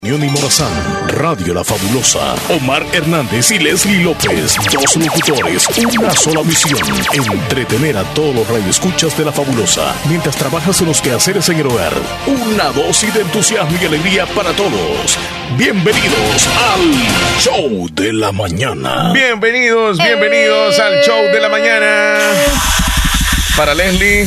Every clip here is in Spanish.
Johnny Morazán, Radio La Fabulosa, Omar Hernández y Leslie López, dos locutores, una sola misión, entretener a todos los radioescuchas de La Fabulosa, mientras trabajas en los quehaceres en el hogar. Una dosis de entusiasmo y alegría para todos. Bienvenidos al Show de la Mañana. Bienvenidos al Show de la Mañana. Para Leslie.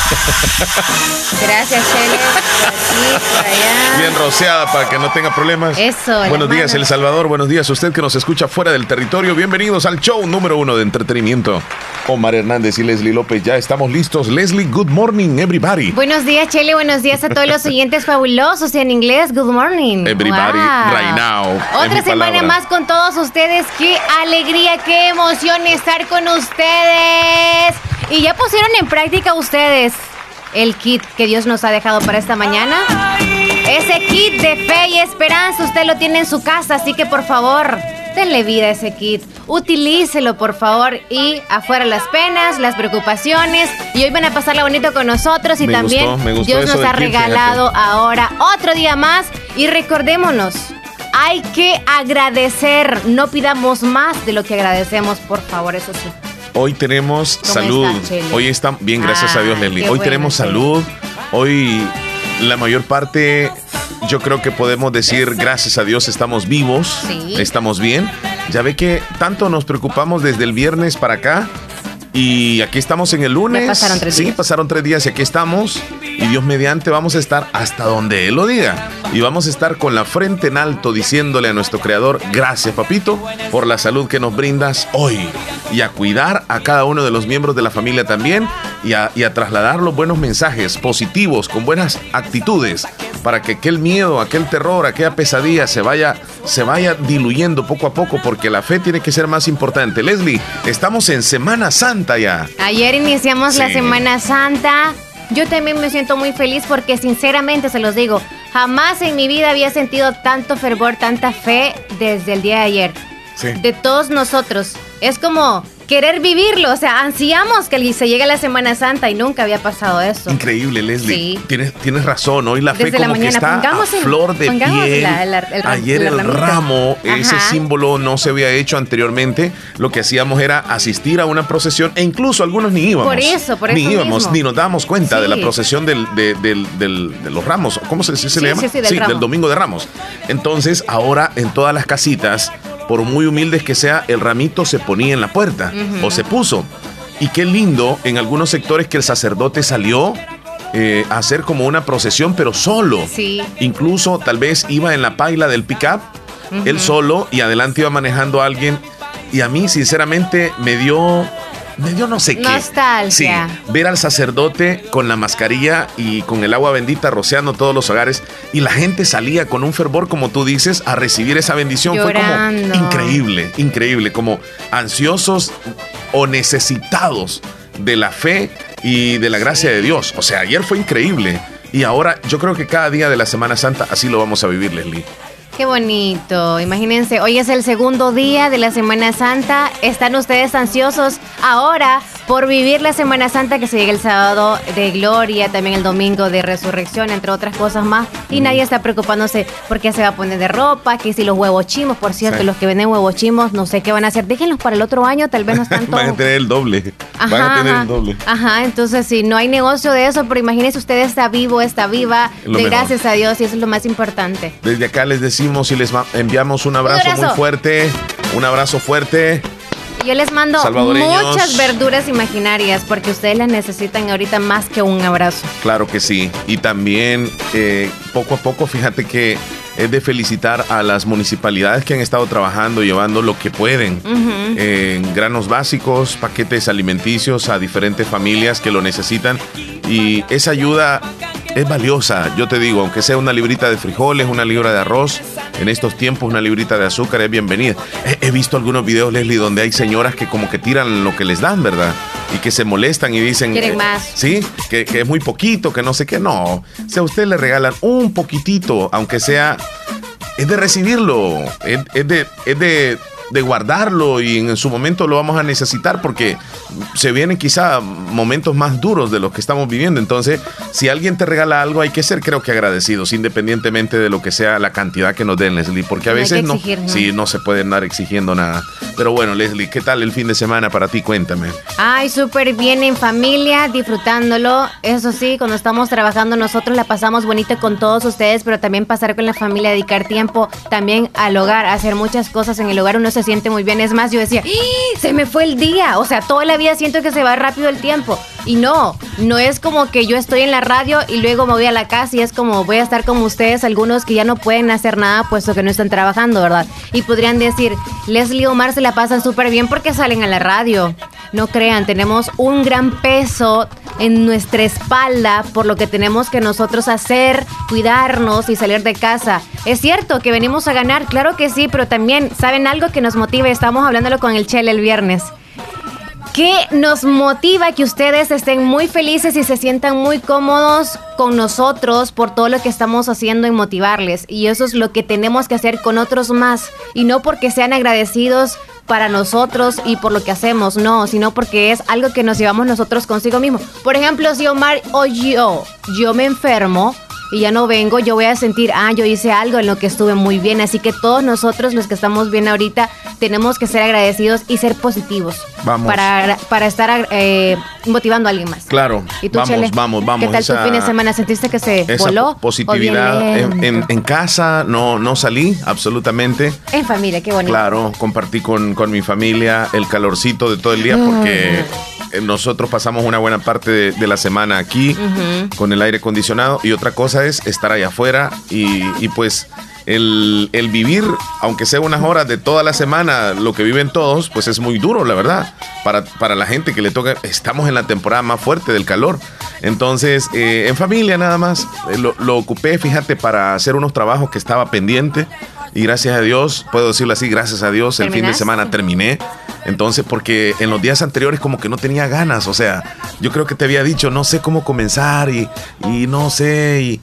Gracias, Chele. Por aquí, por allá. Bien rociada para que no tenga problemas. Eso. Buenos días, El Salvador. Buenos días a usted que nos escucha fuera del territorio. Bienvenidos al show número 1 de entretenimiento. Omar Hernández y Leslie López. Ya estamos listos. Leslie, good morning, everybody. Buenos días, Chele. Buenos días a todos los oyentes fabulosos y en inglés. Good morning. Everybody, wow. Right now. Otra semana más con todos ustedes. Qué alegría, qué emoción estar con ustedes. Y ya pusieron en práctica ustedes el kit que Dios nos ha dejado para esta mañana. Ese kit de fe y esperanza usted lo tiene en su casa, así que por favor, denle vida a ese kit. Utilícelo, por favor, y afuera las penas, las preocupaciones. Y hoy van a pasarla bonito con nosotros y me también gustó Dios nos ha regalado ahora otro día más. Y recordémonos, hay que agradecer. No pidamos más de lo que agradecemos, por favor, eso sí. Hoy tenemos salud. Hoy está bien, gracias a Dios, Leslie. Hoy tenemos salud. Hoy la mayor parte, yo creo que podemos decir, gracias a Dios, estamos vivos. Sí. Estamos bien. Ya ve que tanto nos preocupamos desde el viernes para acá. Y aquí estamos en el lunes. Ya pasaron 3 días. Sí, pasaron 3 días y aquí estamos. Y Dios mediante vamos a estar hasta donde Él lo diga. Y vamos a estar con la frente en alto diciéndole a nuestro Creador, gracias, papito, por la salud que nos brindas hoy. Y a cuidar a cada uno de los miembros de la familia también. Y a trasladar los buenos mensajes positivos, con buenas actitudes, para que aquel miedo, aquel terror, aquella pesadilla se vaya diluyendo poco a poco, porque la fe tiene que ser más importante. Leslie, estamos en Semana Santa ya. Ayer iniciamos la Semana Santa. Yo también me siento muy feliz porque sinceramente se los digo, jamás en mi vida había sentido tanto fervor, tanta fe desde el día de ayer. Sí. De todos nosotros. Es como querer vivirlo, o sea, ansiamos que se llegue la Semana Santa y nunca había pasado eso. Increíble, Leslie. Sí. Tienes razón, hoy la fe Desde como la mañana, que está a flor de piel. Ayer el ramo, ese símbolo no se había hecho anteriormente. Lo que hacíamos era asistir a una procesión e incluso algunos ni íbamos. Por eso ni íbamos, mismo. ni nos dábamos cuenta Sí. de la procesión de los ramos. ¿Cómo se le llama? Sí, del Domingo de Ramos. Entonces, ahora en todas las casitas, por muy humildes que sea, el ramito se ponía en la puerta, o se puso. Y qué lindo en algunos sectores que el sacerdote salió a hacer como una procesión, pero solo. Sí. Incluso tal vez iba en la paila del pick-up, él solo, y adelante iba manejando a alguien. Y a mí, sinceramente, me dio no sé qué. Nostalgia. Sí, ver al sacerdote con la mascarilla y con el agua bendita rociando todos los hogares, y la gente salía con un fervor, como tú dices, a recibir esa bendición. Llorando. Fue como increíble, como ansiosos o necesitados de la fe y de la gracia de Dios. O sea, ayer fue increíble, y ahora yo creo que cada día de la Semana Santa así lo vamos a vivir, Leslie. Qué bonito. Imagínense, hoy es el segundo día de la Semana Santa. ¿Están ustedes ansiosos ahora por vivir la Semana Santa que se llega el sábado de gloria, también el domingo de resurrección, entre otras cosas más? Y nadie está preocupándose por qué se va a poner de ropa, que si los huevos chimos, por cierto, sí. Los que venden huevos chimos, no sé qué van a hacer. Déjenlos para el otro año, tal vez no están todos. Van a tener el doble. Ajá, entonces sí, no hay negocio de eso, pero imagínense, usted está vivo, está viva, de gracias a Dios, y eso es lo más importante. Desde acá les decimos y les enviamos un abrazo muy fuerte. Un abrazo fuerte. Yo les mando muchas verduras imaginarias porque ustedes las necesitan ahorita más que un abrazo. Claro que sí. Y también poco a poco, fíjate que es de felicitar a las municipalidades que han estado trabajando, llevando lo que pueden, granos básicos, paquetes alimenticios a diferentes familias que lo necesitan. Y esa ayuda es valiosa, yo te digo, aunque sea una librita de frijoles, una libra de arroz, en estos tiempos una librita de azúcar es bienvenida. He visto algunos videos, Leslie, donde hay señoras que como que tiran lo que les dan, ¿verdad? Y que se molestan y dicen... Quieren más. Sí, que es muy poquito, que no sé qué. No, si a usted le regalan un poquitito, aunque sea... Es de recibirlo, es de de guardarlo y en su momento lo vamos a necesitar porque se vienen quizá momentos más duros de los que estamos viviendo. Entonces, si alguien te regala algo, hay que ser, creo que agradecidos, independientemente de lo que sea la cantidad que nos den, Leslie, porque a veces no se puede andar exigiendo nada. Pero bueno, Leslie, ¿qué tal el fin de semana para ti? Cuéntame. Ay, súper bien en familia, disfrutándolo. Eso sí, cuando estamos trabajando nosotros la pasamos bonito con todos ustedes, pero también pasar con la familia, dedicar tiempo también al hogar, hacer muchas cosas en el hogar, uno se siente muy bien. Es más, yo decía, se me fue el día. O sea, toda la vida siento que se va rápido el tiempo. Y no es como que yo estoy en la radio y luego me voy a la casa y es como voy a estar como ustedes, algunos que ya no pueden hacer nada puesto que no están trabajando, ¿verdad? Y podrían decir, Leslie y Omar se la pasan súper bien porque salen a la radio. No crean, tenemos un gran peso en nuestra espalda por lo que tenemos que nosotros hacer, cuidarnos y salir de casa. Es cierto que venimos a ganar, claro que sí, pero también, ¿saben algo que nos motiva? Estamos hablándolo con el Chele el viernes. ¿Qué nos motiva que ustedes estén muy felices y se sientan muy cómodos con nosotros por todo lo que estamos haciendo y motivarles? Y eso es lo que tenemos que hacer con otros más. Y no porque sean agradecidos para nosotros y por lo que hacemos, no, sino porque es algo que nos llevamos nosotros consigo mismos. Por ejemplo, si Omar o yo me enfermo y ya no vengo, yo voy a sentir, yo hice algo en lo que estuve muy bien. Así que todos nosotros, los que estamos bien ahorita, tenemos que ser agradecidos y ser positivos. Vamos. Para estar motivando a alguien más. Claro. ¿Y tú, vamos, Chele? vamos. ¿Qué tal tu fin de semana? ¿Sentiste que se voló? Positividad. En casa no salí, absolutamente. En familia, qué bonito. Claro, compartí con mi familia el calorcito de todo el día porque nosotros pasamos una buena parte de la semana aquí con el aire acondicionado y otra cosa es estar allá afuera y pues el vivir, aunque sea unas horas de toda la semana, lo que viven todos, pues es muy duro, la verdad, para la gente que le toca. Estamos en la temporada más fuerte del calor. Entonces, en familia nada más, lo ocupé, fíjate, para hacer unos trabajos que estaba pendiente y gracias a Dios, puedo decirlo así, gracias a Dios, el fin de semana terminé. Entonces, porque en los días anteriores como que no tenía ganas, o sea, yo creo que te había dicho, no sé cómo comenzar y no sé,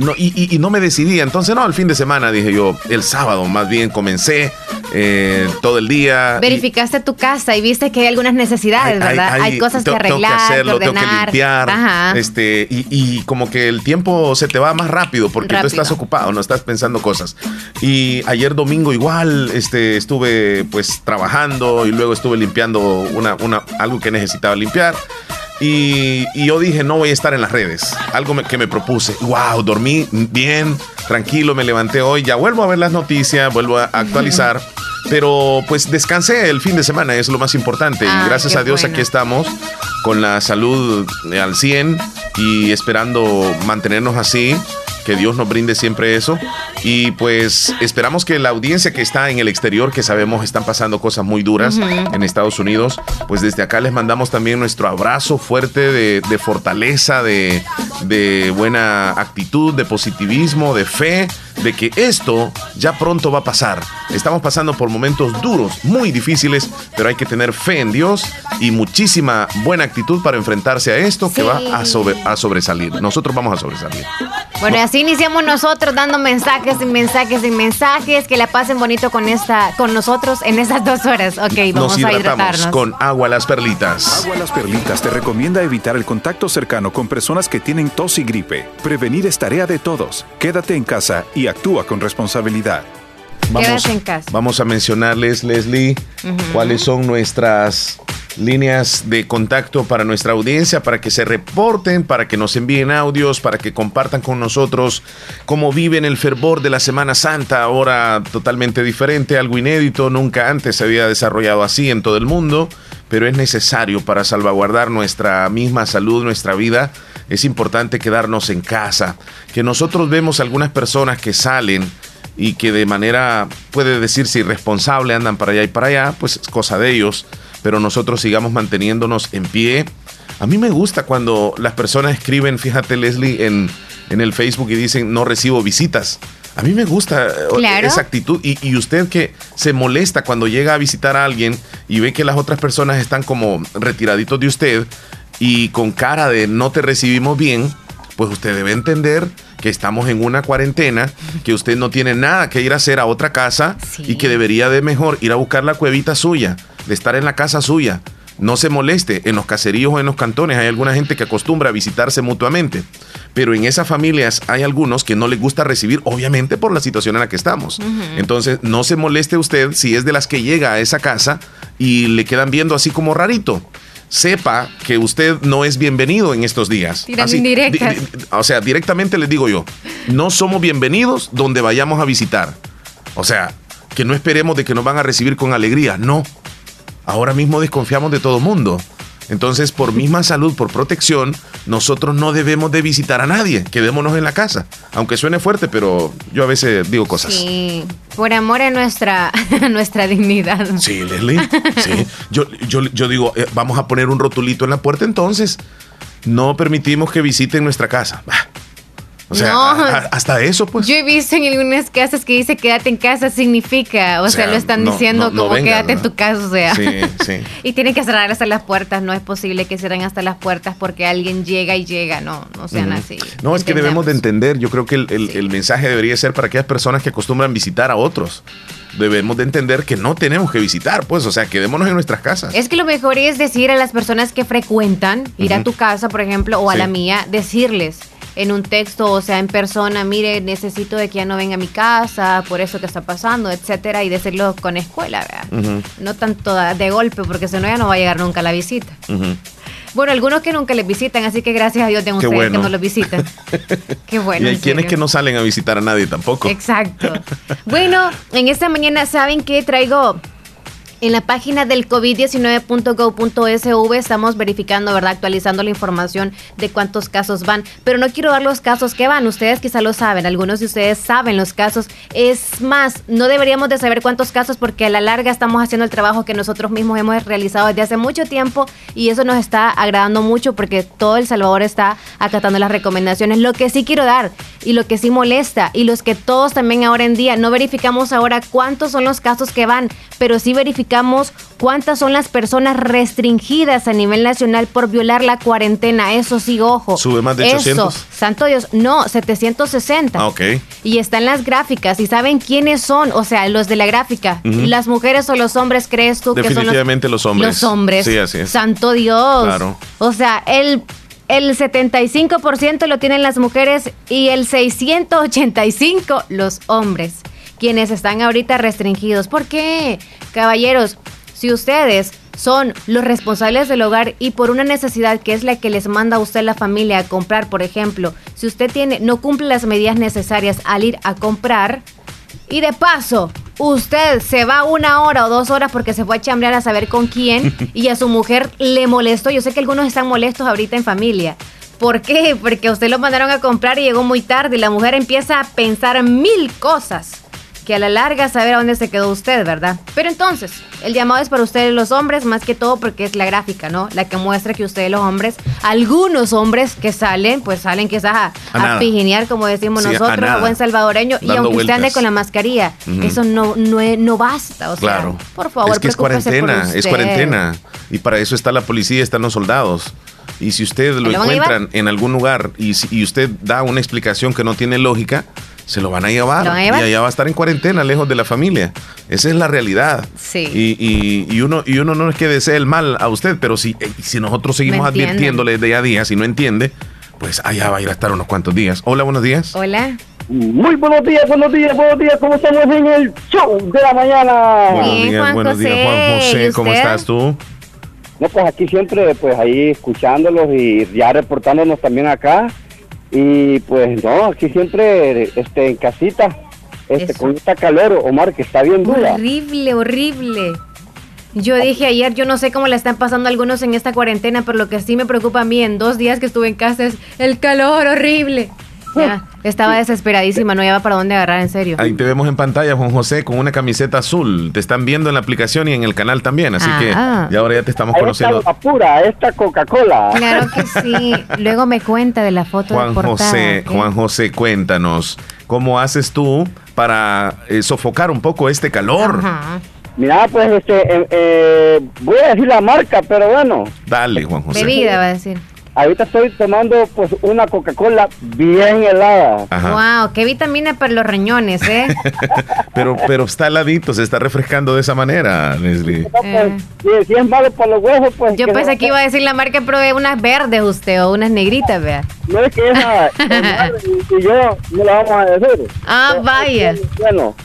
y no me decidía. Entonces, no, el fin de semana dije yo, el sábado más bien comencé todo el día. Verificaste tu casa y viste que hay algunas necesidades, ¿verdad? Hay cosas que arreglar, tengo que hacerlo, que ordenar. tengo que limpiar. Ajá. Y como que el tiempo se te va más rápido porque tú estás ocupado, no estás pensando cosas. Y ayer domingo igual estuve pues trabajando y luego estuve limpiando algo que necesitaba limpiar. Y yo dije, no voy a estar en las redes. Algo que me propuse. Wow, dormí bien, tranquilo, me levanté hoy. Ya vuelvo a ver las noticias, vuelvo a actualizar. Pero pues descansé el fin de semana, es lo más importante. Y gracias a Dios aquí estamos con la salud al 100 y esperando mantenernos así. Que Dios nos brinde siempre eso. Y pues esperamos que la audiencia que está en el exterior, que sabemos están pasando cosas muy duras en Estados Unidos, pues desde acá les mandamos también nuestro abrazo fuerte de fortaleza, de buena actitud, de positivismo, de fe, de que esto ya pronto va a pasar. Estamos pasando por momentos duros, muy difíciles, pero hay que tener fe en Dios y muchísima buena actitud para enfrentarse a esto que va a sobresalir. Nosotros vamos a sobresalir. Bueno, y así iniciamos nosotros dando mensajes y mensajes y mensajes. Que la pasen bonito con nosotros en estas 2 horas. Ok, vamos a hidratarnos con Agua Las Perlitas. Agua Las Perlitas te recomienda evitar el contacto cercano con personas que tienen tos y gripe. Prevenir es tarea de todos. Quédate en casa y actúa con responsabilidad. Quédate en casa. Vamos a mencionarles, Leslie, cuáles son nuestras líneas de contacto para nuestra audiencia, para que se reporten, para que nos envíen audios, para que compartan con nosotros cómo viven el fervor de la Semana Santa, ahora totalmente diferente, algo inédito, nunca antes se había desarrollado así en todo el mundo, pero es necesario para salvaguardar nuestra misma salud, nuestra vida. Es importante quedarnos en casa, que nosotros vemos algunas personas que salen y que de manera, puede decirse irresponsable, andan para allá y para allá, pues es cosa de ellos, pero nosotros sigamos manteniéndonos en pie. A mí me gusta cuando las personas escriben, fíjate, Leslie, en el Facebook y dicen, no recibo visitas. A mí me gusta esa actitud y usted que se molesta cuando llega a visitar a alguien y ve que las otras personas están como retiraditos de usted y con cara de no te recibimos bien, pues usted debe entender que estamos en una cuarentena, que usted no tiene nada que ir a hacer a otra casa y que debería de mejor ir a buscar la cuevita suya, de estar en la casa suya. No se moleste, en los caseríos o en los cantones hay alguna gente que acostumbra a visitarse mutuamente, pero en esas familias hay algunos que no les gusta recibir, obviamente por la situación en la que estamos. Entonces, no se moleste usted si es de las que llega a esa casa y le quedan viendo así como rarito. Sepa que usted no es bienvenido en estos días. Así, indirectas. O sea, directamente les digo yo, no somos bienvenidos donde vayamos a visitar. O sea, que no esperemos de que nos van a recibir con alegría, no. Ahora mismo desconfiamos de todo mundo. Entonces, por misma salud, por protección, nosotros no debemos de visitar a nadie. Quedémonos en la casa. Aunque suene fuerte, pero yo a veces digo cosas. Sí, por amor a nuestra dignidad. Sí, Leslie. Sí. Yo digo, vamos a poner un rotulito en la puerta entonces. No permitimos que visiten nuestra casa. O sea, no, hasta eso, pues. Yo he visto en algunas casas que dice quédate en casa significa, o sea, lo están diciendo como venga, quédate en tu casa, o sea. Sí, sí. Y tienen que cerrar hasta las puertas, no es posible que cierren hasta las puertas porque alguien llega, no sean así. No, es que debemos de entender, yo creo que el mensaje debería ser para aquellas personas que acostumbran visitar a otros. Debemos de entender que no tenemos que visitar, pues, o sea, quedémonos en nuestras casas. Es que lo mejor es decir a las personas que frecuentan, ir a tu casa, por ejemplo, o a la mía, decirles en un texto, o sea, en persona, mire, necesito de que ya no venga a mi casa, por eso que está pasando, etcétera, y decirlo con escuela, ¿verdad? No tanto de golpe, porque si no ya no va a llegar nunca la visita. Bueno, algunos que nunca les visitan, así que gracias a Dios tengo ustedes que no los visitan. Qué bueno. Y hay quienes que no salen a visitar a nadie tampoco. Exacto. Bueno, en esta mañana, ¿saben qué traigo? En la página del covid19.gov.sv estamos verificando, ¿verdad? Actualizando la información de cuántos casos van. Pero no quiero dar los casos que van. Ustedes quizá lo saben. Algunos de ustedes saben los casos. Es más, no deberíamos de saber cuántos casos porque a la larga estamos haciendo el trabajo que nosotros mismos hemos realizado desde hace mucho tiempo y eso nos está agradando mucho porque todo El Salvador está acatando las recomendaciones. Lo que sí quiero dar y lo que sí molesta y los que todos también ahora en día no verificamos ahora cuántos son los casos que van, pero sí verificamos cuántas son las personas restringidas a nivel nacional por violar la cuarentena. Eso sí, ojo. ¿Sube más de 800? Eso, santo Dios, no, 760. Ah, ok. Y están las gráficas y saben quiénes son, o sea, los de la gráfica. ¿Las mujeres o los hombres crees tú que son definitivamente los hombres? Los hombres. Sí, así es. Santo Dios. Claro. O sea, el 75% lo tienen las mujeres y el 685 los hombres, quienes están ahorita restringidos. ¿Por qué? Caballeros, si ustedes son los responsables del hogar y por una necesidad que es la que les manda a usted la familia a comprar, por ejemplo, si usted no cumple las medidas necesarias al ir a comprar y de paso usted se va 1 hora o 2 horas porque se fue a chambrear a saber con quién y a su mujer le molestó. Yo sé que algunos están molestos ahorita en familia. ¿Por qué? Porque a usted lo mandaron a comprar y llegó muy tarde y la mujer empieza a pensar 1000 cosas que a la larga saber a dónde se quedó usted, ¿verdad? Pero entonces, el llamado es para ustedes los hombres, más que todo porque es la gráfica, ¿no? La que muestra que ustedes los hombres, algunos hombres que salen, pues salen quizás a pijinear, como decimos nosotros, a buen salvadoreño, y aunque usted ande con la mascarilla, eso no basta, o sea, claro. Por favor, es que es cuarentena, y para eso está la policía, están los soldados. Y si usted lo encuentran en algún lugar y usted da una explicación que no tiene lógica, se lo van a llevar y allá va a estar en cuarentena, lejos de la familia. Esa es la realidad. Sí. Y uno no es que desee el mal a usted, pero si nosotros seguimos advirtiéndole día a día, si no entiende, pues allá va a ir a estar unos cuantos días. Hola, buenos días. Hola. Muy buenos días, ¿cómo estamos en el show de la mañana? Buenos días, Juan José, ¿cómo estás tú? No, pues aquí siempre, pues ahí escuchándolos y ya reportándonos también acá. Y pues no, aquí siempre en casita, con esta calor, Omar, que está bien dura. Horrible. Yo dije ayer, yo no sé cómo le están pasando algunos en esta cuarentena, pero lo que sí me preocupa a mí en 2 días que estuve en casa es el calor horrible. Ya, estaba desesperadísima, no llevaba para dónde agarrar, en serio. Ahí te vemos en pantalla, Juan José, con una camiseta azul. Te están viendo en la aplicación y en el canal también, así que ya ahora ya te estamos conociendo. Esta pura, esta Coca-Cola. Claro que sí. Luego me cuenta de la foto de portada. Juan José, cuéntanos, ¿cómo haces tú para sofocar un poco este calor? Ajá. Mira, pues voy a decir la marca, pero bueno. Dale, Juan José. Bebida, va a decir. ahorita estoy tomando pues una Coca-Cola bien helada. Ajá. Wow, qué vitamina para los riñones, ¿eh? pero está heladito, se está refrescando de esa manera, Leslie. Si es malo para los huesos, pues... Yo pensé que iba a decir la marca, pero de unas verdes usted o unas negritas, vea. No es que esa y yo no la vamos a decir. Ah, vaya. Bueno,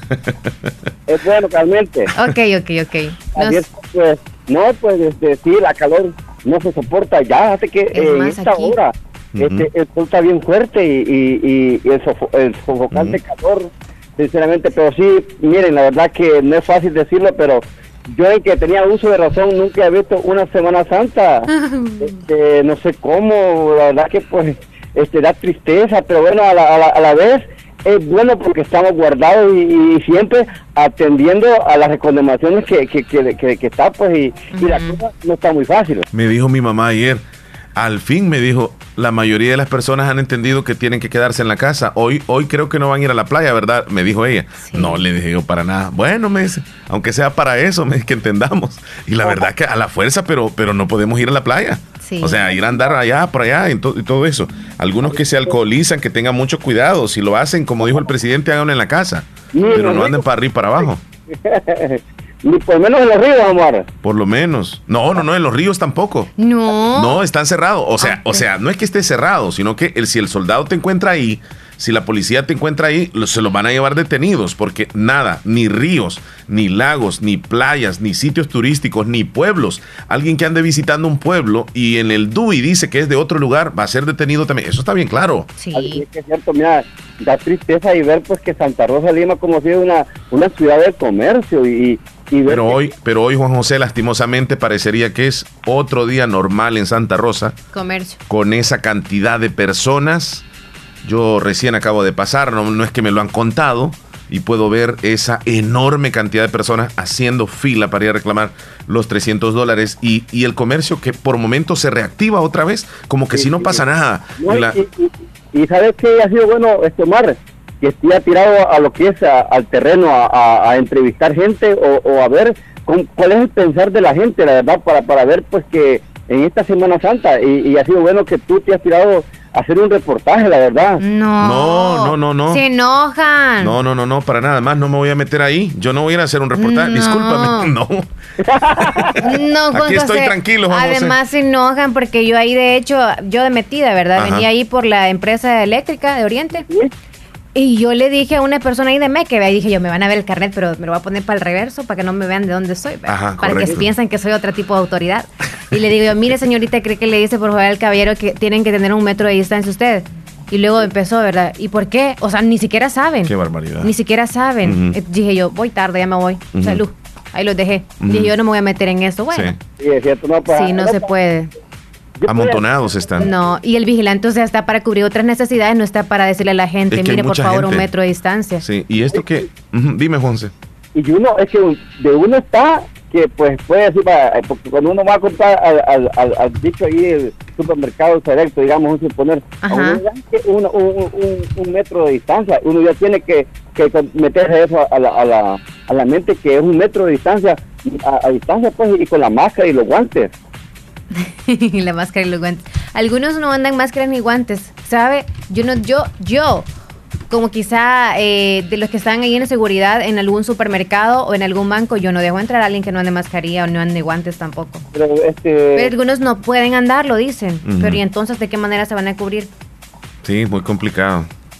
es bueno realmente. Ok. Así es, pues, no, pues, sí, la calor no se soporta ya, hace que en esta aquí. Hora el sol está bien fuerte y el sofocante calor, sinceramente, pero sí, miren, la verdad que no es fácil decirlo, pero yo en que tenía uso de razón nunca he visto una Semana Santa, no sé cómo, la verdad que pues da tristeza, pero bueno, a la vez es bueno porque estamos guardados y siempre atendiendo a las recomendaciones que está, pues, y la cosa no está muy fácil. Me dijo mi mamá ayer, al fin me dijo, la mayoría de las personas han entendido que tienen que quedarse en la casa. Hoy creo que no van a ir a la playa, ¿verdad? Me dijo ella. Sí. No, le dije yo para nada. Bueno, me dice, aunque sea para eso, me dice que entendamos. Y la verdad que a la fuerza, pero no podemos ir a la playa. Sí. O sea, ir a andar allá, por allá y todo eso. Algunos que se alcoholizan, que tengan mucho cuidado. Si lo hacen, como dijo el presidente, háganlo en la casa. Pero no anden para arriba y para abajo. Ni por lo menos en los ríos, amor. Por lo menos. No, en los ríos tampoco. No. No, están cerrados. O sea, no es que esté cerrado, sino que si el soldado te encuentra ahí, si la policía te encuentra ahí, se los van a llevar detenidos, porque nada, ni ríos, ni lagos, ni playas, ni sitios turísticos, ni pueblos. Alguien que ande visitando un pueblo y en el DUI dice que es de otro lugar, va a ser detenido también. Eso está bien claro. Sí. Es cierto, mira, da tristeza y ver pues que Santa Rosa Lima como si es una ciudad de comercio pero hoy, Juan José, lastimosamente parecería que es otro día normal en Santa Rosa. Comercio. Con esa cantidad de personas. Yo recién acabo de pasar, no es que me lo han contado, y puedo ver esa enorme cantidad de personas haciendo fila para ir a reclamar los $300 y el comercio que por momentos se reactiva otra vez, como que si no pasa nada. No, y ¿sabes qué ha sido bueno, Omar? Que esté tirado a lo que es al terreno a entrevistar gente o a ver cuál es el pensar de la gente, la verdad, para ver pues que en esta Semana Santa y ha sido bueno que tú te has tirado a hacer un reportaje, la verdad. No. Se enojan. No, para nada más, no me voy a meter ahí. Yo no voy a ir a hacer un reportaje, discúlpame, no. No, Juan Aquí estoy tranquilo, Juan José. Además se enojan porque yo ahí, de hecho, yo de metida, ¿verdad? Ajá. Venía ahí por la empresa eléctrica de Oriente. ¿Sí? Y yo le dije a una persona ahí de Meque, y dije yo, me van a ver el carnet, pero me lo voy a poner para el reverso, para que no me vean de dónde soy, ajá, para correcto. que piensen que soy otro tipo de autoridad. Y le digo yo, mire señorita, ¿cree que le dice por favor al caballero que tienen que tener 1 metro de distancia ustedes? Y luego empezó, ¿verdad? ¿Y por qué? O sea, ni siquiera saben. Qué barbaridad. Ni siquiera saben. Dije yo, voy tarde, ya me voy. Salud. Ahí los dejé. Dije yo, no me voy a meter en eso. Bueno. Sí, es cierto, no se puede. Amontonados están. No, y el vigilante, o sea, está para cubrir otras necesidades, no está para decirle a la gente, mire, por favor, gente. 1 metro de distancia. Sí, y esto que... Dime, Juanse. Y uno, es que de uno está, que pues puede decir, porque cuando uno va a comprar al dicho ahí, el supermercado selecto, digamos, un suponer, a uno ya que 1 metro de distancia, uno ya tiene que meterse eso a la mente, que es 1 metro de distancia, a distancia, pues, y con la máscara y los guantes. La máscara y los guantes. Algunos no andan máscaras ni guantes, ¿sabe? Yo como quizá de los que están ahí en seguridad en algún supermercado o en algún banco, yo no dejo entrar a alguien que no ande mascarilla o no ande guantes tampoco. Pero algunos no pueden andar, lo dicen. Pero ¿y entonces de qué manera se van a cubrir? Sí, muy complicado.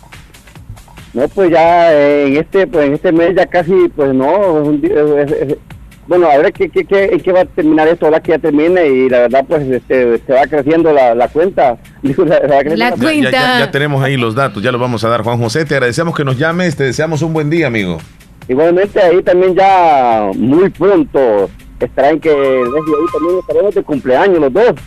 No, pues ya en este mes ya casi, pues no, bueno, a ver en qué va a terminar esto, ahora que ya termine, y la verdad pues se va creciendo la cuenta. La cuenta. Ya tenemos ahí los datos, ya los vamos a dar. Juan José, te agradecemos que nos llames, te deseamos un buen día, amigo. Igualmente ahí también ya muy pronto estarán que ahí también estaremos de cumpleaños los dos.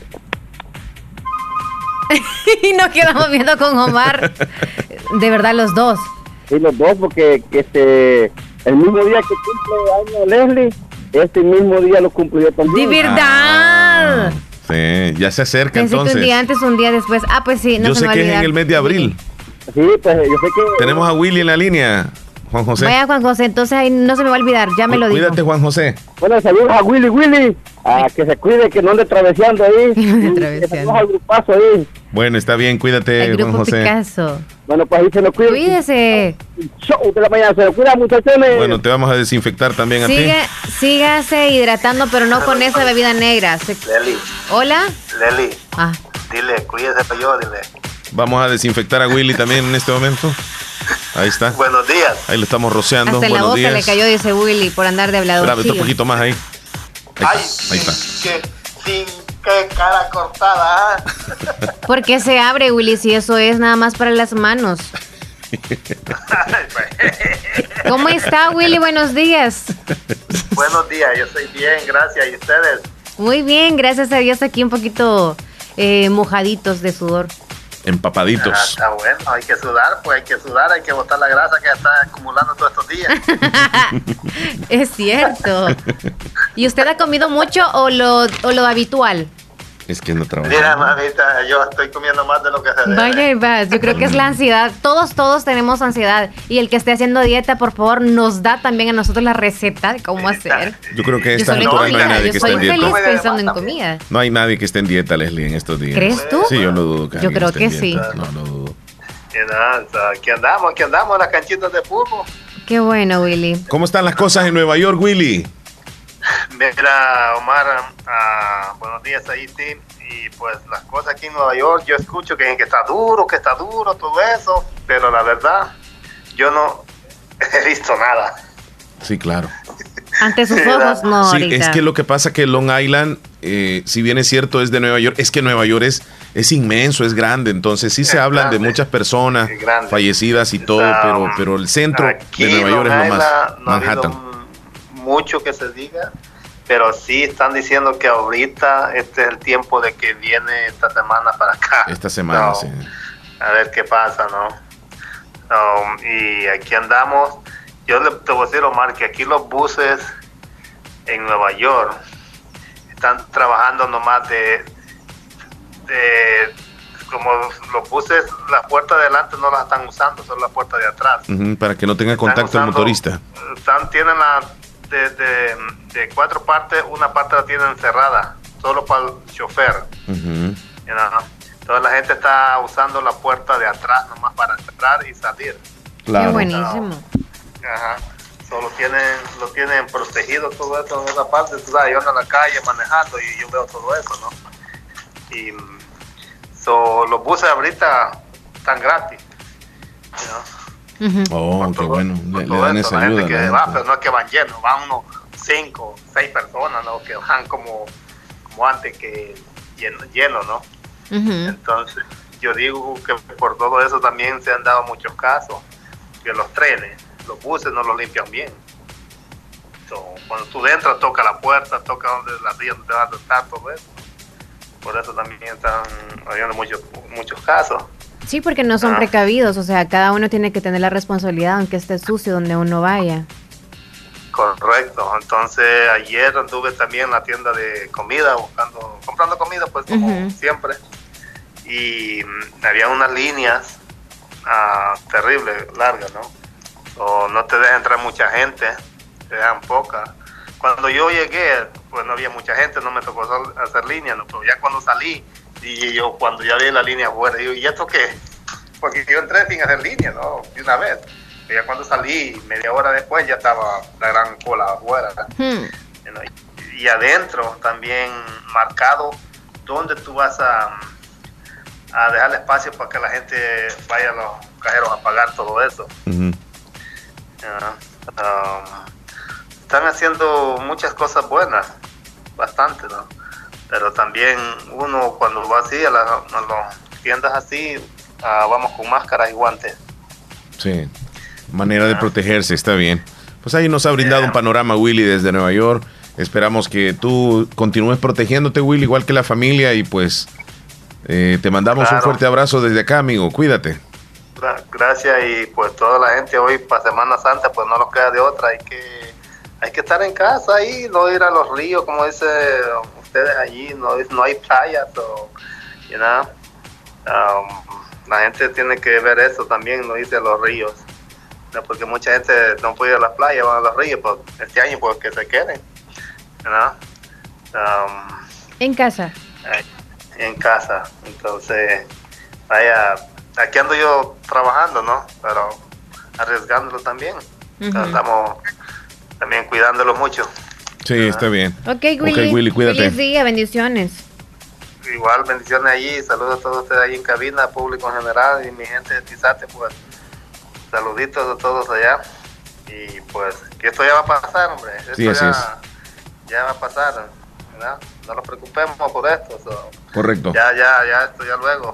Y nos quedamos viendo con Omar. De verdad, los dos. Sí, los dos, porque el mismo día que cumple año Leslie, este mismo día lo cumplo yo también. ¡De verdad! Sí, ya se acerca. Pensé entonces. Que un día antes, un día después. Ah, pues sí, no yo se me sé que olvidar. es en el mes de abril. Sí, pues yo sé que... Tenemos a Willy en la línea. Juan José. Vaya, Juan José, entonces ahí no se me va a olvidar, ya me lo dijo. Cuídate, Juan José. Bueno, saludos a Willy, que se cuide, que no ande traveseando ahí. Saludos al grupazo ahí. Bueno, está bien, cuídate, el grupo Juan José. Picasso. Bueno, pues ahí se lo cuida. Cuídese. Show de la mañana, se lo cuida, muchachones. Bueno, te vamos a desinfectar también a ti. Sígase hidratando, pero no con esa bebida negra. Leli. ¿Hola? Leli. Ah. Dile, cuídese para yo, dile. Vamos a desinfectar a Willy también en este momento. Ahí está. Buenos días. Ahí lo estamos rociando. Hasta en la Buenos boca días. le cayó, dice Willy, por andar de hablador. Espérame, un poquito más ahí. Ahí está. Qué cara cortada, ¿eh? ¿Por qué se abre, Willy, si eso es nada más para las manos? ¿Cómo está, Willy? Buenos días. Buenos días, yo estoy bien, gracias. ¿Y ustedes? Muy bien, gracias a Dios, aquí un poquito mojaditos de sudor. Empapaditos. Está bueno, hay que sudar, pues hay que sudar, hay que botar la grasa que está acumulando todos estos días. Es cierto. ¿Y usted ha comido mucho o lo habitual? Es que no trabaja. Mira, mamita, yo estoy comiendo más de lo que se debe. Vaya y vas, yo creo que es la ansiedad. Todos tenemos ansiedad. Y el que esté haciendo dieta, por favor, nos da también a nosotros la receta de cómo hacer. Yo creo que Yo esta soy altura no hay nadie que esté en feliz dieta. pensando en comida. No hay nadie que esté en dieta, Leslie, en estos días. ¿Crees tú? Sí, yo lo dudo. Yo creo que sí. No lo dudo. Aquí andamos en las canchitas de fútbol. Qué bueno, Willy. ¿Cómo están las cosas en Nueva York, Willy? Mira, Omar, buenos días ahí, Tim. Y pues las cosas aquí en Nueva York, yo escucho que está duro, todo eso, pero la verdad, yo no he visto nada. Sí, claro. Ante sus ojos, no, Sí, ahorita. es que lo que pasa que Long Island, si bien es cierto, es de Nueva York, es que Nueva York es inmenso, es grande, entonces sí se hablan de muchas personas fallecidas y todo, pero el centro aquí de Nueva York es lo más no Manhattan. Ha habido mucho que se diga, pero sí están diciendo que ahorita este es el tiempo de que viene esta semana para acá. Esta semana, sí. A ver qué pasa, ¿no? Y aquí andamos. Yo te voy a decir, Omar, que aquí los buses en Nueva York están trabajando nomás de como los buses, la puerta de adelante no la están usando, solo la puerta de atrás. Para que no tenga contacto el motorista. Tienen de 4 partes, una parte la tienen cerrada, solo para el chofer. Toda la gente está usando la puerta de atrás nomás para entrar y salir. Claro. Qué buenísimo. Ajá. Lo tienen protegido todo eso en esa parte. Tú sabes, yo ando en la calle manejando y yo veo todo eso, ¿no? Y los buses ahorita están gratis, Oh, qué bueno. Le dan esa la ayuda. gente que va, pero no es que van llenos, van unos 5, 6 personas, ¿no? Que van como antes, que lleno, ¿no? Entonces, yo digo que por todo eso también se han dado muchos casos, que los trenes, los buses no los limpian bien. Cuando tú entras, toca la puerta, toca donde la silla donde te vas a estar, todo eso. Por eso también están habiendo muchos casos. Sí, porque no son precavidos, o sea, cada uno tiene que tener la responsabilidad, aunque esté sucio donde uno vaya. Correcto. Entonces, ayer anduve también en la tienda de comida, comprando comida, pues como siempre. Y había unas líneas terribles, largas, ¿no? No te deja entrar mucha gente, te dejan poca. Cuando yo llegué, pues no había mucha gente, no me tocó hacer línea, ¿no? Pero ya cuando salí, y yo cuando ya vi la línea afuera, digo, ¿y esto qué? Porque yo entré sin hacer línea, ¿no? De una vez. Pero ya cuando salí, media hora después, ya estaba la gran cola afuera. Y adentro también marcado dónde tú vas a dejar espacio para que la gente vaya a los cajeros a pagar todo eso. Están haciendo muchas cosas buenas, bastante, ¿no? Pero también uno cuando va así a las tiendas así, vamos con máscaras y guantes. Sí, manera de protegerse, está bien. Pues ahí nos ha brindado un panorama, Willy, desde Nueva York. Esperamos que tú continúes protegiéndote, Willy, igual que la familia, y pues te mandamos un fuerte abrazo desde acá, amigo. Cuídate. Gracias, y pues toda la gente hoy para Semana Santa pues no nos queda de otra, hay que estar en casa ahí, no ir a los ríos como dice ustedes allí, no hay playas, la gente tiene que ver eso también, no irse a los ríos, ¿no? Porque mucha gente no puede ir a la playa, van a los ríos, pues este año pues que se queden, ¿no? En casa. En casa, entonces, vaya, aquí ando yo trabajando, ¿no? Pero arriesgándolo también. Estamos también cuidándolo mucho. Sí, está bien. Ok, Willy, cuídate. Feliz día, bendiciones. Igual, bendiciones allí, saludos a todos ustedes ahí en cabina, público en general y mi gente de Tizate, pues, saluditos a todos allá. Y pues, que esto ya va a pasar, hombre. Sí, esto así ya va a pasar, ¿verdad? No nos preocupemos por esto. Correcto. Ya, esto ya luego,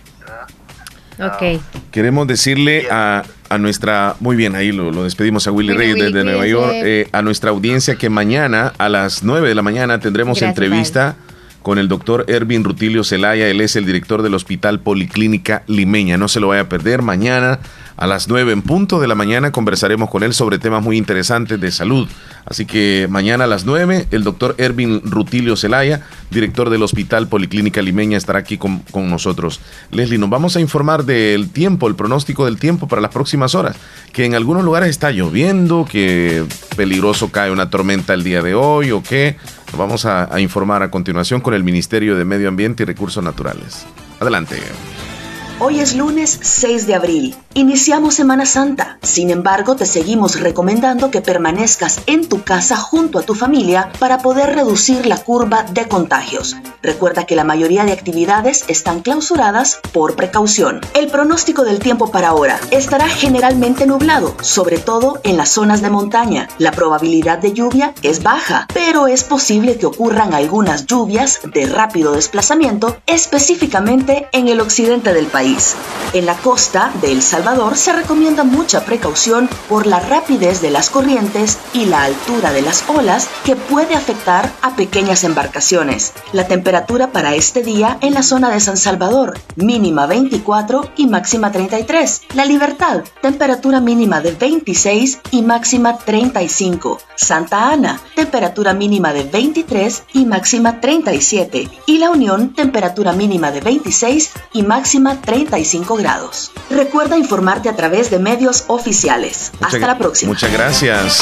¿verdad? Ok. Queremos decirle a nuestra... Muy bien, ahí lo despedimos a Willy Reyes desde Nueva York. A nuestra audiencia que mañana a las 9 de la mañana tendremos entrevista con el doctor Ervin Rutilio Zelaya. Él es el director del Hospital Policlínica Limeña. No se lo vaya a perder. Mañana a las 9 en punto de la mañana conversaremos con él sobre temas muy interesantes de salud. Así que mañana a las 9 el doctor Ervin Rutilio Zelaya, director del Hospital Policlínica Limeña, estará aquí con nosotros. Leslie, nos vamos a informar del tiempo, el pronóstico del tiempo para las próximas horas. Que en algunos lugares está lloviendo, que peligroso cae una tormenta el día de hoy o qué. Nos vamos a informar a continuación con el Ministerio de Medio Ambiente y Recursos Naturales. Adelante. Hoy es lunes 6 de abril. Iniciamos Semana Santa. Sin embargo, te seguimos recomendando que permanezcas en tu casa junto a tu familia para poder reducir la curva de contagios. Recuerda que la mayoría de actividades están clausuradas por precaución. El pronóstico del tiempo para ahora estará generalmente nublado, sobre todo en las zonas de montaña. La probabilidad de lluvia es baja, pero es posible que ocurran algunas lluvias de rápido desplazamiento, específicamente en el occidente del país. En la costa de El Salvador se recomienda mucha precaución por la rapidez de las corrientes y la altura de las olas que puede afectar a pequeñas embarcaciones. La temperatura para este día en la zona de San Salvador, mínima 24 y máxima 33. La Libertad, temperatura mínima de 26 y máxima 35. Santa Ana, temperatura mínima de 23 y máxima 37. Y La Unión, temperatura mínima de 26 y máxima 35 grados. Recuerda informarte a través de medios oficiales. Hasta la próxima. Muchas gracias.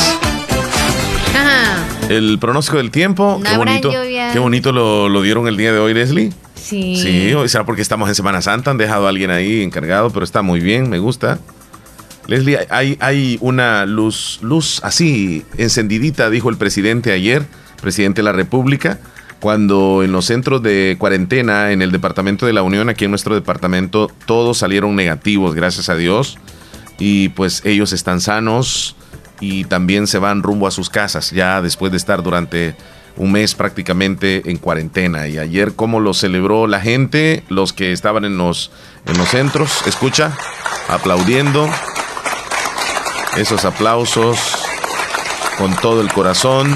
Ajá. El pronóstico del tiempo, qué bonito lo dieron el día de hoy, Leslie. Sí. Sí, será porque estamos en Semana Santa, han dejado a alguien ahí encargado, pero está muy bien, me gusta. Leslie, hay una luz así encendidita, dijo el presidente ayer, presidente de la República, cuando en los centros de cuarentena en el departamento de La Unión, aquí en nuestro departamento, todos salieron negativos, gracias a Dios, y pues ellos están sanos y también se van rumbo a sus casas, ya después de estar durante un mes prácticamente en cuarentena. Y ayer cómo lo celebró la gente, los que estaban en los centros, escucha, aplaudiendo, esos aplausos con todo el corazón,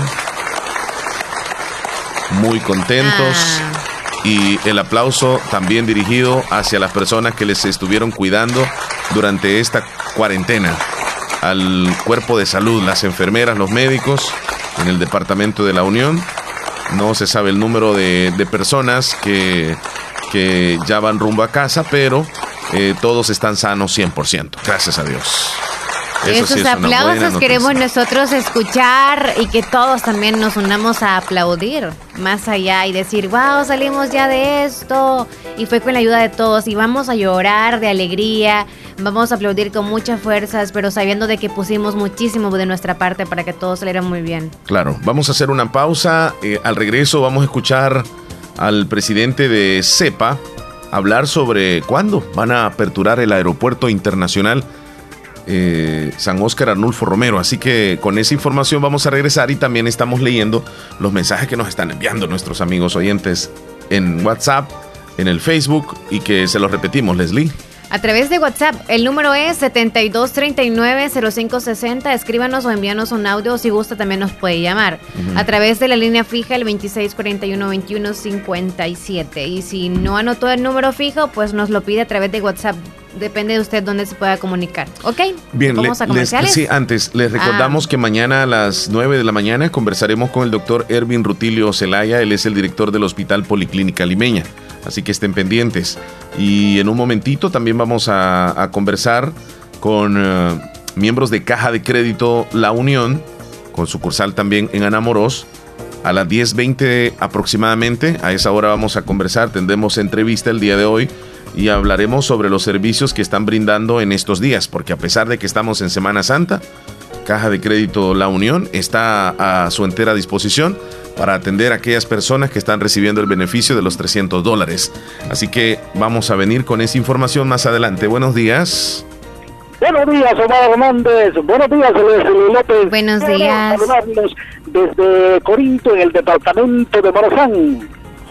muy contentos, y el aplauso también dirigido hacia las personas que les estuvieron cuidando durante esta cuarentena, al cuerpo de salud, las enfermeras, los médicos en el departamento de La Unión. No se sabe el número de personas que ya van rumbo a casa, pero todos están sanos 100%, gracias a Dios. Esos sí, aplausos queremos nosotros escuchar y que todos también nos unamos a aplaudir más allá y decir, wow, salimos ya de esto y fue con la ayuda de todos y vamos a llorar de alegría, vamos a aplaudir con muchas fuerzas, pero sabiendo de que pusimos muchísimo de nuestra parte para que todo saliera muy bien. Claro, vamos a hacer una pausa, al regreso vamos a escuchar al presidente de CEPA hablar sobre cuándo van a aperturar el aeropuerto internacional San Óscar Arnulfo Romero. Así que con esa información vamos a regresar y también estamos leyendo los mensajes que nos están enviando nuestros amigos oyentes en WhatsApp, en el Facebook, y que se los repetimos, Leslie. A través de WhatsApp, el número es 7239-0560. Escríbanos o envíanos un audio, o si gusta también nos puede llamar. A través de la línea fija, el 2641-2157. Y si no anotó el número fijo, pues nos lo pide a través de WhatsApp. Depende de usted dónde se pueda comunicar. ¿Ok? Bien, ¿Vamos a comerciales? Sí, antes, les recordamos que mañana a las 9 de la mañana conversaremos con el doctor Ervin Rutilio Zelaya. Él es el director del Hospital Policlínica Limeña. Así que estén pendientes. Y en un momentito también vamos a conversar con miembros de Caja de Crédito La Unión, con sucursal también en Anamorós, a las 10:20 aproximadamente. A esa hora vamos a conversar, tendremos entrevista el día de hoy y hablaremos sobre los servicios que están brindando en estos días, porque a pesar de que estamos en Semana Santa, Caja de Crédito La Unión está a su entera disposición para atender a aquellas personas que están recibiendo el beneficio de los $300. Así que vamos a venir con esa información más adelante. Buenos días. Buenos días, Omar Hernández. Buenos días, Leslie López. Buenos días. Saludarlos desde Corinto, en el departamento de Morazán.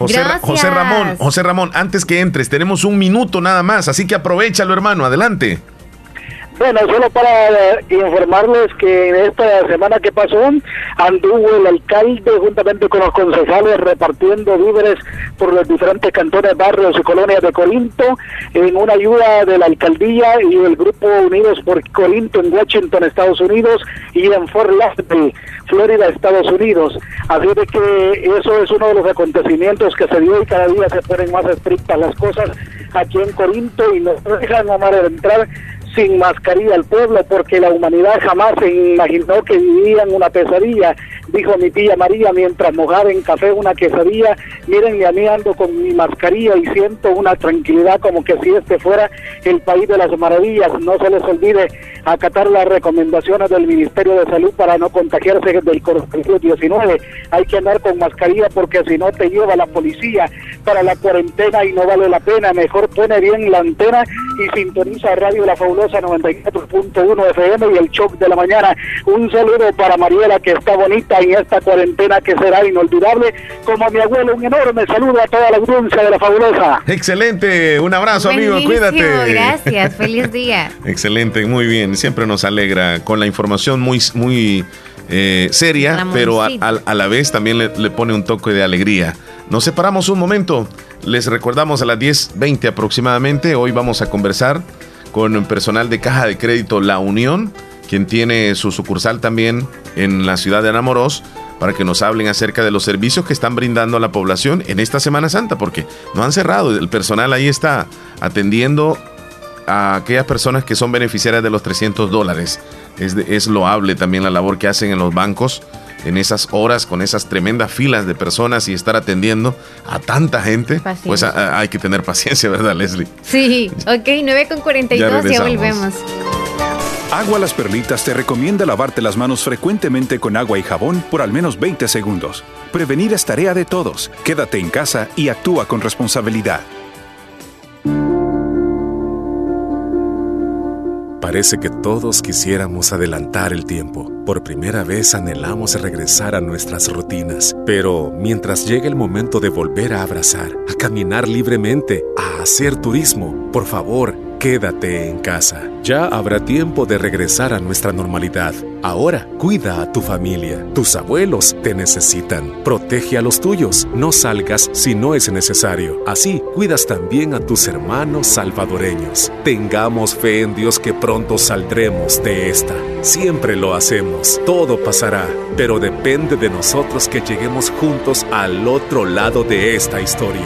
José Ramón, antes que entres, tenemos un minuto nada más, así que aprovéchalo, hermano. Adelante. Bueno, solo para informarles que en esta semana que pasó anduvo el alcalde juntamente con los concejales repartiendo víveres por los diferentes cantones, barrios y colonias de Corinto en una ayuda de la alcaldía y el grupo Unidos por Corinto en Washington, Estados Unidos, y en Fort Lauderdale, Florida, Estados Unidos. Así de que eso es uno de los acontecimientos que se dio y cada día se ponen más estrictas las cosas aquí en Corinto y nos dejan entrar sin mascarilla al pueblo, porque la humanidad jamás se imaginó que vivían una pesadilla, dijo mi tía María mientras mojaba en café una quesadilla. Miren, y a mí ando con mi mascarilla y siento una tranquilidad como que si este fuera el país de las maravillas. No se les olvide acatar las recomendaciones del Ministerio de Salud para no contagiarse del COVID-19. Hay que andar con mascarilla porque si no te lleva la policía para la cuarentena y no vale la pena. Mejor pone bien la antena y sintoniza Radio La Fabulosa 94.1 FM y el Shock de la Mañana. Un saludo para Mariela, que está bonita en esta cuarentena que será inolvidable. Como a mi abuelo, un enorme saludo a toda la audiencia de La Fabulosa. Excelente, un abrazo. Buenísimo, amigo, cuídate. Gracias, feliz día. Excelente, muy bien, siempre nos alegra con la información muy seria, Ramoncito, pero a la vez también le pone un toque de alegría. Nos separamos un momento, les recordamos a las 10:20 aproximadamente. Hoy vamos a conversar con personal de Caja de Crédito La Unión, quien tiene su sucursal también en la ciudad de Anamorós, para que nos hablen acerca de los servicios que están brindando a la población en esta Semana Santa, porque no han cerrado. El personal ahí está atendiendo a aquellas personas que son beneficiarias de los $300. Es loable también la labor que hacen en los bancos en esas horas, con esas tremendas filas de personas y estar atendiendo a tanta gente. Paciencia. Pues hay que tener paciencia, ¿verdad, Leslie? Sí, ok, 9:42, ya volvemos. Agua Las Perlitas te recomienda lavarte las manos frecuentemente con agua y jabón por al menos 20 segundos. Prevenir es tarea de todos. Quédate en casa y actúa con responsabilidad. Parece que todos quisiéramos adelantar el tiempo. Por primera vez anhelamos regresar a nuestras rutinas. Pero mientras llegue el momento de volver a abrazar, a caminar libremente, a hacer turismo, por favor, quédate en casa. Ya habrá tiempo de regresar a nuestra normalidad. Ahora, cuida a tu familia. Tus abuelos te necesitan. Protege a los tuyos. No salgas si no es necesario. Así, cuidas también a tus hermanos salvadoreños. Tengamos fe en Dios que pronto saldremos de esta. Siempre lo hacemos. Todo pasará. Pero depende de nosotros que lleguemos juntos al otro lado de esta historia.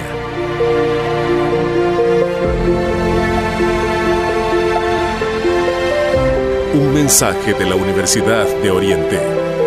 Un mensaje de la Universidad de Oriente.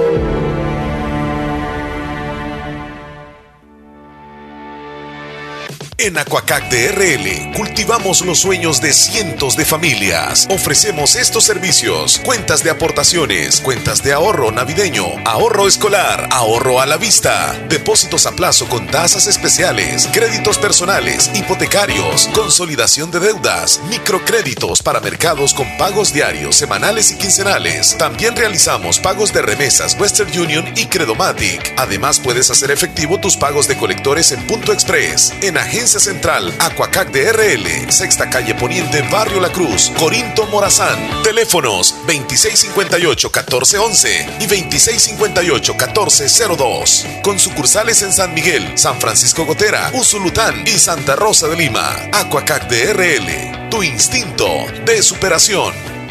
En Aquacac DRL cultivamos los sueños de cientos de familias. Ofrecemos estos servicios: cuentas de aportaciones, cuentas de ahorro navideño, ahorro escolar, ahorro a la vista, depósitos a plazo con tasas especiales, créditos personales, hipotecarios, consolidación de deudas, microcréditos para mercados con pagos diarios, semanales y quincenales. También realizamos pagos de remesas Western Union y Credomatic. Además, puedes hacer efectivo tus pagos de colectores en Punto Express, en Agencia Central, Aquacac DRL, Sexta Calle Poniente, Barrio La Cruz, Corinto, Morazán. Teléfonos 2658-1411 y 2658-1402. Con sucursales en San Miguel, San Francisco Gotera, Usulután y Santa Rosa de Lima. Aquacac DRL, tu instinto de superación.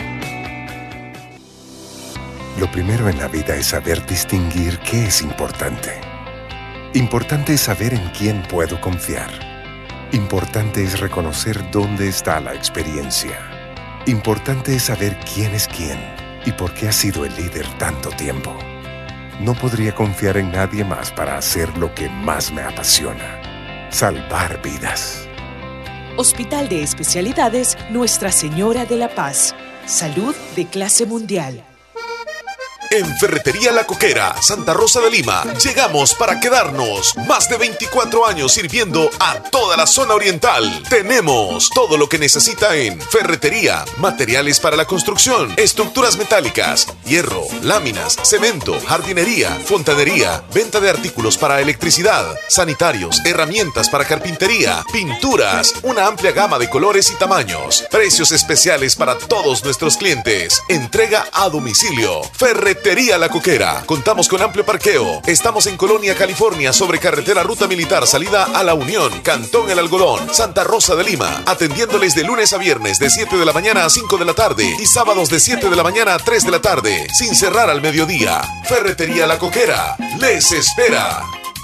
Lo primero en la vida es saber distinguir qué es importante. Importante es saber en quién puedo confiar. Importante es reconocer dónde está la experiencia. Importante es saber quién es quién. y porque has sido el líder tanto tiempo. No podría confiar en nadie más para hacer lo que más me apasiona: salvar vidas. Hospital de Especialidades Nuestra Señora de la Paz. Salud de clase mundial. En Ferretería La Coquera, Santa Rosa de Lima, llegamos para quedarnos. Más de 24 años sirviendo a toda la zona oriental. Tenemos todo lo que necesita en ferretería, materiales para la construcción, estructuras metálicas, hierro, láminas, cemento, jardinería, fontanería, venta de artículos para electricidad, sanitarios, herramientas para carpintería, pinturas, una amplia gama de colores y tamaños. Precios especiales para todos nuestros clientes. Entrega a domicilio. Ferretería La Coquera. Contamos con amplio parqueo. Estamos en Colonia, California, sobre carretera Ruta Militar, salida a La Unión, Cantón El Algodón, Santa Rosa de Lima. Atendiéndoles de lunes a viernes de 7 de la mañana a 5 de la tarde y sábados de 7 de la mañana a 3 de la tarde, sin cerrar al mediodía. Ferretería La Coquera les espera.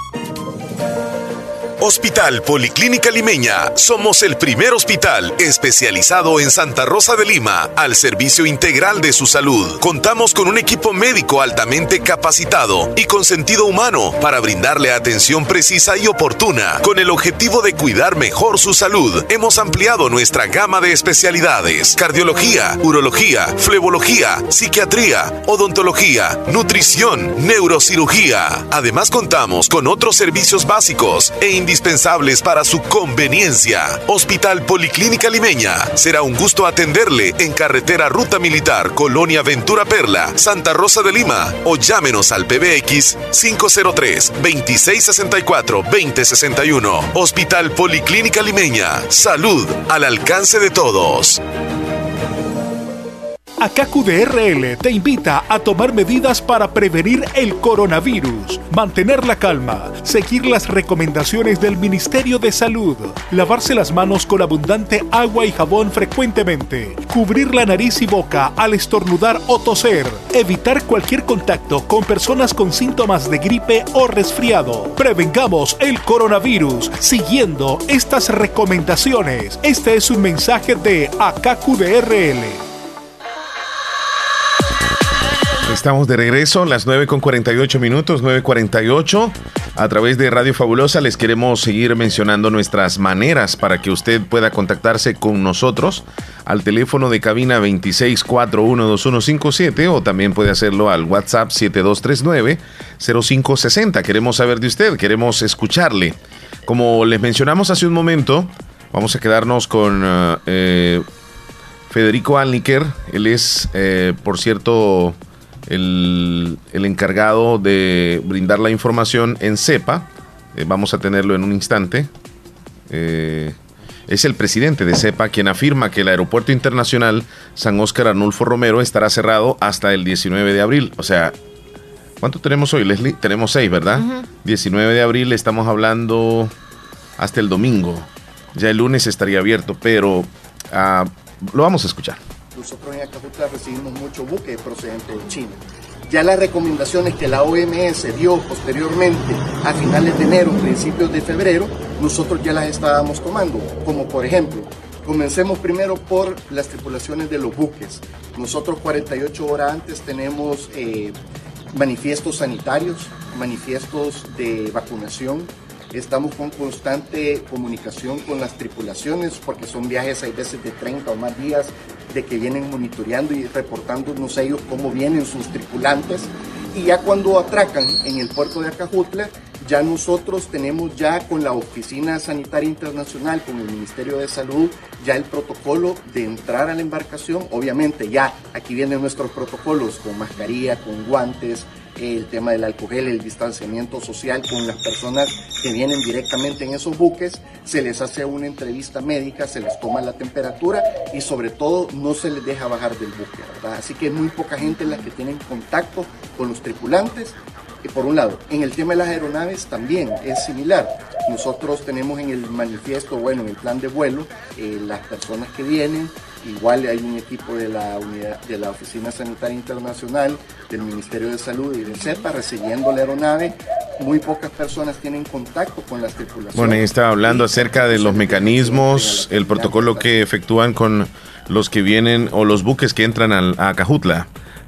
Hospital Policlínica Limeña. Somos el primer hospital especializado en Santa Rosa de Lima al servicio integral de su salud. Contamos con un equipo médico altamente capacitado y con sentido humano para brindarle atención precisa y oportuna. Con el objetivo de cuidar mejor su salud, hemos ampliado nuestra gama de especialidades: cardiología, urología, flebología, psiquiatría, odontología, nutrición, neurocirugía. Además, contamos con otros servicios básicos e indispensables para su conveniencia. Hospital Policlínica Limeña. Será un gusto atenderle en carretera Ruta Militar, Colonia Ventura Perla, Santa Rosa de Lima, o llámenos al PBX 503-2664-2061. Hospital Policlínica Limeña. Salud al alcance de todos. ACACUDRL te invita a tomar medidas para prevenir el coronavirus, mantener la calma, seguir las recomendaciones del Ministerio de Salud, lavarse las manos con abundante agua y jabón frecuentemente, cubrir la nariz y boca al estornudar o toser, evitar cualquier contacto con personas con síntomas de gripe o resfriado. Prevengamos el coronavirus siguiendo estas recomendaciones. Este es un mensaje de ACACUDRL. Estamos de regreso, las 9:48 minutos, 9:48. A través de Radio Fabulosa les queremos seguir mencionando nuestras maneras para que usted pueda contactarse con nosotros al teléfono de cabina 26412157, o también puede hacerlo al WhatsApp 7239-0560. Queremos saber de usted, queremos escucharle. Como les mencionamos hace un momento, vamos a quedarnos con Federico Alniker. Él es, por cierto, el encargado de brindar la información en CEPA. Vamos a tenerlo en un instante. Es el presidente de CEPA quien afirma que el Aeropuerto Internacional San Óscar Arnulfo Romero estará cerrado hasta el 19 de abril. O sea, ¿cuánto tenemos hoy, Leslie? Tenemos 6, ¿verdad? 19 de abril, estamos hablando hasta el domingo. Ya el lunes estaría abierto, pero lo vamos a escuchar. Nosotros en Acajutla recibimos mucho buque procedente de China. Ya las recomendaciones que la OMS dio posteriormente a finales de enero, principios de febrero, nosotros ya las estábamos tomando. Como por ejemplo, comencemos primero por las tripulaciones de los buques. Nosotros 48 horas antes tenemos manifiestos sanitarios, manifiestos de vacunación. Estamos con constante comunicación con las tripulaciones porque son viajes, hay veces de 30 o más días de que vienen monitoreando y reportándonos ellos cómo vienen sus tripulantes. Y ya cuando atracan en el puerto de Acajutla, ya nosotros tenemos ya con la Oficina Sanitaria Internacional, con el Ministerio de Salud, ya el protocolo de entrar a la embarcación. Obviamente ya aquí vienen nuestros protocolos con mascarilla, con guantes, el tema del alcohol gel, el distanciamiento social con las personas que vienen directamente en esos buques. Se les hace una entrevista médica, se les toma la temperatura y sobre todo no se les deja bajar del buque, ¿verdad? Así que es muy poca gente la que tiene contacto con los tripulantes. Por un lado, en el tema de las aeronaves también es similar. Nosotros tenemos en el manifiesto, bueno, en el plan de vuelo, las personas que vienen. Igual hay un equipo de la unidad de la Oficina Sanitaria Internacional, del Ministerio de Salud y de CEPA recibiendo la aeronave. Muy pocas personas tienen contacto con las tripulaciones. Bueno, ahí estaba hablando acerca de los mecanismos, el protocolo que efectúan con los que vienen o los buques que entran a Acajutla.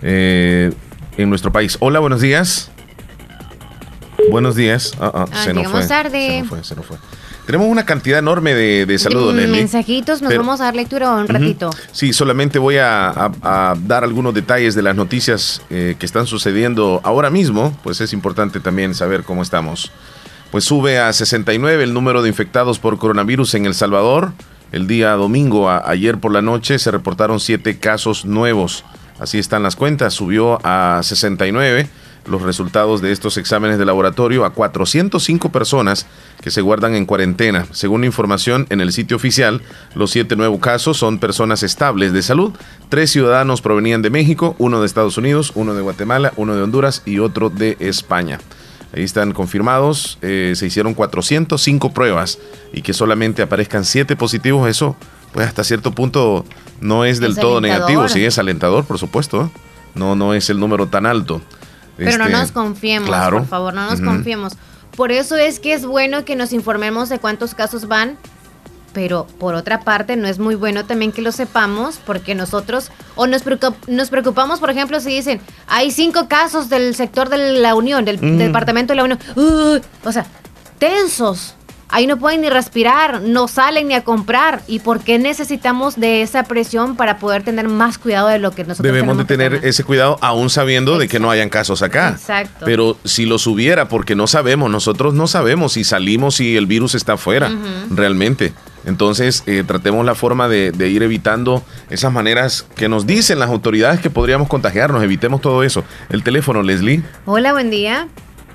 en nuestro país. Hola, buenos días. Buenos días. Se nos fue. Tarde. Se nos fue. Tenemos una cantidad enorme de saludos, Leslie. Mensajitos, nos vamos a dar lectura un ratito. Sí, solamente voy a dar algunos detalles de las noticias que están sucediendo ahora mismo. Pues es importante también saber cómo estamos. Pues sube a 69 el número de infectados por coronavirus en El Salvador. El día domingo, ayer por la noche, se reportaron 7 casos nuevos. Así están las cuentas. Subió a 69 los resultados de estos exámenes de laboratorio a 405 personas que se guardan en cuarentena. Según la información en el sitio oficial, los 7 nuevos casos son personas estables de salud. 3 ciudadanos provenían de México, 1 de Estados Unidos, 1 de Guatemala, 1 de Honduras y otro de España. Ahí están confirmados. Se hicieron 405 pruebas y que solamente aparezcan 7 positivos, eso pues hasta cierto punto no es del todo negativo. Sí, es alentador, por supuesto. No es el número tan alto. Pero no nos confiemos, claro. Por favor, no nos confiemos. Por eso es que es bueno que nos informemos de cuántos casos van, pero por otra parte no es muy bueno también que lo sepamos, porque nosotros o nos preocupamos, por ejemplo, si dicen, hay 5 casos del sector de la Unión, del departamento de la Unión, o sea, tensos. Ahí no pueden ni respirar, no salen ni a comprar. ¿Y por qué necesitamos de esa presión para poder tener más cuidado de lo que nosotros debemos de tener ese cuidado aún sabiendo de que no hayan casos acá? Exacto. Pero si los hubiera, porque no sabemos, nosotros no sabemos si salimos y el virus está afuera, realmente. Entonces, tratemos la forma de ir evitando esas maneras que nos dicen las autoridades que podríamos contagiarnos, evitemos todo eso. El teléfono, Leslie. Hola, buen día.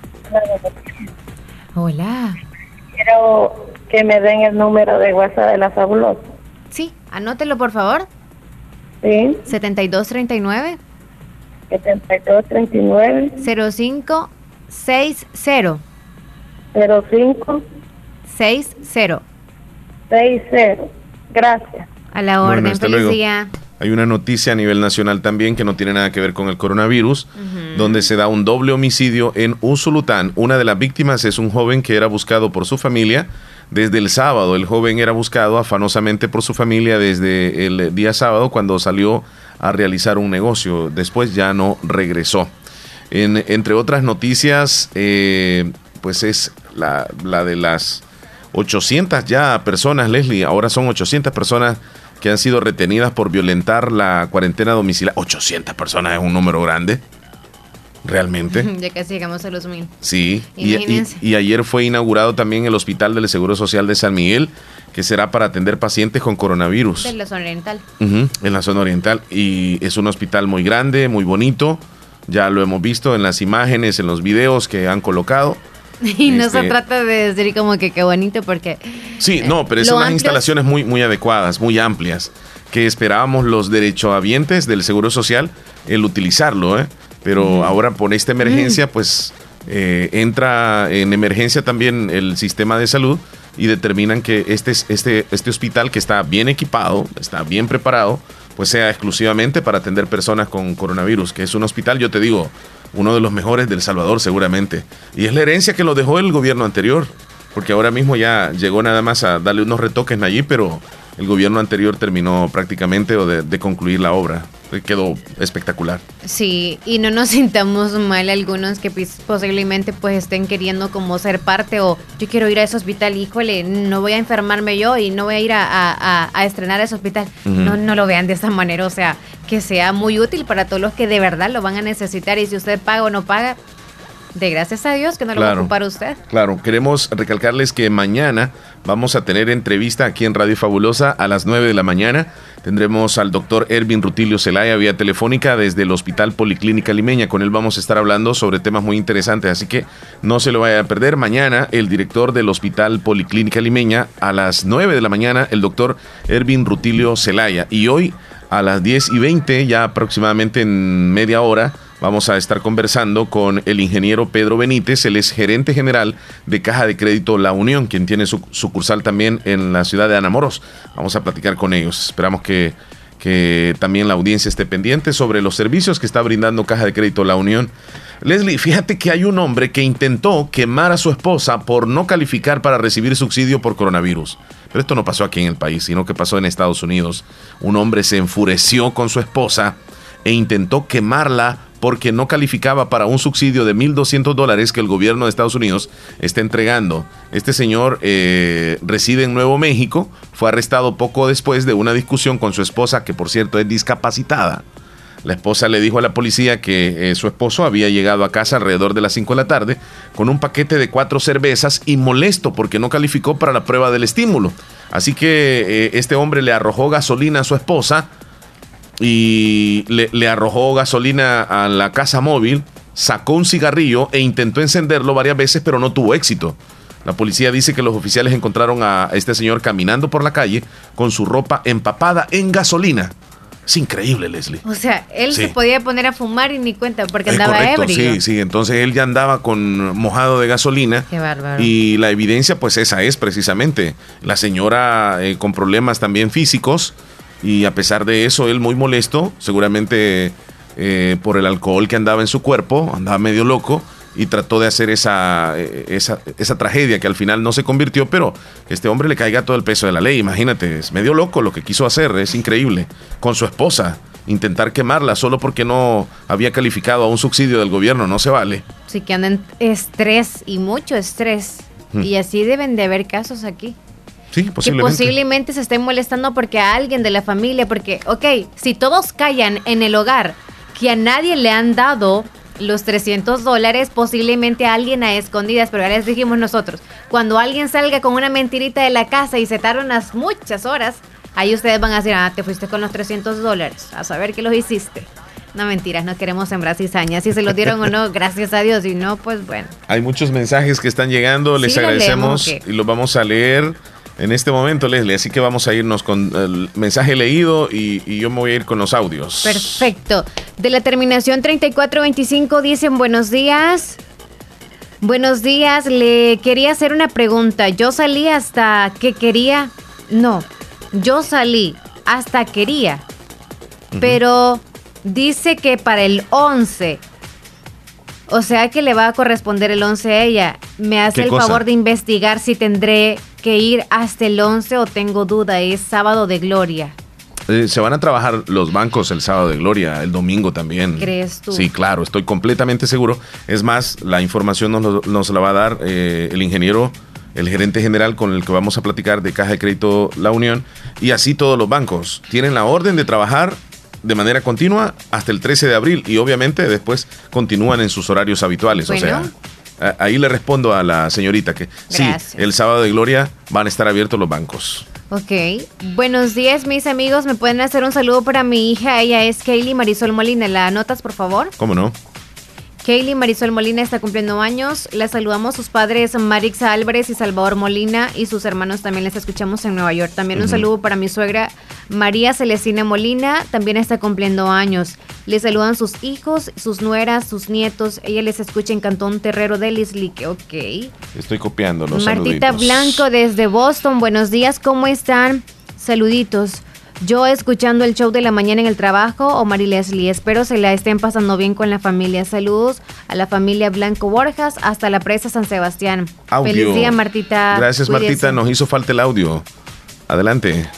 Hola. Quiero que me den el número de WhatsApp de la Fabulosa. Sí, anótelo por favor. Sí. 7239. 7239. 0560. 0560. Gracias. A la orden, bueno, feliz día. Hay una noticia a nivel nacional también que no tiene nada que ver con el coronavirus, donde se da un doble homicidio en Usulután. Una de las víctimas es un joven que era buscado por su familia desde el sábado. El joven era buscado afanosamente por su familia desde el día sábado cuando salió a realizar un negocio. Después ya no regresó. Entre otras noticias, pues es la de las 800 ya personas, Leslie. Ahora son 800 personas que han sido retenidas por violentar la cuarentena domiciliaria. 800 personas es un número grande, realmente. Ya casi llegamos a los 1000. Sí, y ayer fue inaugurado también el Hospital del Seguro Social de San Miguel, que será para atender pacientes con coronavirus. En la zona oriental. En la zona oriental. Y es un hospital muy grande, muy bonito. Ya lo hemos visto en las imágenes, en los videos que han colocado. Y no se trata de decir como que qué bonito porque... Sí, no, pero son unas instalaciones muy, muy adecuadas, muy amplias, que esperábamos los derechohabientes del Seguro Social el utilizarlo, pero ahora por esta emergencia, pues entra en emergencia también el sistema de salud y determinan que este hospital que está bien equipado, está bien preparado, pues sea exclusivamente para atender personas con coronavirus, que es un hospital, yo te digo, uno de los mejores del Salvador seguramente. Y es la herencia que lo dejó el gobierno anterior, porque ahora mismo ya llegó nada más a darle unos retoques allí, pero el gobierno anterior terminó prácticamente de concluir la obra. Quedó espectacular. Sí, y no nos sintamos mal algunos que posiblemente pues estén queriendo como ser parte o yo quiero ir a ese hospital, híjole, no voy a enfermarme yo y no voy a ir a estrenar ese hospital. No lo vean de esa manera, o sea, que sea muy útil para todos los que de verdad lo van a necesitar y si usted paga o no paga, de gracias a Dios que no lo va a ocupar usted. Claro, queremos recalcarles que mañana vamos a tener entrevista aquí en Radio Fabulosa a las 9 de la mañana. Tendremos al doctor Ervin Rutilio Zelaya vía telefónica desde el Hospital Policlínica Limeña. Con él vamos a estar hablando sobre temas muy interesantes, así que no se lo vaya a perder. Mañana el director del Hospital Policlínica Limeña a las 9 de la mañana, el doctor Ervin Rutilio Zelaya. Y hoy a las 10:20, ya aproximadamente en media hora, vamos a estar conversando con el ingeniero Pedro Benítez, él es gerente general de Caja de Crédito La Unión, quien tiene su sucursal también en la ciudad de Anamoros. Vamos a platicar con ellos. Esperamos que también la audiencia esté pendiente sobre los servicios que está brindando Caja de Crédito La Unión. Leslie, fíjate que hay un hombre que intentó quemar a su esposa por no calificar para recibir subsidio por coronavirus. Pero esto no pasó aquí en el país, sino que pasó en Estados Unidos. Un hombre se enfureció con su esposa e intentó quemarla porque no calificaba para un subsidio de $1,200 que el gobierno de Estados Unidos está entregando. Este señor reside en Nuevo México, fue arrestado poco después de una discusión con su esposa, que por cierto es discapacitada. La esposa le dijo a la policía que su esposo había llegado a casa alrededor de las 5 de la tarde con un paquete de 4 cervezas y molesto porque no calificó para la prueba del estímulo. Así que este hombre le arrojó gasolina a su esposa y le arrojó gasolina a la casa móvil, sacó un cigarrillo e intentó encenderlo varias veces, pero no tuvo éxito. La policía dice que los oficiales encontraron a este señor caminando por la calle con su ropa empapada en gasolina. Es increíble, Leslie. O sea, él Sí. se podía poner a fumar y ni cuenta porque andaba correcto, ebrio. sí, entonces él ya andaba con mojado de gasolina. Qué bárbaro. Y la evidencia, pues esa es precisamente. La señora con problemas también físicos, y a pesar de eso, él muy molesto, seguramente por el alcohol que andaba en su cuerpo, andaba medio loco, y trató de hacer esa tragedia que al final no se convirtió, pero este hombre le caiga todo el peso de la ley. Imagínate, es medio loco lo que quiso hacer, es increíble. Con su esposa, intentar quemarla solo porque no había calificado a un subsidio del gobierno, no se vale. Sí, que andan estrés y mucho estrés. Y así deben de haber casos aquí. Sí, Que posiblemente. posiblemente se estén molestando porque a alguien de la familia, porque, ok, si todos callan en el hogar que a nadie le han dado los $300, posiblemente a alguien a escondidas, pero ya les dijimos nosotros, cuando alguien salga con una mentirita de la casa y se tarda unas muchas horas, ahí ustedes van a decir, te fuiste con los $300, a saber que los hiciste. No, mentiras, no queremos sembrar cizañas. Si se los dieron o no, gracias a Dios. Si no, pues bueno. Hay muchos mensajes que están llegando, les Sí, agradecemos leemos, ¿o qué? y los vamos a leer en este momento, Leslie. Así que vamos a irnos con el mensaje leído y yo me voy a ir con los audios. Perfecto. De la terminación 3425 dicen buenos días. Buenos días, le quería hacer una pregunta. Yo salí hasta que quería. No, yo salí hasta quería. Pero dice que para el 11. O sea que le va a corresponder el 11 a ella. Me hace ¿Qué el cosa? favor de investigar si tendré que ir hasta el 11 o tengo duda. Es sábado de gloria. Se van a trabajar los bancos el sábado de gloria, el domingo también. ¿Crees tú? Sí, claro, estoy completamente seguro. Es más, la información nos la va a dar el ingeniero, el gerente general con el que vamos a platicar de Caja de Crédito La Unión. Y así todos los bancos tienen la orden de trabajar de manera continua hasta el 13 de abril y obviamente después continúan en sus horarios habituales. Bueno. O sea, ahí le respondo a la señorita que Gracias. sí, el sábado de gloria van a estar abiertos los bancos. Ok. Buenos días, mis amigos. ¿Me pueden hacer un saludo para mi hija? Ella es Kaylee Marisol Molina. ¿La anotas, por favor? ¿Cómo no? Kaylee Marisol Molina está cumpliendo años. La saludamos sus padres Marixa Álvarez y Salvador Molina y sus hermanos también les escuchamos en Nueva York. También un saludo para mi suegra María Celestina Molina, también está cumpliendo años. Le saludan sus hijos, sus nueras, sus nietos. Ella les escucha en Cantón Terrero de Lislique. Ok. Estoy copiando los Martita saluditos. Blanco desde Boston. Buenos días, ¿cómo están? Saluditos. Yo escuchando el show de la mañana en el trabajo, Omar y Leslie. Espero se la estén pasando bien con la familia. Saludos a la familia Blanco Borjas hasta la presa San Sebastián. Audio. Feliz día, Martita. Gracias, Cuídese. Martita. Nos hizo falta el audio. Adelante.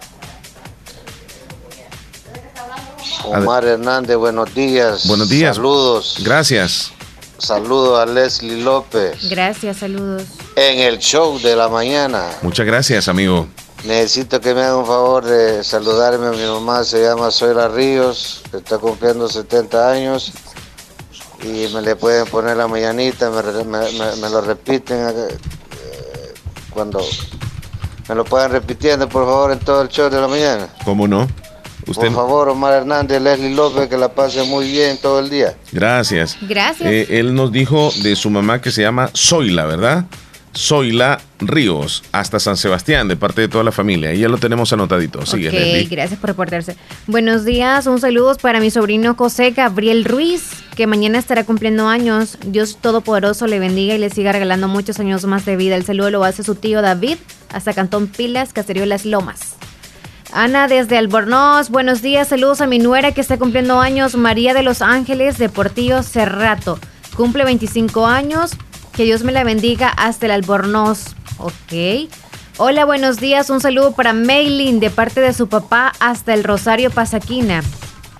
Omar Hernández, buenos días. Buenos días. Saludos. Gracias. Saludos a Leslie López Gracias, saludos. en el show de la mañana. Muchas gracias, amigo. Necesito que me hagan un favor de saludarme a mi mamá, se llama Zoila Ríos, que está cumpliendo 70 años. Y me le pueden poner la mañanita, me lo repiten cuando me lo puedan repitiendo, por favor, en todo el show de la mañana. ¿Cómo no? Usted. Por favor, Omar Hernández, Leslie López, que la pase muy bien todo el día. Gracias. Gracias. Él nos dijo de su mamá que se llama Zoila, ¿verdad? Zoila Ríos, hasta San Sebastián, de parte de toda la familia. Y ya lo tenemos anotadito. Sigue, Ok, Leslie. gracias por reportarse. Buenos días, un saludo para mi sobrino José Gabriel Ruiz, que mañana estará cumpliendo años. Dios Todopoderoso le bendiga y le siga regalando muchos años más de vida. El saludo lo hace su tío David, hasta Cantón Pilas, Caserío Las Lomas. Ana desde Albornoz, buenos días, saludos a mi nuera que está cumpliendo años, María de los Ángeles de Portillo Cerrato. Cumple 25 años, que Dios me la bendiga hasta el Albornoz. Ok. Hola, buenos días, un saludo para Maylin de parte de su papá hasta el Rosario Pasaquina.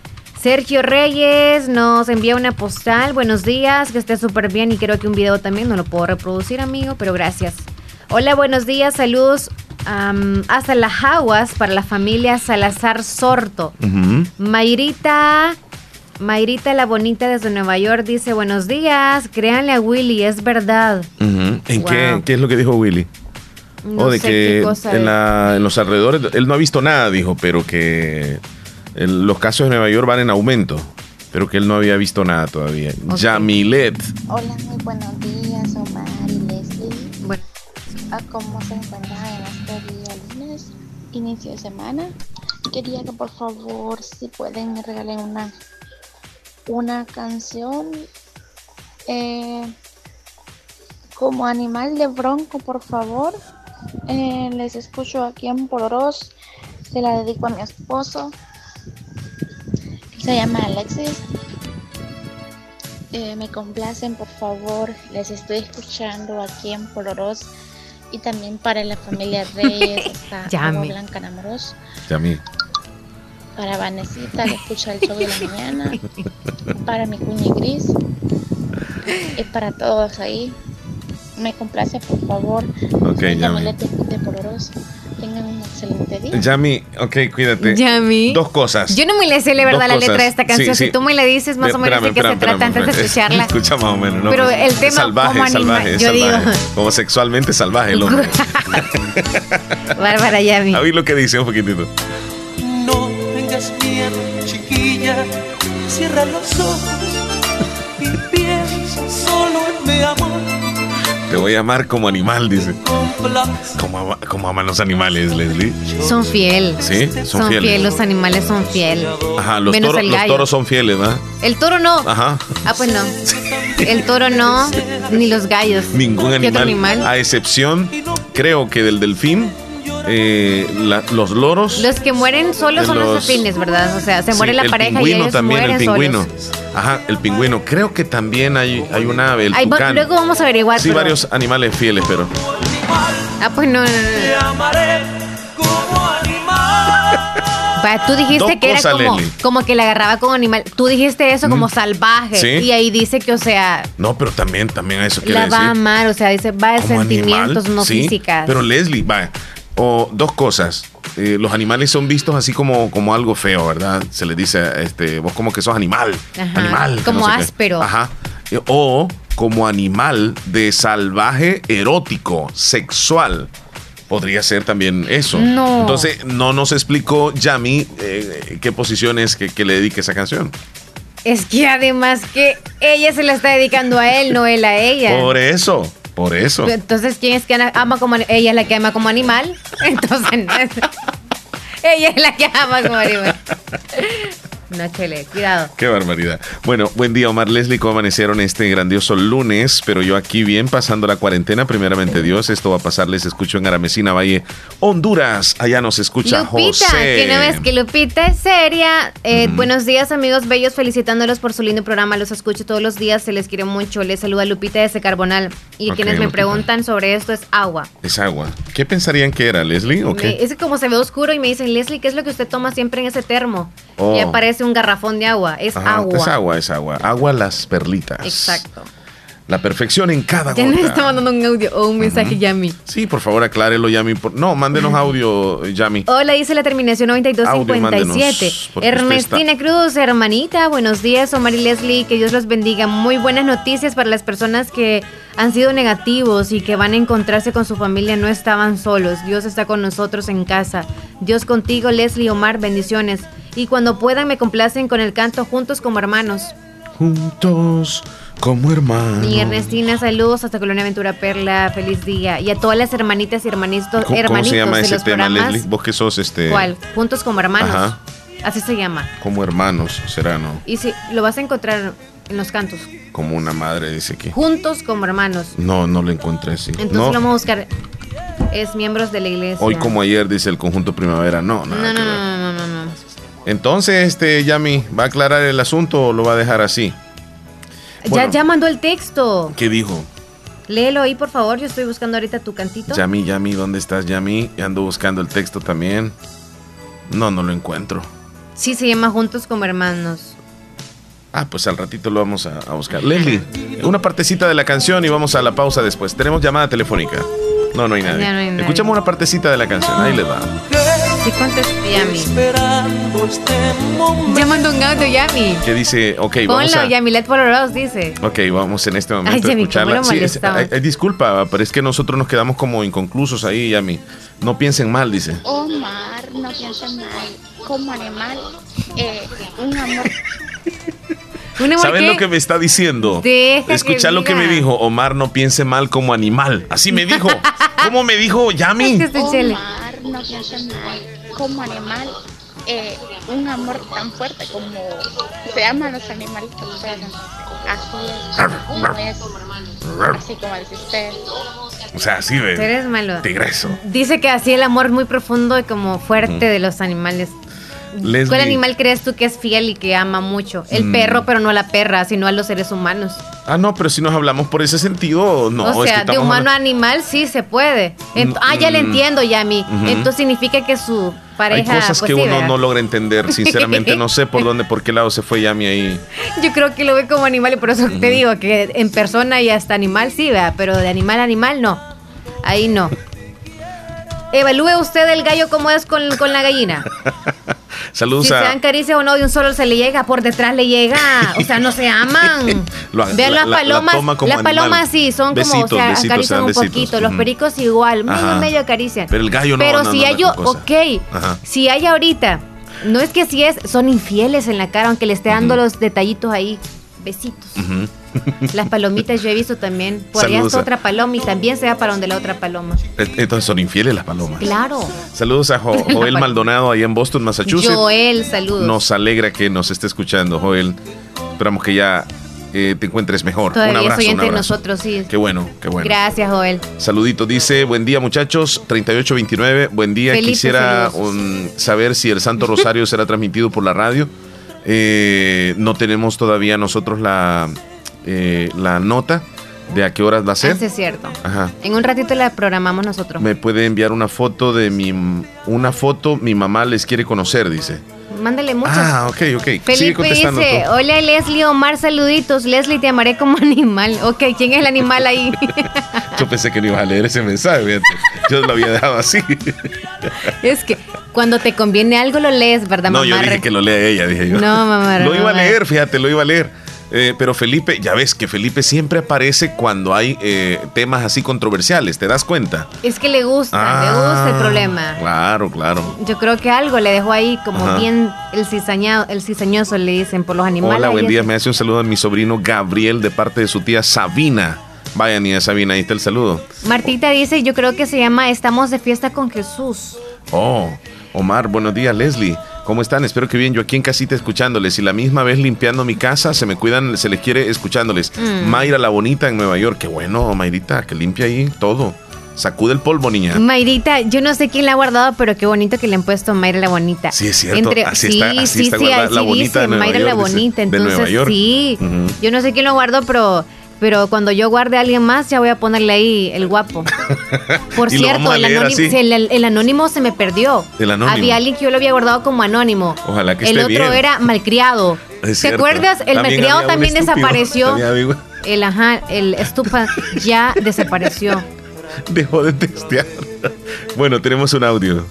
Sergio Reyes nos envía una postal. Buenos días, que esté súper bien y creo que un video también. No lo puedo reproducir, amigo, pero gracias. Hola, buenos días, saludos hasta las aguas para la familia Salazar Sorto. Mayrita la bonita desde Nueva York dice, buenos días, créanle a Willy, es verdad. ¿En qué es lo que dijo Willy? No sé qué cosa en los alrededores, él no ha visto nada, dijo, pero que los casos de Nueva York van en aumento, pero que él no había visto nada todavía. Okay. Yamilet. Hola, muy buenos días, Omar y Leslie. Bueno. ¿Cómo se encuentran en este día lunes, inicio de semana? Quería que por favor, si pueden, me regalen una canción como Animal de Bronco, por favor. Les escucho aquí en Poloros, se la dedico a mi esposo, se llama Alexis. Me complacen, por favor, les estoy escuchando aquí en Poloros. Y también para la familia Reyes, está Agua Blanca Namoros. Yami. Para Vanesita, que escucha el show de la mañana. Para mi cuña Gris. Y para todos ahí. Me complace, por favor. Ok, Yami. De Poloros. Tengan un excelente día. Yami, ok, cuídate. Yami. Dos cosas. Yo no me le sé la verdad la letra de esta canción. Sí. Si tú me la dices más o menos de qué se trata antes de escucharla. Escucha más o menos, ¿no? Pero el tema salvaje. Digo. Como sexualmente salvaje el hombre. Bárbara Yami. A ver lo que dice un poquitito. No tengas miedo, chiquilla. Cierra los ojos y piensa solo en mi amor. Te voy a amar como animal, dice. Como aman los animales, Leslie. Son fiel. ¿Sí? Son fiel. Los animales son fiel. Ajá, los toros son fieles, ¿verdad? El toro no. Ajá. Pues no. El toro no, ni los gallos. Ningún animal. A excepción, creo que del delfín. Los loros. Los que mueren solos son los delfines, ¿verdad? O sea, se muere la pareja y ellos también, mueren el pingüino. solos. Ajá, el pingüino. Creo que también hay un ave, el tucán. Luego vamos a averiguar. Sí, varios animales fieles, pero. Pues no. Tú dijiste que era como que la agarraba como animal. Tú dijiste eso como salvaje. ¿Sí? Y ahí dice que, o sea. No, pero también a eso quiere decir. La va a amar, o sea, dice, va de sentimientos, animal, no físicas. Pero Leslie, va. O dos cosas. Los animales son vistos así como algo feo, ¿verdad? Se les dice, vos como que sos animal. Ajá, animal. Como no sé áspero. Ajá. O como animal de salvaje erótico, sexual. Podría ser también eso. No. Entonces, no nos explicó Yami qué posición es que le dedique esa canción. Es que además que ella se la está dedicando a él, no él a ella. Por eso. Entonces, ¿quién es que ama como animal? Ella es la que ama como animal. Entonces, ella es la que ama como animal. No, Chele, cuidado. Qué barbaridad. Bueno, buen día, Omar, Leslie, ¿cómo amanecieron este grandioso lunes? Pero yo aquí bien, pasando la cuarentena, primeramente Dios, esto va a pasar, les escucho en Aramecina, Valle, Honduras, allá nos escucha Lupita, José. que no ves que Lupita es seria. Buenos días, amigos bellos, felicitándolos por su lindo programa, los escucho todos los días, se les quiere mucho, les saluda Lupita desde Carbonal. Y quienes me preguntan sobre esto es agua. Es agua. ¿Qué pensarían que era, Leslie? ¿O qué? Es que como se ve oscuro y me dicen, Leslie, ¿qué es lo que usted toma siempre en ese termo? Y aparece un garrafón de agua. Agua. Es agua. Agua las perlitas. Exacto. La perfección en cada gota. Ya nos está mandando un audio o un mensaje, Yami. Sí, por favor, aclárelo, Yami. No, mándenos audio, Yami. Hola, dice la terminación 9257. Ernestina Cruz, hermanita, buenos días, Omar y Leslie, que Dios los bendiga. Muy buenas noticias para las personas que han sido negativos y que van a encontrarse con su familia, no estaban solos. Dios está con nosotros en casa. Dios contigo, Leslie, Omar, bendiciones. Y cuando puedan me complacen con el canto Juntos como Hermanos. Juntos como hermanos. Y Ernestina, saludos hasta Colonia Ventura Perla, feliz día. Y a todas las hermanitas y hermanitos. ¿Cómo se llama ese tema, Leslie? Vos que sos ¿Cuál? Juntos como Hermanos. Ajá. Así se llama. Como hermanos, será, ¿no? Y sí, lo vas a encontrar en los cantos. Como una madre, dice aquí. Juntos como Hermanos. No lo encontré, sí. Entonces lo vamos a buscar. Es miembros de la iglesia. Hoy como ayer, dice el conjunto Primavera. No. Entonces, Yami, ¿va a aclarar el asunto o lo va a dejar así? Bueno, ya mandó el texto. ¿Qué dijo? Léelo ahí, por favor. Yo estoy buscando ahorita tu cantito. Yami, ¿dónde estás, Yami? Ando buscando el texto también. No lo encuentro. Sí, se llama Juntos como Hermanos. Pues al ratito lo vamos a buscar. Leslie, una partecita de la canción y vamos a la pausa después. Tenemos llamada telefónica. No hay nadie. Ya no hay nadie. Escuchamos una partecita de la canción. Ahí les va. Sí, contesta Yami. Llamando un audio, Yami. Que dice, vamos Ponlo, a... Yami, Let Polaroid dice. Vamos en este momento Ay, a Yami, escucharla. ¿cómo lo molestaba? Disculpa, pero es que nosotros nos quedamos como inconclusos ahí, Yami. No piensen mal, dice. Omar, no piensen mal. Como animal, un amor. ¿Sabes lo que me está diciendo? Escucha lo que me dijo. Omar, no piense mal como animal. Así me dijo. ¿Cómo me dijo Yami? Omar, no piense mal como animal. Un amor tan fuerte como se aman los animales que pueden. Así es. No es así como dice usted. O sea, así de... Eres malo. Tigreso. Dice que así el amor muy profundo y como fuerte de los animales. Leslie. ¿Cuál animal crees tú que es fiel y que ama mucho? El perro, pero no a la perra, sino a los seres humanos. No, pero si nos hablamos por ese sentido, no. O sea, de humano a animal sí se puede. Ya le entiendo, Yami. Entonces significa que su pareja... Hay cosas que uno no logra entender, sinceramente. No sé por qué lado se fue Yami ahí. Yo creo que lo ve como animal y por eso te digo que en persona y hasta animal sí, ¿verdad? Pero de animal a animal no. Ahí no. Evalúe usted el gallo como es con la gallina. Saludos si se dan caricias o no, de un solo se le llega, por detrás le llega. O sea, no se aman. Vean las palomas. Las palomas sí, son como, o sea, acarician un poquito. Los pericos igual, medio acarician. Pero el gallo no. Pero si hay, si hay ahorita, no es que si son infieles en la cara, aunque le esté dando los detallitos ahí. Besitos. Las palomitas yo he visto también. Por allá está otra paloma y también se va para donde la otra paloma. Entonces son infieles las palomas. Claro. Saludos a Joel Maldonado ahí en Boston, Massachusetts. Joel, saludos. Nos alegra que nos esté escuchando, Joel. Esperamos que ya te encuentres mejor. Todavía un abrazo, soy entre nosotros, sí. Qué bueno. Gracias, Joel. Saludito, dice, buen día muchachos, 3829, buen día. Felipe, quisiera saber si el Santo Rosario será transmitido por la radio. No tenemos todavía nosotros la nota de a qué horas va a ser. Eso es cierto. Ajá. En un ratito la programamos nosotros. Me puede enviar una foto mi mamá les quiere conocer, dice. Mándale muchas. Ok. Felipe dice, hola Leslie, Omar, saluditos. Leslie, te amaré como animal. Ok, ¿quién es el animal ahí? Yo pensé que no ibas a leer ese mensaje, fíjate. Yo lo había dejado así. Es que cuando te conviene algo lo lees, ¿verdad, mamá? No, yo dije que lo lea ella, dije yo. No, mamá. Lo iba a leer, fíjate, lo iba a leer. Pero Felipe, ya ves que Felipe siempre aparece cuando hay temas así controversiales, ¿te das cuenta? Es que le gusta el problema. Claro. Yo creo que algo le dejó ahí como bien el cizañoso, le dicen, por los animales. Hola, buen día, me hace un saludo a mi sobrino Gabriel de parte de su tía Sabina. Vaya, niña Sabina, ahí está el saludo. Martita dice, yo creo que se llama Estamos de fiesta con Jesús. Omar, buenos días, Leslie. ¿Cómo están? Espero que bien. Yo aquí en casita escuchándoles y la misma vez limpiando mi casa. Se me cuidan, se les quiere escuchándoles. Mayra la Bonita en Nueva York. Qué bueno, Mayrita, que limpia ahí todo. Sacude el polvo, niña. Mayrita, yo no sé quién la ha guardado, pero qué bonito que le han puesto Mayra la Bonita. Sí, es cierto. Así está guardada la Bonita de Nueva Mayra York, la Bonita. Entonces, de Nueva York. Sí. Yo no sé quién lo guardó, pero cuando yo guarde a alguien más, ya voy a ponerle ahí el guapo. Por cierto, el anónimo se me perdió. El anónimo. Había alguien que yo lo había guardado como anónimo. Ojalá que el esté otro bien. era malcriado. ¿Te acuerdas? El malcriado también desapareció. El estupa ya desapareció. Dejó de testear. Bueno, tenemos un audio.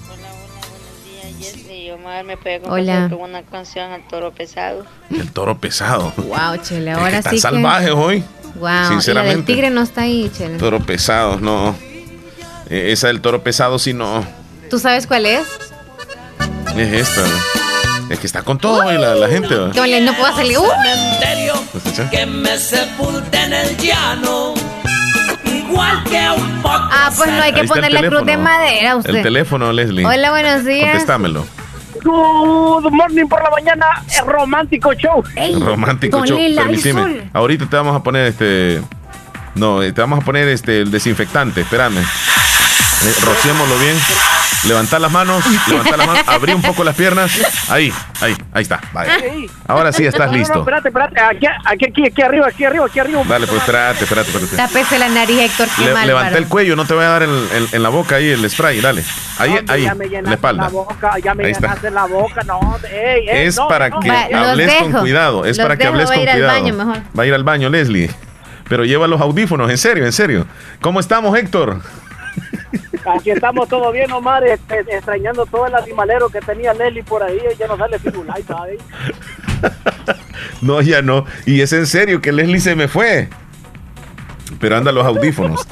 Me puede complacer con una canción al Toro Pesado. El Toro Pesado. Wow, Chele, ahora está sí salvaje hoy. Wow, sinceramente. Y la del tigre no está ahí, Chele. Toro Pesado, no. Esa del Toro Pesado sí no. ¿Tú sabes cuál es? Es esta. Es que está con todo hoy la gente. No puedo salir. Cementerio que me sepulte en el llano. Igual que un poco. Pues no hay que poner la cruz de madera usted. El teléfono, Leslie. Hola, buenos días. Contéstamelo. Good morning por la mañana, romántico show. Romántico show. Permíteme. Ahorita te vamos a poner te vamos a poner el desinfectante. Espérame. Rociémoslo bien. Levantá las manos, abrí un poco las piernas. Ahí está. Vale. Ahora sí estás listo. No, espérate. Aquí arriba. Dale, pues espérate. Tápese la nariz, Héctor, qué mal. Levanta el cuello, no te voy a dar en la boca ahí el spray, dale. Ahí, en la espalda. Ya me llenaste la boca, no. Es para que hables con cuidado. Es para que hables con cuidado. Va a ir al baño, Leslie. Pero lleva los audífonos, en serio. ¿Cómo estamos, Héctor? Aquí estamos todo bien, Omar, extrañando todo el animalero que tenía Leslie por ahí, ya no sale figura, ¿sabes? No, ya no. Y es en serio que Leslie se me fue. Pero anda los audífonos.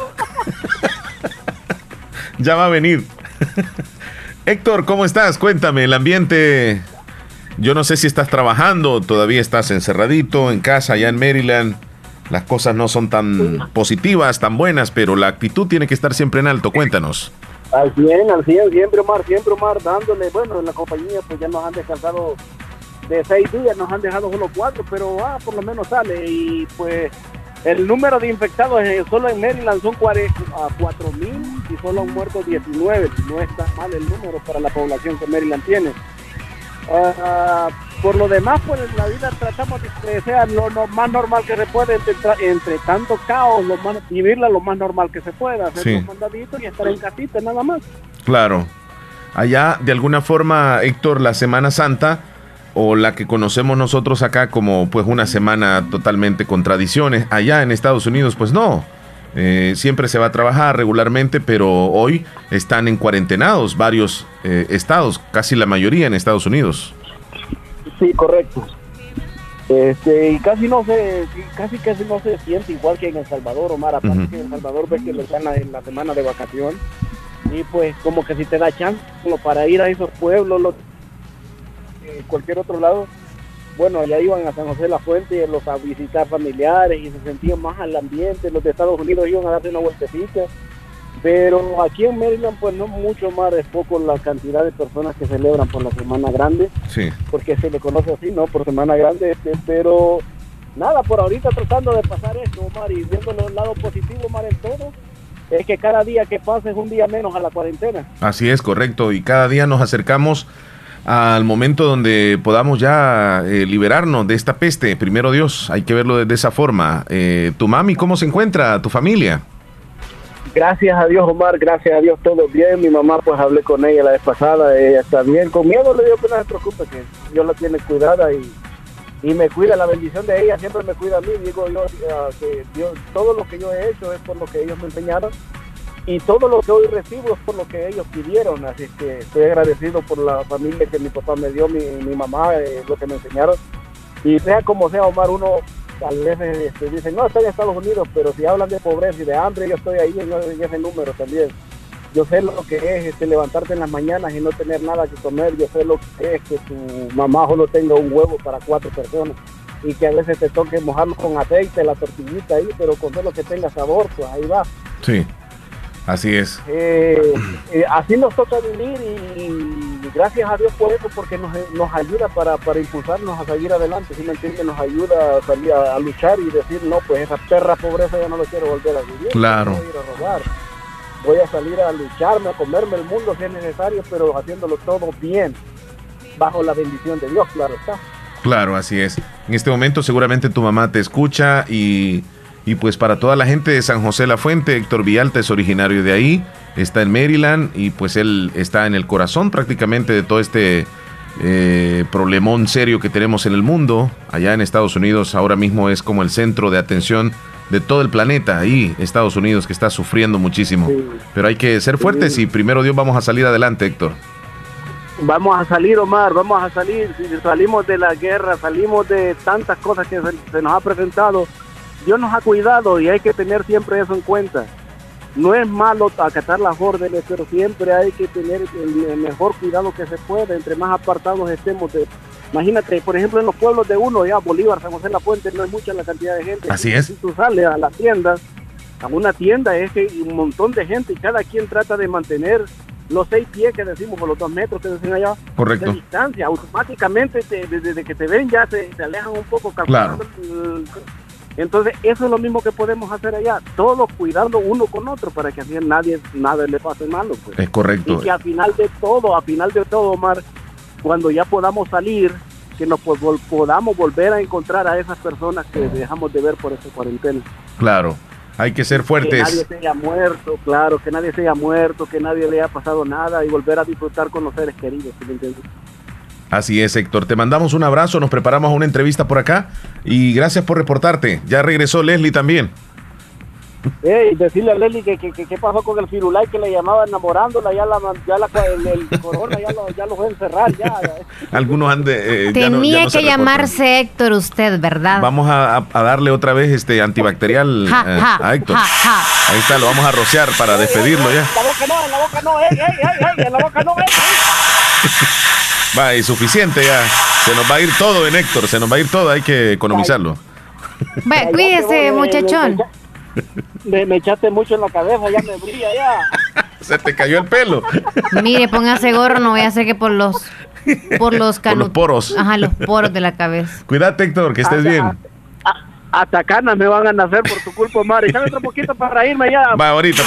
Ya va a venir. Héctor, ¿cómo estás? Cuéntame, el ambiente. Yo no sé si estás trabajando, todavía estás encerradito en casa allá en Maryland. Las cosas no son tan positivas, tan buenas, pero la actitud tiene que estar siempre en alto. Cuéntanos. Al 100, siempre Omar, dándole. Bueno, en la compañía pues ya nos han descansado de 6 días, nos han dejado solo 4, pero por lo menos sale. Y pues el número de infectados solo en Maryland son 4,000 y solo han muerto 19. No está mal el número para la población que Maryland tiene. Por lo demás, pues en la vida tratamos de que sea lo más normal que se puede, entre tanto caos, vivirla lo más normal que se pueda, hacer los mandaditos y estar en casita, nada más. Claro. Allá, de alguna forma, Héctor, la Semana Santa, o la que conocemos nosotros acá como pues una semana totalmente con tradiciones, allá en Estados Unidos, pues no. Siempre se va a trabajar regularmente, pero hoy están en cuarentenados varios estados, casi la mayoría en Estados Unidos. Sí, correcto. Y casi no se siente igual que en El Salvador, Omar. Aparte que en El Salvador ves que les dan en la semana de vacación y pues como que si te da chance como para ir a esos pueblos, cualquier otro lado. Bueno, allá iban a San José de la Fuente a visitar familiares y se sentían más al ambiente. Los de Estados Unidos iban a darse una vueltecita. Pero aquí en Maryland, pues no mucho más, es poco la cantidad de personas que celebran por la Semana Grande. Sí. Porque se le conoce así, ¿no? Por Semana Grande. Pero nada, por ahorita tratando de pasar esto, Omar, y viendo el lado positivo, Omar, en todo, es que cada día que pasa es un día menos a la cuarentena. Así es, correcto. Y cada día nos acercamos al momento donde podamos ya liberarnos de esta peste. Primero Dios, hay que verlo de esa forma. ¿Tu mami cómo se encuentra? ¿Tu familia? Gracias a Dios, Omar, gracias a Dios, todo bien. Mi mamá, pues hablé con ella la vez pasada, ella está bien. Con miedo le digo que no se preocupe, que Dios la tiene cuidada y me cuida. La bendición de ella siempre me cuida a mí. Digo yo que Dios, todo lo que yo he hecho es por lo que ellos me enseñaron y todo lo que hoy recibo es por lo que ellos pidieron. Así que estoy agradecido por la familia que mi papá me dio, mi mamá, lo que me enseñaron. Y sea como sea, Omar, uno a veces dicen, no, estoy en Estados Unidos, pero si hablan de pobreza y de hambre, yo estoy ahí en ese número también. Yo sé lo que es levantarte en las mañanas y no tener nada que comer. Yo sé lo que es que tu mamá solo tenga un huevo para 4 personas y que a veces te toque mojarlo con aceite, la tortillita ahí, pero con todo lo que tenga sabor, pues ahí va. Sí, así es. Así nos toca vivir y gracias a Dios por eso, porque nos ayuda para impulsarnos a seguir adelante, ¿sí me entiendes? Nos ayuda a salir a luchar y decir, no, pues esa perra pobreza ya no lo quiero volver a vivir. Claro. No voy a ir a robar. Voy a salir a lucharme, a comerme el mundo si es necesario, pero haciéndolo todo bien, bajo la bendición de Dios, claro está. Claro, así es. En este momento seguramente tu mamá te escucha y pues para toda la gente de San José La Fuente, Héctor Villalta es originario de ahí, está en Maryland y pues él está en el corazón prácticamente de todo este problemón serio que tenemos en el mundo. Allá en Estados Unidos ahora mismo es como el centro de atención de todo el planeta, ahí Estados Unidos que está sufriendo muchísimo. Sí. Pero hay que ser fuertes y primero Dios vamos a salir adelante, Héctor. Vamos a salir, Omar, vamos a salir. Salimos de la guerra, salimos de tantas cosas que se nos ha presentado. Dios nos ha cuidado y hay que tener siempre eso en cuenta. No es malo acatar las órdenes, pero siempre hay que tener el mejor cuidado que se pueda, entre más apartados estemos de... Imagínate, por ejemplo, en los pueblos de uno, ya Bolívar, San José La Fuente, no es mucha la cantidad de gente. Así es. Si tú sales a las tiendas, a una tienda es que hay un montón de gente y cada quien trata de mantener los 6 pies que decimos, o los 2 metros que decimos allá. Correcto. De distancia. Automáticamente, desde que te ven ya se alejan un poco, calculando Entonces, eso es lo mismo que podemos hacer allá, todos cuidando uno con otro para que así nada le pase malo. Pues. Es correcto. Y que al final de todo, Omar, cuando ya podamos salir, que nos podamos volver a encontrar a esas personas que dejamos de ver por esta cuarentena. Claro, hay que ser fuertes. Que nadie se haya muerto, claro, que nadie se haya muerto, que nadie le haya pasado nada y volver a disfrutar con los seres queridos, ¿sí me entiendes? Así es, Héctor. Te mandamos un abrazo, nos preparamos una entrevista por acá y gracias por reportarte. Ya regresó Leslie también. Y decirle a Leslie que pasó con el Firulai que le llamaba enamorándola, el corona ya lo fue a encerrar. Algunos han de... Tenía que llamarse Héctor usted, ¿verdad? Vamos a darle otra vez antibacterial a Héctor. Ahí está, lo vamos a rociar para despedirlo ya. En la boca no, en la boca no. Va, y suficiente ya. Se nos va a ir todo en Héctor, se nos va a ir todo, hay que economizarlo. Va, cuídese, muchachón. Me echaste mucho en la cabeza, ya me brilla ya. Se te cayó el pelo. Mire, póngase gorro, no voy a hacer que por los por los poros. Ajá, los poros de la cabeza. Cuídate, Héctor, que estés bien. Hasta canas me van a nacer por tu culpa, Omar. Echame otro poquito para irme ya. Va, ahorita.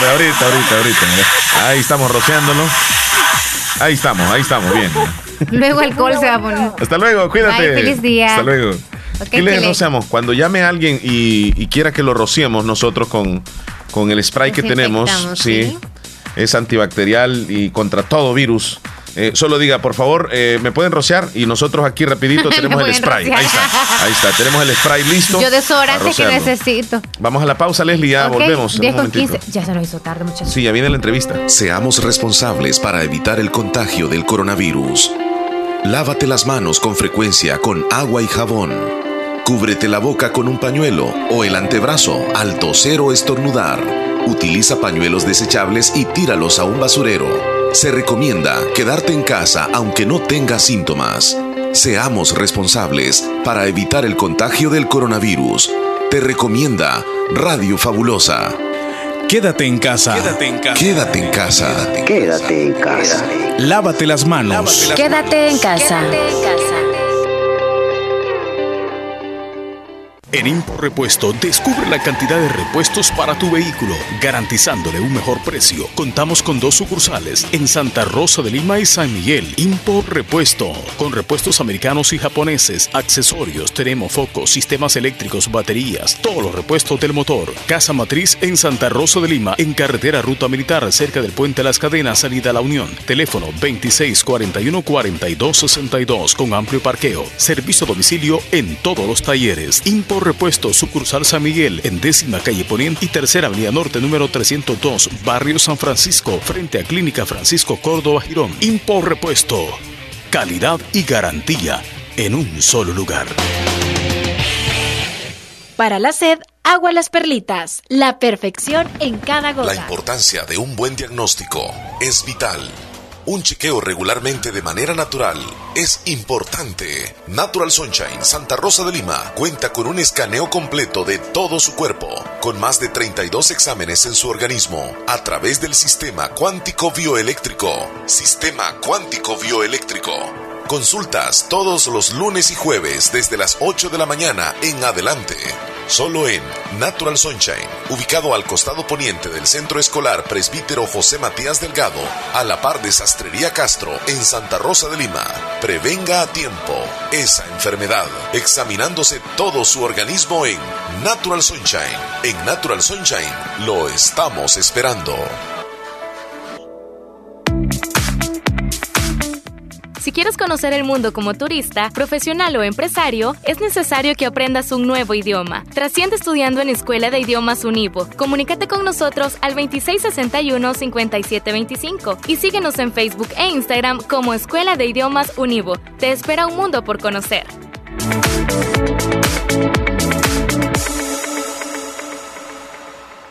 Ahí estamos rociándolo. Ahí estamos, bien. Luego alcohol se va a poner. Hasta luego, cuídate. Bye, feliz día. Hasta luego. Okay, ¿Qué le rociamos? Cuando llame a alguien y quiera que lo rociemos nosotros con el spray que tenemos, sí, es antibacterial y contra todo virus. Solo diga, por favor, ¿me pueden rociar? Y nosotros aquí rapidito tenemos el spray. Ahí está, tenemos el spray listo. Yo desodorante que necesito. Vamos a la pausa, Leslie, ya volvemos. 10:15. Ya se nos hizo tarde, muchachos. Sí, ya viene la entrevista. Seamos responsables para evitar el contagio del coronavirus. Lávate las manos con frecuencia con agua y jabón. Cúbrete la boca con un pañuelo o el antebrazo al toser o estornudar. Utiliza pañuelos desechables y tíralos a un basurero. Se recomienda quedarte en casa aunque no tengas síntomas. Seamos responsables para evitar el contagio del coronavirus. Te recomienda Radio Fabulosa. Quédate en casa. Quédate en casa. Lávate las manos. Quédate en casa. En Impor Repuesto, descubre la cantidad de repuestos para tu vehículo, garantizándole un mejor precio. Contamos con 2 sucursales, en Santa Rosa de Lima y San Miguel. Impor Repuesto, con repuestos americanos y japoneses, accesorios, termofocos, sistemas eléctricos, baterías, todos los repuestos del motor. Casa Matriz en Santa Rosa de Lima, en carretera Ruta Militar, cerca del Puente Las Cadenas, salida a La Unión. Teléfono 2641-4262, con amplio parqueo. Servicio a domicilio en todos los talleres. Impor Repuesto, sucursal San Miguel, en 10ª calle Poniente y 3ª avenida Norte, número 302, barrio San Francisco, frente a Clínica Francisco Córdoba Girón. Impor Repuesto, calidad y garantía en un solo lugar. Para la sed, agua Las Perlitas, la perfección en cada gota. La importancia de un buen diagnóstico es vital. Un chequeo regularmente de manera natural es importante. Natural Sunshine Santa Rosa de Lima cuenta con un escaneo completo de todo su cuerpo, con más de 32 exámenes en su organismo, a través del sistema cuántico bioeléctrico. Consultas todos los lunes y jueves desde las 8 de la mañana en adelante. Solo en Natural Sunshine, ubicado al costado poniente del Centro Escolar Presbítero José Matías Delgado, a la par de Sastrería Castro, en Santa Rosa de Lima. Prevenga a tiempo esa enfermedad, examinándose todo su organismo en Natural Sunshine. En Natural Sunshine lo estamos esperando. Si quieres conocer el mundo como turista, profesional o empresario, es necesario que aprendas un nuevo idioma. Trasciende estudiando en Escuela de Idiomas Univo. Comunícate con nosotros al 2661-5725 y síguenos en Facebook e Instagram como Escuela de Idiomas Univo. Te espera un mundo por conocer.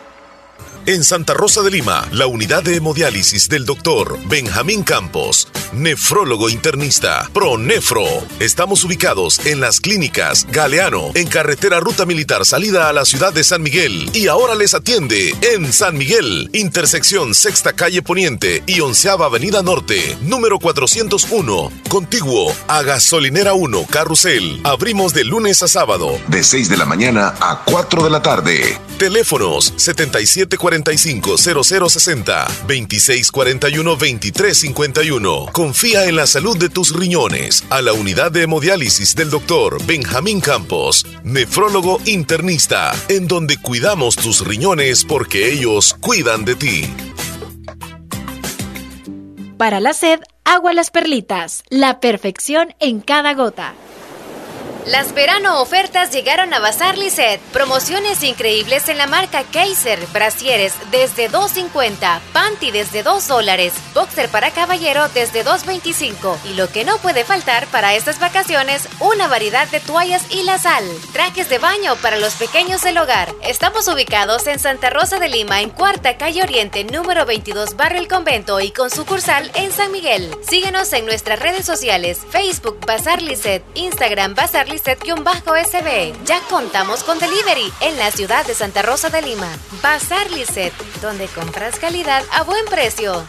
En Santa Rosa de Lima, la unidad de hemodiálisis del doctor Benjamín Campos nefrólogo internista, Pronefro. Estamos ubicados en las clínicas Galeano, en carretera Ruta Militar salida a la ciudad de San Miguel. Y ahora les atiende en San Miguel, intersección 6ª Calle Poniente y 11ª Avenida Norte, número 401, contiguo a Gasolinera 1, Carrusel. Abrimos de lunes a sábado, de 6 de la mañana a 4 de la tarde. Teléfonos 7745-0060, 2641-2351. Confía en la salud de tus riñones a la unidad de hemodiálisis del doctor Benjamín Campos, nefrólogo internista, en donde cuidamos tus riñones porque ellos cuidan de ti. Para la sed, agua Las Perlitas, la perfección en cada gota. Las verano ofertas llegaron a Bazar Lisset. Promociones increíbles en la marca Kaiser. Brasieres desde $2.50. Panty desde $2. Boxer para caballero desde $2.25. Y lo que no puede faltar para estas vacaciones, una variedad de toallas y la sal. Trajes de baño para los pequeños del hogar. Estamos ubicados en Santa Rosa de Lima, en 4ª Calle Oriente, número 22, Barrio El Convento, y con sucursal en San Miguel. Síguenos en nuestras redes sociales: Facebook Bazar Lisset, Instagram Bazar Lisset_SB. Ya contamos con delivery en la ciudad de Santa Rosa de Lima. Bazar Lisset, donde compras calidad a buen precio.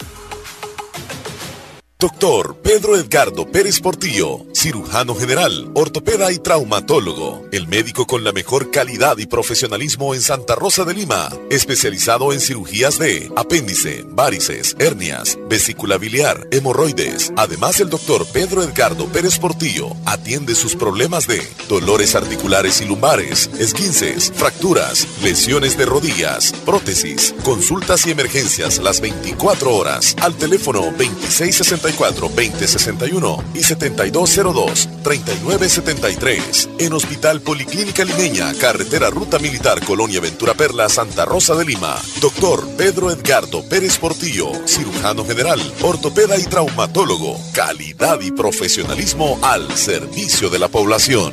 Doctor Pedro Edgardo Pérez Portillo, cirujano general, ortopeda y traumatólogo, el médico con la mejor calidad y profesionalismo en Santa Rosa de Lima, especializado en cirugías de apéndice, varices, hernias, vesícula biliar, hemorroides. Además, el doctor Pedro Edgardo Pérez Portillo atiende sus problemas de dolores articulares y lumbares, esguinces, fracturas, lesiones de rodillas, prótesis, consultas y emergencias las 24 horas al teléfono 2664-2061 y 7202-3973. En Hospital Policlínica Limeña, carretera Ruta Militar, Colonia Ventura Perla, Santa Rosa de Lima. Doctor Pedro Edgardo Pérez Portillo, cirujano general, ortopeda y traumatólogo. Calidad y profesionalismo al servicio de la población.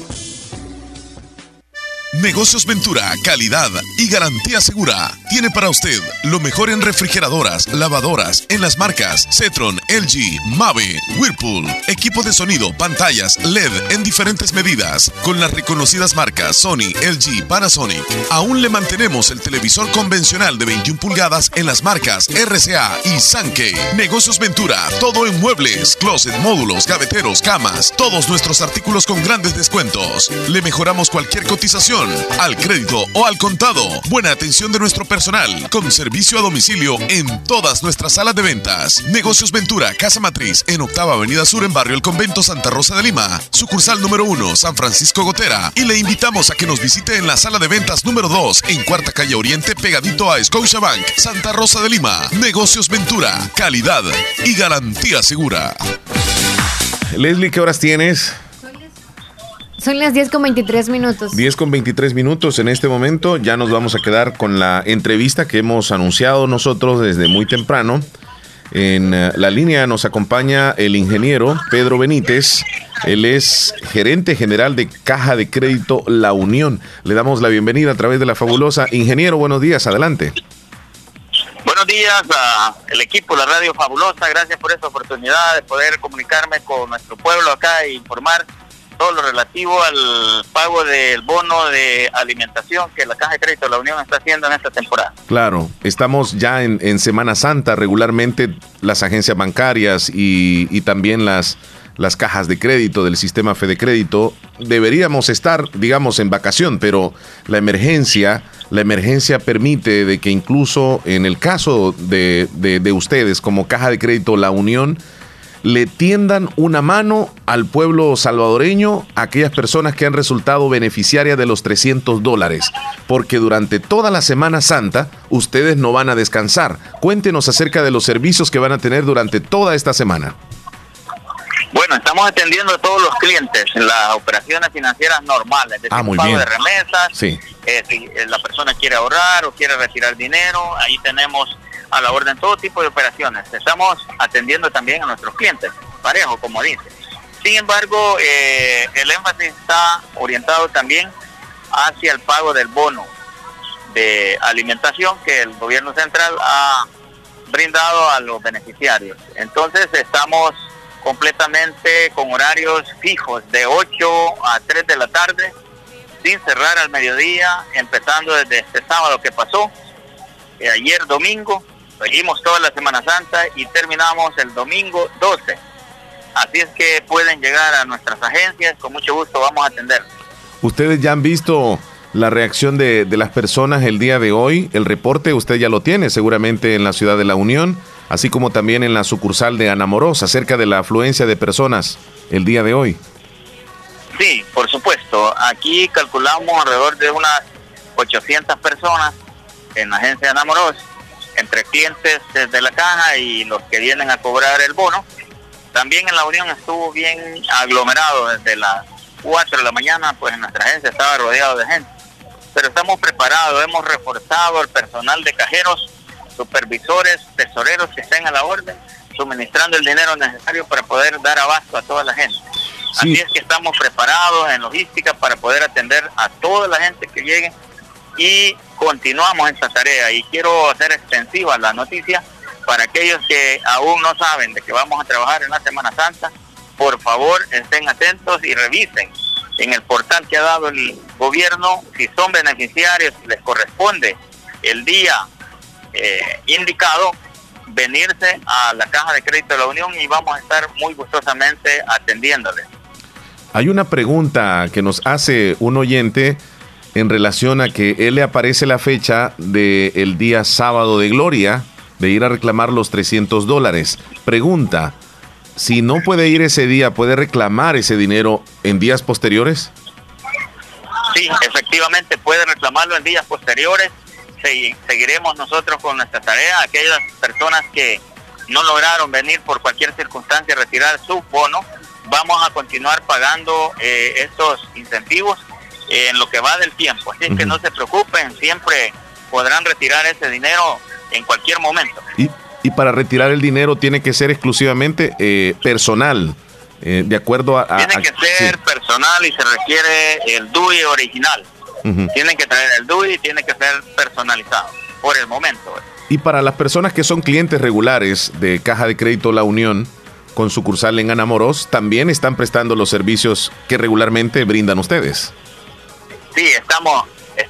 Negocios Ventura, calidad y garantía segura. Tiene para usted lo mejor en refrigeradoras, lavadoras, en las marcas Cetron, LG, Mave, Whirlpool, equipo de sonido, pantallas LED en diferentes medidas, con las reconocidas marcas Sony, LG, Panasonic. Aún le mantenemos el televisor convencional de 21 pulgadas en las marcas RCA y Sankey. Negocios Ventura, todo en muebles, closet, módulos, gaveteros, camas, todos nuestros artículos con grandes descuentos. Le mejoramos cualquier cotización al crédito o al contado. Buena atención de nuestro personal, con servicio a domicilio en todas nuestras salas de ventas. Negocios Ventura, Casa Matriz, en 8ª Avenida Sur, en Barrio El Convento, Santa Rosa de Lima. Sucursal número 1, San Francisco Gotera. Y le invitamos a que nos visite en la sala de ventas número 2, en 4ª Calle Oriente, pegadito a Scotiabank, Santa Rosa de Lima. Negocios Ventura, calidad y garantía segura. Leslie, ¿qué horas tienes? Son las 10:23. 10:23 en este momento. Ya nos vamos a quedar con la entrevista que hemos anunciado nosotros desde muy temprano. En la línea nos acompaña el ingeniero Pedro Benítez. Él es gerente general de Caja de Crédito La Unión. Le damos la bienvenida a través de La Fabulosa. Ingeniero, buenos días, adelante. Buenos días al equipo de la Radio Fabulosa. Gracias por esta oportunidad de poder comunicarme con nuestro pueblo acá e informar todo lo relativo al pago del bono de alimentación que la Caja de Crédito de la Unión está haciendo en esta temporada. Claro, estamos ya en Semana Santa. Regularmente las agencias bancarias y también las cajas de crédito del sistema Fede Crédito deberíamos estar, digamos, en vacación, pero la emergencia permite de que incluso en el caso de ustedes como Caja de Crédito La Unión le tiendan una mano al pueblo salvadoreño, a aquellas personas que han resultado beneficiarias de los $300, porque durante toda la Semana Santa ustedes no van a descansar. Cuéntenos acerca de los servicios que van a tener durante toda esta semana. Bueno, estamos atendiendo a todos los clientes en las operaciones financieras normales, es decir, pago de remesas, sí. Si la persona quiere ahorrar o quiere retirar dinero, ahí tenemos a la orden todo tipo de operaciones. Estamos atendiendo también a nuestros clientes, parejo, como dice. Sin embargo, el énfasis está orientado también hacia el pago del bono de alimentación que el gobierno central ha brindado a los beneficiarios. Entonces estamos completamente con horarios fijos de 8 a 3 de la tarde, sin cerrar al mediodía, empezando desde este sábado que pasó, ayer domingo, seguimos toda la Semana Santa y terminamos el domingo 12. Así es que pueden llegar a nuestras agencias, con mucho gusto vamos a atender. ¿Ustedes ya han visto la reacción de las personas el día de hoy? El reporte usted ya lo tiene seguramente en la ciudad de La Unión, así como también en la sucursal de Anamorós, acerca de la afluencia de personas el día de hoy. Sí, por supuesto. Aquí calculamos alrededor de unas 800 personas en la agencia de Anamorós, entre clientes de la caja y los que vienen a cobrar el bono. También en La Unión estuvo bien aglomerado desde las 4 de la mañana, pues en nuestra agencia estaba rodeado de gente. Pero estamos preparados, hemos reforzado el personal de cajeros, supervisores, tesoreros que estén a la orden, suministrando el dinero necesario para poder dar abasto a toda la gente. Sí. Así es que estamos preparados en logística para poder atender a toda la gente que llegue y continuamos esta tarea. Y quiero hacer extensiva la noticia para aquellos que aún no saben de que vamos a trabajar en la Semana Santa. Por favor, estén atentos y revisen en el portal que ha dado el gobierno si son beneficiarios, les corresponde el día indicado venirse a la Caja de Crédito de la Unión y vamos a estar muy gustosamente atendiéndoles. Hay una pregunta que nos hace un oyente en relación a que él le aparece la fecha del día sábado de gloria de ir a reclamar los $300. Pregunta, si no puede ir ese día, ¿puede reclamar ese dinero en días posteriores? Sí, efectivamente puede reclamarlo en días posteriores. Seguiremos nosotros con nuestra tarea. Aquellas personas que no lograron venir por cualquier circunstancia a retirar su bono, vamos a continuar pagando estos incentivos en lo que va del tiempo. Así es que no se preocupen, siempre podrán retirar ese dinero en cualquier momento. Y para retirar el dinero tiene que ser exclusivamente personal, de acuerdo a... Tiene que ser personal y se requiere el DUI original. Tienen que traer el DUI y tiene que ser personalizado por el momento. Y para las personas que son clientes regulares de Caja de Crédito La Unión, con sucursal en Anamorós, también están prestando los servicios que regularmente brindan ustedes. Sí, estamos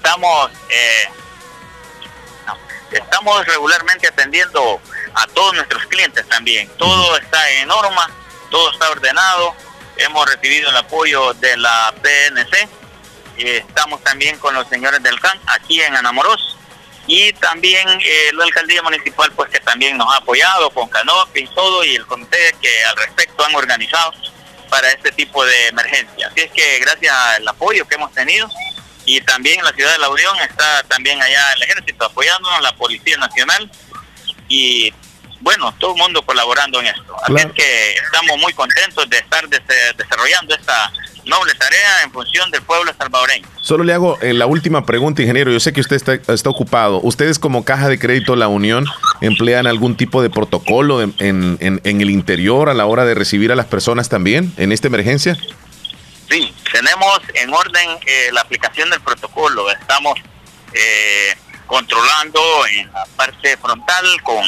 regularmente atendiendo a todos nuestros clientes también. Todo está en norma, todo está ordenado. Hemos recibido el apoyo de la PNC. Estamos también con los señores del CAN aquí en Anamorós y también la alcaldía municipal, pues que también nos ha apoyado con Canopy y todo, y el comité que al respecto han organizado para este tipo de emergencia. Así es que gracias al apoyo que hemos tenido, y también en la ciudad de La Unión está también allá el ejército apoyándonos, la Policía Nacional y bueno, todo el mundo colaborando en esto. Así es que estamos muy contentos de estar desarrollando esta noble tarea en función del pueblo salvadoreño. Solo le hago la última pregunta, ingeniero. Yo sé que usted está ocupado. ¿Ustedes como Caja de Crédito La Unión emplean algún tipo de protocolo en el interior a la hora de recibir a las personas también en esta emergencia? Sí, tenemos en orden la aplicación del protocolo. Estamos controlando en la parte frontal con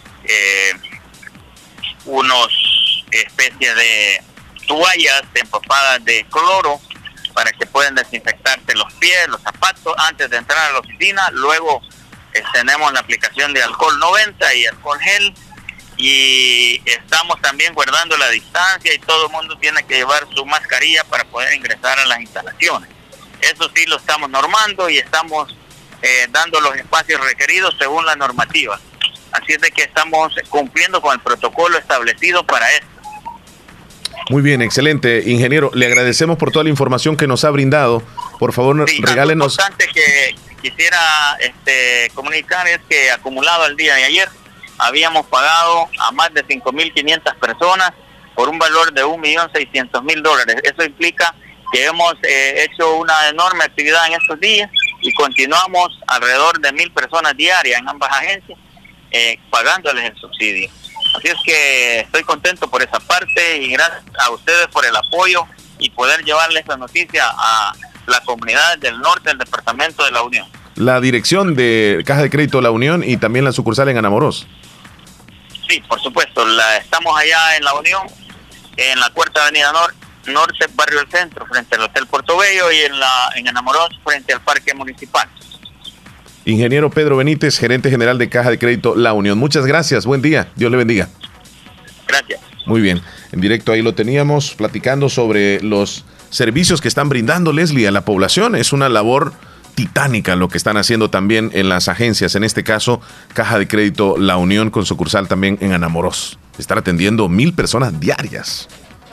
unos especies de toallas empapadas de cloro para que puedan desinfectarse los pies, los zapatos antes de entrar a la oficina. Luego tenemos la aplicación de alcohol 90 y alcohol gel, y estamos también guardando la distancia y todo el mundo tiene que llevar su mascarilla para poder ingresar a las instalaciones. Eso sí lo estamos normando y estamos dando los espacios requeridos según la normativa. Así es de que estamos cumpliendo con el protocolo establecido para esto. Muy bien, excelente, ingeniero. Le agradecemos por toda la información que nos ha brindado. Por favor, regálenos. Algo importante que quisiera comunicar es que acumulado al día de ayer habíamos pagado a más de 5.500 personas por un valor de $1.600.000. Eso implica que hemos hecho una enorme actividad en estos días y continuamos alrededor de 1.000 personas diarias en ambas agencias pagándoles el subsidio. Así es que estoy contento por esa parte y gracias a ustedes por el apoyo y poder llevarles esta noticia a la comunidad del norte del departamento de La Unión. La dirección de Caja de Crédito La Unión y también la sucursal en Anamorós. Sí, por supuesto. Estamos allá en La Unión, en la Cuarta Avenida Norte, barrio del Centro, frente al Hotel Portobello, y en Enamorós, frente al Parque Municipal. Ingeniero Pedro Benítez, gerente general de Caja de Crédito La Unión. Muchas gracias, buen día, Dios le bendiga. Gracias. Muy bien, en directo ahí lo teníamos platicando sobre los servicios que están brindando, Leslie, a la población. Es una labor titánica lo que están haciendo también en las agencias, en este caso Caja de Crédito La Unión con sucursal también en Anamorós. Están atendiendo 1,000 personas diarias.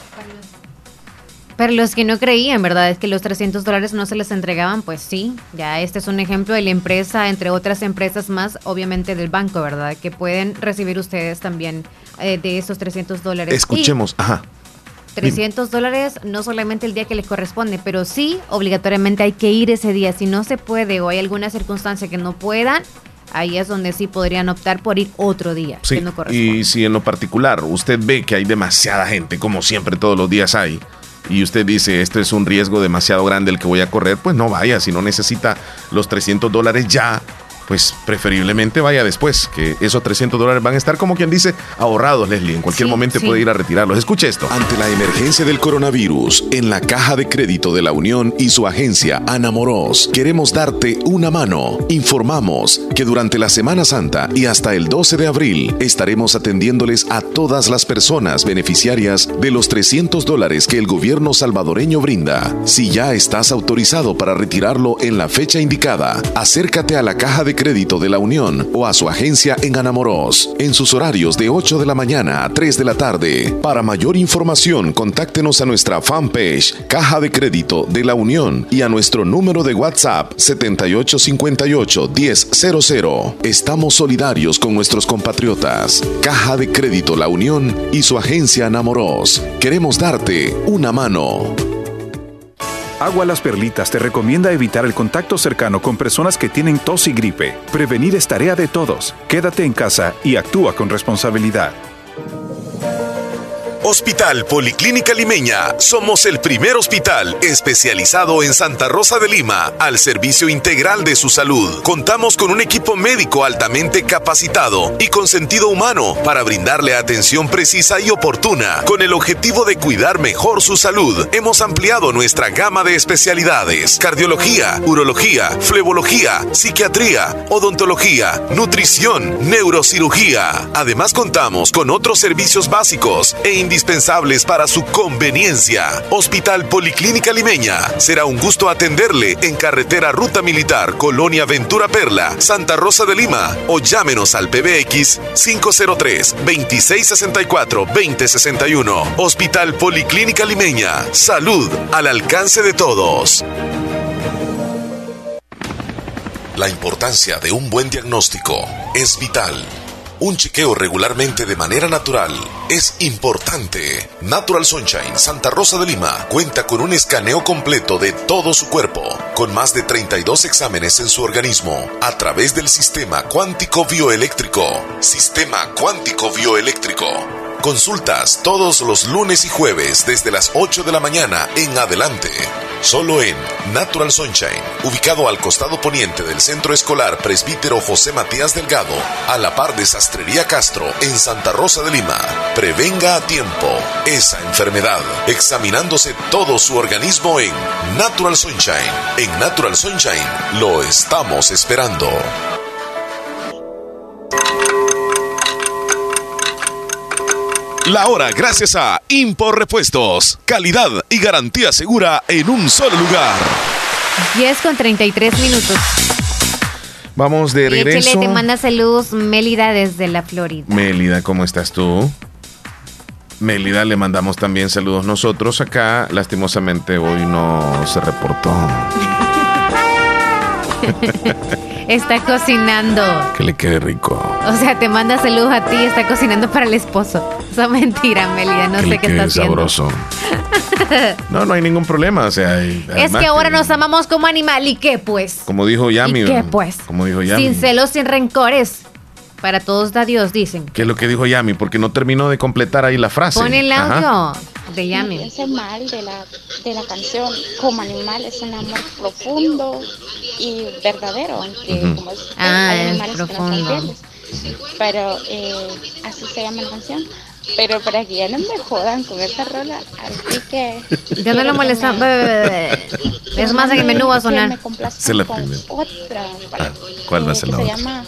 Pero los que no creían, ¿verdad? Es que los $300 no se les entregaban, pues sí. Ya este es un ejemplo de la empresa, entre otras empresas más, obviamente del banco, ¿verdad? Que pueden recibir ustedes también de esos $300. Escuchemos, ajá. $300 no solamente el día que les corresponde, pero sí, obligatoriamente hay que ir ese día. Si no se puede o hay alguna circunstancia que no puedan, ahí es donde sí podrían optar por ir otro día. Sí, que no corresponde. Y si en lo particular usted ve que hay demasiada gente, como siempre todos los días hay, y usted dice, este es un riesgo demasiado grande el que voy a correr, pues no vaya. Si no necesita los $300 ya, pues preferiblemente vaya después, que esos $300 van a estar, como quien dice, ahorrados, Leslie. En cualquier momento puede ir a retirarlos. Escuche esto. Ante la emergencia del coronavirus, en la Caja de Crédito de La Unión y su agencia Anamorós, queremos darte una mano. Informamos que durante la Semana Santa y hasta el 12 de abril estaremos atendiéndoles a todas las personas beneficiarias de los $300 que el gobierno salvadoreño brinda. Si ya estás autorizado para retirarlo en la fecha indicada, acércate a la Caja de Crédito de La Unión o a su agencia en Anamorós, en sus horarios de 8 de la mañana a 3 de la tarde. Para mayor información, contáctenos a nuestra fanpage Caja de Crédito de La Unión y a nuestro número de WhatsApp 7858-1000. Estamos solidarios con nuestros compatriotas. Caja de Crédito La Unión y su agencia Anamorós. Queremos darte una mano. Agua Las Perlitas te recomienda evitar el contacto cercano con personas que tienen tos y gripe. Prevenir es tarea de todos. Quédate en casa y actúa con responsabilidad. Hospital Policlínica Limeña. Somos el primer hospital especializado en Santa Rosa de Lima al servicio integral de su salud. Contamos con un equipo médico altamente capacitado y con sentido humano para brindarle atención precisa y oportuna. Con el objetivo de cuidar mejor su salud, hemos ampliado nuestra gama de especialidades: cardiología, urología, flebología, psiquiatría, odontología, nutrición, neurocirugía. Además, contamos con otros servicios básicos e indispensables para su conveniencia. Hospital Policlínica Limeña. Será un gusto atenderle en carretera Ruta Militar, Colonia Ventura Perla, Santa Rosa de Lima, o llámenos al PBX 503-2664-2061. Hospital Policlínica Limeña. Salud al alcance de todos. La importancia de un buen diagnóstico es vital. Un chequeo regularmente de manera natural es importante. Natural Sunshine Santa Rosa de Lima cuenta con un escaneo completo de todo su cuerpo, con más de 32 exámenes en su organismo, a través del sistema cuántico bioeléctrico. Sistema cuántico bioeléctrico. Consultas todos los lunes y jueves desde las 8 de la mañana en adelante. Solo en Natural Sunshine, ubicado al costado poniente del Centro Escolar Presbítero José Matías Delgado, a la par de Sastrería Castro, en Santa Rosa de Lima. Prevenga a tiempo esa enfermedad, examinándose todo su organismo en Natural Sunshine. En Natural Sunshine lo estamos esperando. La hora gracias a Impor Repuestos. Calidad y garantía segura en un solo lugar. 10:33. Vamos de regreso. Échale, te manda saludos Mélida desde la Florida. Mélida, ¿cómo estás tú? Mélida, le mandamos también saludos nosotros acá. Lastimosamente hoy no se reportó. Está cocinando. Que le quede rico. O sea, te manda saludos a ti y está cocinando para el esposo. Eso es mentira, Mélida. No sé qué está haciendo. Sabroso. No hay ningún problema. O sea, es que ahora nos amamos como animal. ¿Y qué pues? Como dijo Yami. ¿Y qué pues? Como dijo Yami. Sin celos, sin rencores. Para todos da Dios, dicen. ¿Qué es lo que dijo Yami? Porque no terminó de completar ahí la frase. Pon el audio de Yami. Ese mal de la canción, como animal, es un amor profundo y verdadero. Aunque como es, hay animales profundo. que no son fieles. pero así se llama la canción. Pero para que ya no me jodan con esa rola, así que... Ya no lo molestan. Es más, en el menú va a sonar. Se la primera. Otra. ¿Cuál va a ser la otra? otra? Se llama...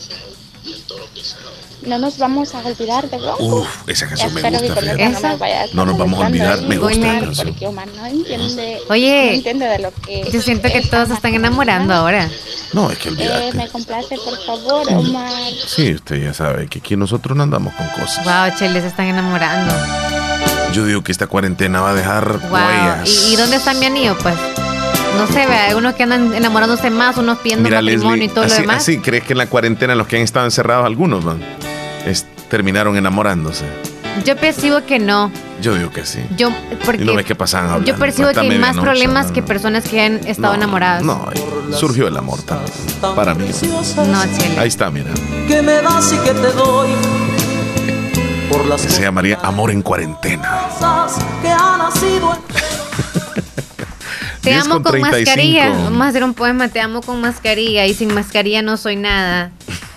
No nos vamos a olvidar de Bronco. Esa canción me Espero gusta. que con esa no me vaya a No nos vamos a olvidar, me gusta la canción. Porque Omar no entiende, Oye, no entiende de lo que... Yo siento que todos se están enamorando ahora. No, es que olvídate. Me complace, por favor, Omar. Sí, usted ya sabe que aquí nosotros no andamos con cosas. Wow, Chele, se están enamorando. Yo digo que esta cuarentena va a dejar huellas. ¿Y dónde está mi anillo, pues? No sé, hay unos que andan enamorándose más, unos pidiendo matrimonio, Leslie, y todo así, lo demás. Así, ¿crees que en la cuarentena los que han estado encerrados algunos, man, terminaron enamorándose? Yo percibo que no. Yo digo que sí. Porque y no ves que pasaban hablando. Yo percibo que hay más problemas que personas que han estado enamoradas. No, surgió el amor también. Para mí. No, Chele. Ahí está, mira. Que me das y que te doy. Por las Se llamaría Amor en Cuarentena. que ha nacido. Te amo con mascarilla. Vamos a hacer un poema. Te amo con mascarilla y sin mascarilla no soy nada.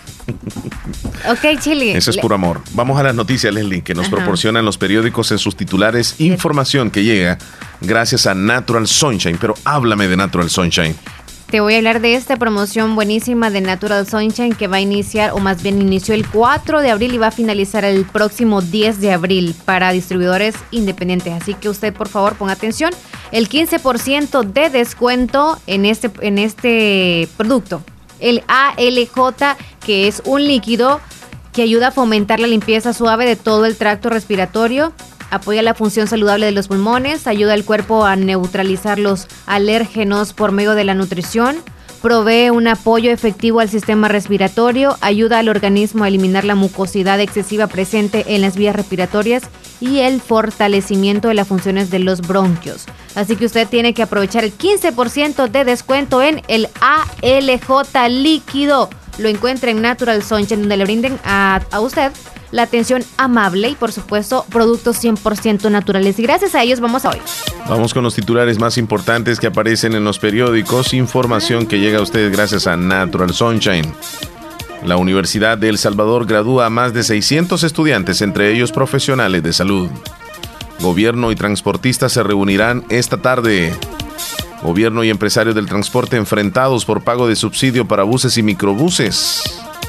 Ok, Chile. Eso es puro amor. Vamos a las noticias, Leslie, que nos proporcionan los periódicos en sus titulares. Información que llega gracias a Natural Sunshine. Pero háblame de Natural Sunshine. Te voy a hablar de esta promoción buenísima de Natural Sunshine que va a iniciar, o más bien inició el 4 de abril y va a finalizar el próximo 10 de abril para distribuidores independientes. Así que usted, por favor, ponga atención. El 15% de descuento en este producto. El ALJ, que es un líquido que ayuda a fomentar la limpieza suave de todo el tracto respiratorio, apoya la función saludable de los pulmones, ayuda al cuerpo a neutralizar los alérgenos por medio de la nutrición, provee un apoyo efectivo al sistema respiratorio, ayuda al organismo a eliminar la mucosidad excesiva presente en las vías respiratorias y el fortalecimiento de las funciones de los bronquios. Así que usted tiene que aprovechar el 15% de descuento en el ALJ líquido. Lo encuentra en Natural Sunshine, donde le brinden a usted la atención amable y, por supuesto, productos 100% naturales. Y gracias a ellos vamos a hoy. Vamos con los titulares más importantes que aparecen en los periódicos. Información que llega a ustedes gracias a Natural Sunshine. La Universidad de El Salvador gradúa a más de 600 estudiantes, entre ellos profesionales de salud. Gobierno y transportistas se reunirán esta tarde. Gobierno y empresarios del transporte enfrentados por pago de subsidio para buses y microbuses.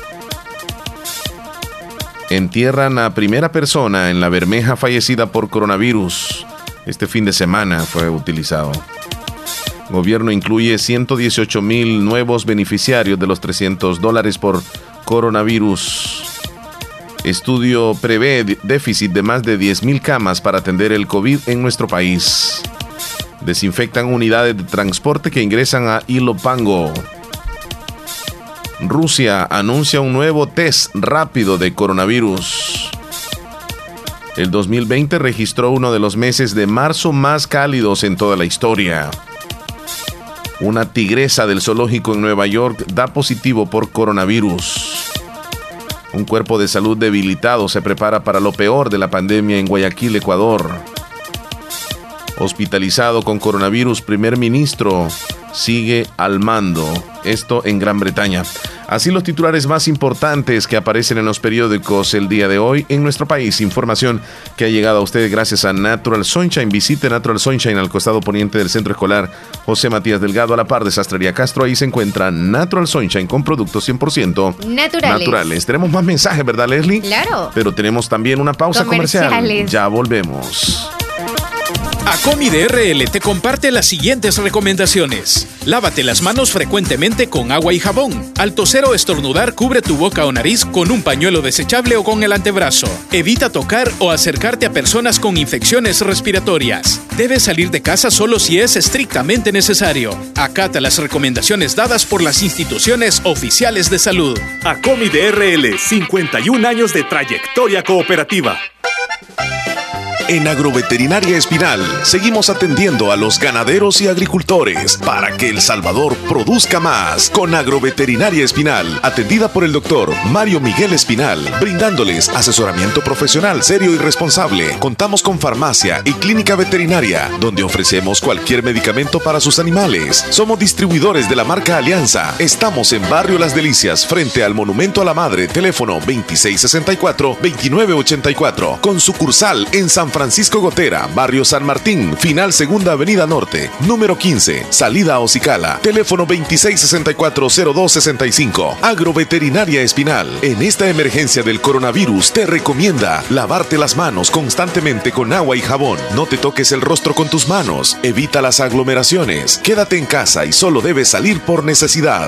Entierran a primera persona en La Bermeja fallecida por coronavirus. Este fin de semana fue utilizado. Gobierno incluye 118,000 nuevos beneficiarios de los $300 por coronavirus. Estudio prevé déficit de más de 10,000 camas para atender el COVID en nuestro país. Desinfectan unidades de transporte que ingresan a Ilopango. Rusia anuncia un nuevo test rápido de coronavirus. El 2020 registró uno de los meses de marzo más cálidos en toda la historia. Una tigresa del zoológico en Nueva York da positivo por coronavirus. Un cuerpo de salud debilitado se prepara para lo peor de la pandemia en Guayaquil, Ecuador. Hospitalizado con coronavirus, primer ministro sigue al mando. Esto en Gran Bretaña. Así los titulares más importantes que aparecen en los periódicos el día de hoy en nuestro país. Información que ha llegado a ustedes gracias a Natural Sunshine. Visite Natural Sunshine al costado poniente del Centro Escolar José Matías Delgado, a la par de Sastrería Castro. Ahí se encuentra Natural Sunshine con productos 100% naturales. Tenemos más mensajes, ¿verdad, Leslie? Claro. Pero tenemos también una pausa comercial. Ya volvemos. ACOMI de RL te comparte las siguientes recomendaciones. Lávate las manos frecuentemente con agua y jabón. Al toser o estornudar, cubre tu boca o nariz con un pañuelo desechable o con el antebrazo. Evita tocar o acercarte a personas con infecciones respiratorias. Debes salir de casa solo si es estrictamente necesario. Acata las recomendaciones dadas por las instituciones oficiales de salud. ACOMI de RL, 51 años de trayectoria cooperativa. En Agroveterinaria Espinal seguimos atendiendo a los ganaderos y agricultores para que El Salvador produzca más. Con Agroveterinaria Espinal, atendida por el doctor Mario Miguel Espinal, brindándoles asesoramiento profesional serio y responsable. Contamos con farmacia y clínica veterinaria, donde ofrecemos cualquier medicamento para sus animales. Somos distribuidores de la marca Alianza. Estamos en Barrio Las Delicias, frente al Monumento a la Madre, teléfono 2664-2984, con sucursal en San Francisco Gotera, Barrio San Martín, final Segunda Avenida Norte, número 15, salida a Ocicala, teléfono 2664-0265. Agroveterinaria Espinal, en esta emergencia del coronavirus, te recomienda lavarte las manos constantemente con agua y jabón. No te toques el rostro con tus manos, evita las aglomeraciones, quédate en casa y solo debes salir por necesidad.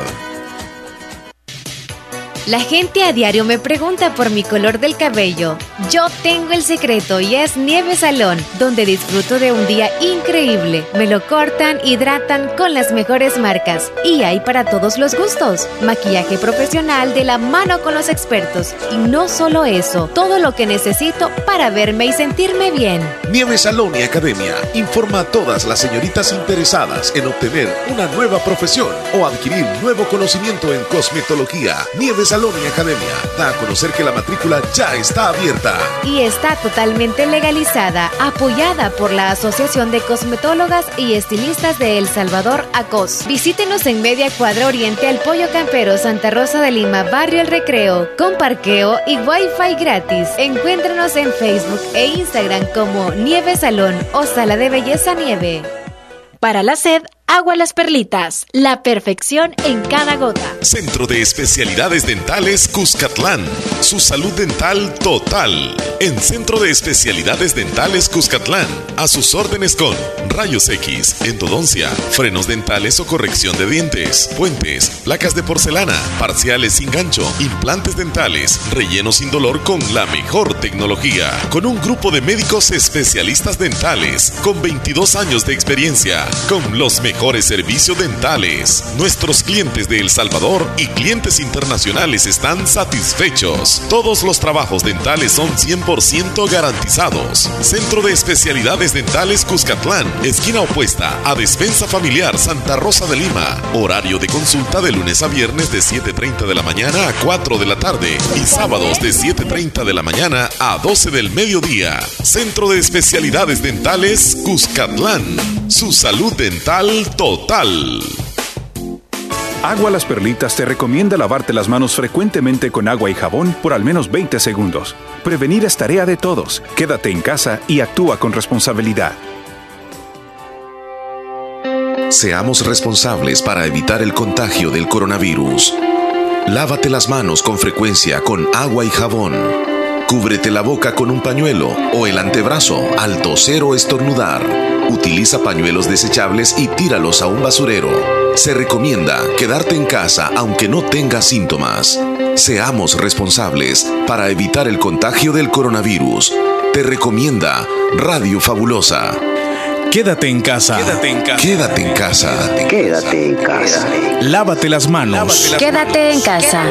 La gente a diario me pregunta por mi color del cabello. Yo tengo el secreto y es Nieve Salón, donde disfruto de un día increíble. Me lo cortan, hidratan con las mejores marcas y hay para todos los gustos. Maquillaje profesional de la mano con los expertos. Y no solo eso, todo lo que necesito para verme y sentirme bien. Nieve Salón y Academia informa a todas las señoritas interesadas en obtener una nueva profesión o adquirir nuevo conocimiento en cosmetología. Nieve Salón y Academia da a conocer que la matrícula ya está abierta. Y está totalmente legalizada, apoyada por la Asociación de Cosmetólogas y Estilistas de El Salvador, ACOS. Visítenos en Media Cuadra Oriente al Pollo Campero, Santa Rosa de Lima, Barrio El Recreo, con parqueo y Wi-Fi gratis. Encuéntranos en Facebook e Instagram como Nieve Salón o Sala de Belleza Nieve. Para la sed, Agua Las Perlitas, la perfección en cada gota. Centro de Especialidades Dentales Cuscatlán, su salud dental total. En Centro de Especialidades Dentales Cuscatlán, a sus órdenes con rayos X, endodoncia, frenos dentales o corrección de dientes, puentes, placas de porcelana, parciales sin gancho, implantes dentales, relleno sin dolor con la mejor tecnología. Con un grupo de médicos especialistas dentales, con 22 años de experiencia, con los mejores servicios dentales. Nuestros clientes de El Salvador y clientes internacionales están satisfechos. Todos los trabajos dentales son 100% garantizados. Centro de Especialidades Dentales Cuscatlán, esquina opuesta a Despensa Familiar Santa Rosa de Lima. Horario de consulta de lunes a viernes de 7:30 de la mañana a 4 de la tarde y sábados de 7:30 de la mañana a 12 del mediodía. Centro de Especialidades Dentales Cuscatlán, su salud dental total. Agua Las Perlitas te recomienda lavarte las manos frecuentemente con agua y jabón por al menos 20 segundos. Prevenir es tarea de todos. Quédate en casa y actúa con responsabilidad. Seamos responsables para evitar el contagio del coronavirus. Lávate las manos con frecuencia con agua y jabón. Cúbrete la boca con un pañuelo o el antebrazo al toser o estornudar. Utiliza pañuelos desechables y tíralos a un basurero. Se recomienda quedarte en casa aunque no tengas síntomas. Seamos responsables para evitar el contagio del coronavirus. Te recomienda Radio Fabulosa. Quédate en casa. Quédate en casa. Quédate en casa. Quédate en casa. Lávate las manos. Quédate en casa.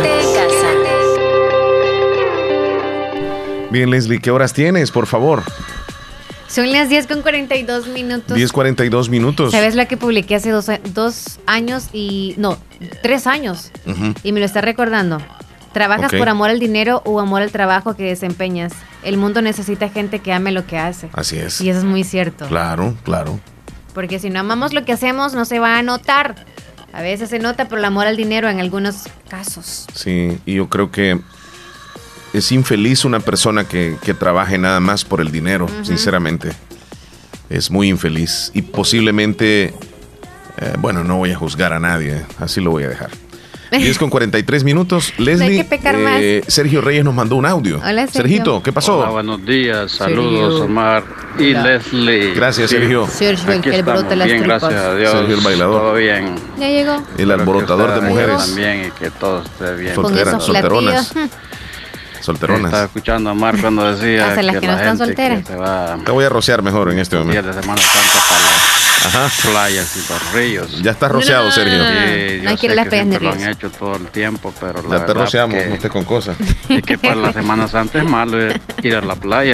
Bien, Leslie, ¿qué horas tienes, por favor? Son las 10:42 minutos. 10:42 minutos. ¿Sabes la que publiqué hace 2 años y... No, 3 años. Uh-huh. Y me lo está recordando. ¿Trabajas por amor al dinero o amor al trabajo que desempeñas? El mundo necesita gente que ame lo que hace. Así es. Y eso es muy cierto. Claro, claro. Porque si no amamos lo que hacemos, no se va a notar. A veces se nota por el amor al dinero en algunos casos. Sí, y yo creo que es infeliz una persona que trabaje nada más por el dinero, sinceramente. Es muy infeliz. Y posiblemente, bueno, no voy a juzgar a nadie, así lo voy a dejar. 10:43 minutos. Leslie, no hay que pecar más. Sergio Reyes nos mandó un audio. Hola, Sergio. Sergito, ¿qué pasó? Hola, buenos días. Saludos, Sergio. Omar y Leslie. Gracias, Sergio. Sergio, aquí el que alborota las bien, tripas. gracias a Dios. Sergio, el bailador. Todo bien. Ya llegó. El alborotador de mujeres. También, y que todo esté bien. Solteronas. Solteronas. Estaba escuchando a Omar cuando decía hasta las que no están solteras. Te voy a rociar mejor en este momento. Días de Semana Santa para las playas y los ríos. Ya está rociado, Sergio. Sí, yo sé que siempre lo han hecho todo el tiempo, pero la ya te verdad rociamos, que, no estés con cosas. Es que para la Semana Santa es malo ir a la playa.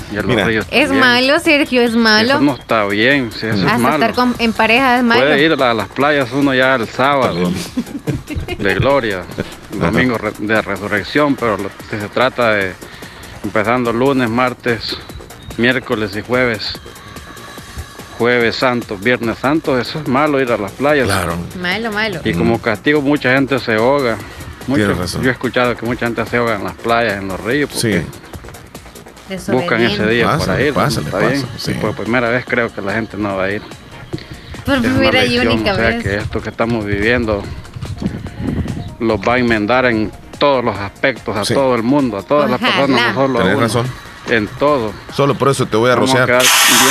Y en los ríos es también. malo, Sergio, es malo. Eso no está bien, si eso es malo. Estar en pareja es malo. Puede ir a las playas uno ya el sábado de gloria, domingo de resurrección, pero si se trata de empezando lunes, martes, miércoles y jueves santo, viernes santo, eso es malo ir a las playas. Claro. Malo. Y como castigo mucha gente se ahoga. Tienes razón. Yo he escuchado que mucha gente se ahoga en las playas, en los ríos, porque buscan ese día para ir. Está bien. Sí. Y por primera vez creo que la gente no va a ir. Por primera y única o sea, vez. que esto que estamos viviendo los va a enmendar en todos los aspectos, a todo el mundo, a todas las personas, no solo a uno. Razón. En todo. Solo por eso te voy a rociar. Vamos a quedar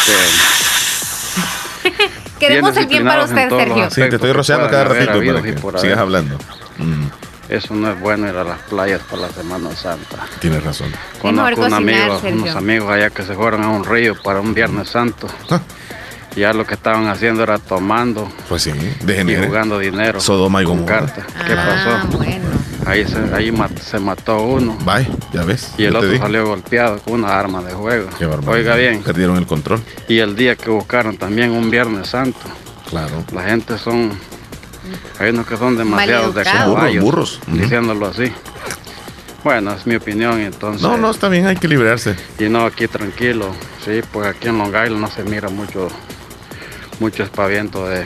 bien, queremos el bien para usted, Sergio. Sí, te estoy rociando cada ratito para que sigas hablando. Eso no es bueno ir a las playas para la Semana Santa. Tienes razón. Conozco unos amigos allá que se fueron a un río para un Viernes Santo. Ya lo que estaban haciendo era tomando. Pues sí, y jugando dinero. Sodoma y Gomorra. Cartas. ¿Qué pasó? Bueno. Ahí se mató uno. Vaya, ya ves. Y el otro salió golpeado con una arma de juego. Qué barbaridad. Oiga bien. Perdieron el control. Y el día que buscaron también un Viernes Santo. Claro. La gente hay unos que son demasiados de caballos. Burros. Diciéndolo así. Bueno, es mi opinión, entonces. No, está bien, hay que librarse. Y no, aquí tranquilo. Sí, pues aquí en Long Island no se mira mucho espaviento de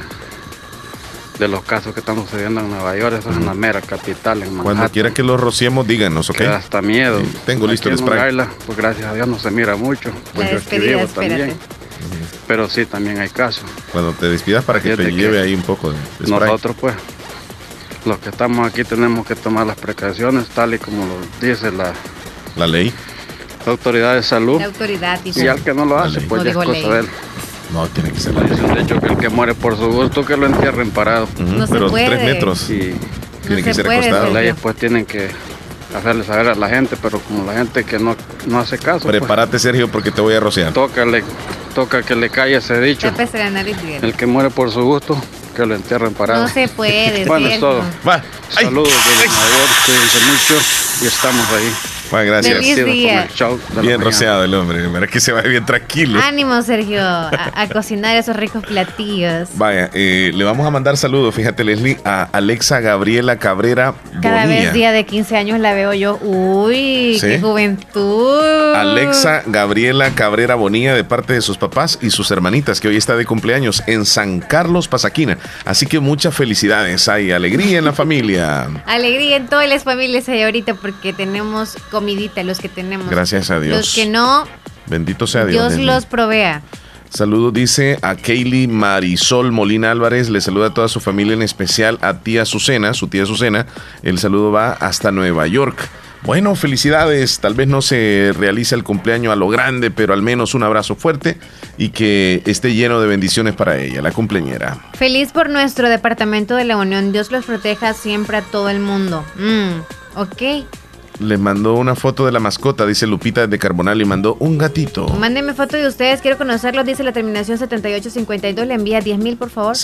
los casos que están sucediendo en Nueva York. Eso es en la mera capital, en Manhattan. Cuando quiera que los rociemos, díganos, ¿ok? Que da hasta miedo. Sí, tengo listo el en spray. Long Island, pues gracias a Dios no se mira mucho. Pues yo aquí vivo también. Pero sí, también hay casos. Cuando te despidas para que te lleve ahí un poco de spray. Nosotros, pues, los que estamos aquí tenemos que tomar las precauciones, tal y como lo dice la ley. La autoridad de salud. La autoridad. Y al que no lo hace, pues ya es cosa de él. No, tiene que ser la ley. De hecho, que el que muere por su gusto, que lo entierren parado. No pero se puede. 3 metros. Y tiene que ser acostado. Las leyes pues tienen que hacerle saber a la gente, pero como la gente que no hace caso. Prepárate, pues, Sergio, porque te voy a rociar. Toca que le calle ese dicho. La nariz bien. El que muere por su gusto, que lo entierren parado. No se puede. Bueno, es todo. Saludos desde Nueva York, cuídense mucho y estamos ahí. Bueno, gracias. Feliz día. Bien rociado el hombre, para que se vaya bien tranquilo. Ánimo, Sergio, a cocinar esos ricos platillos. Vaya, le vamos a mandar saludos, fíjate, Leslie, a Alexa Gabriela Cabrera Cada Bonilla. vez día de 15 años la veo yo. Uy, ¿Sí? qué juventud. Alexa Gabriela Cabrera Bonilla, de parte de sus papás y sus hermanitas, que hoy está de cumpleaños en San Carlos, Pasaquina. Así que muchas felicidades, hay alegría en la familia. Alegría en todas las familias ahí ahorita porque tenemos comidita, los que tenemos. Gracias a Dios. Los que no, bendito sea Dios. Dios los provea. Saludos, dice a Kaylee Marisol Molina Álvarez, le saluda a toda su familia, en especial a tía Azucena, su tía Azucena. El saludo va hasta Nueva York. Bueno, felicidades, tal vez no se realice el cumpleaños a lo grande, pero al menos un abrazo fuerte y que esté lleno de bendiciones para ella, la cumpleañera. Feliz por nuestro departamento de la Unión, Dios los proteja siempre a todo el mundo. Ok. Le mandó una foto de la mascota, dice Lupita de Carbonal, y mandó un gatito. Mándenme foto de ustedes, quiero conocerlos, dice la terminación 7852, le envía 10,000 por favor.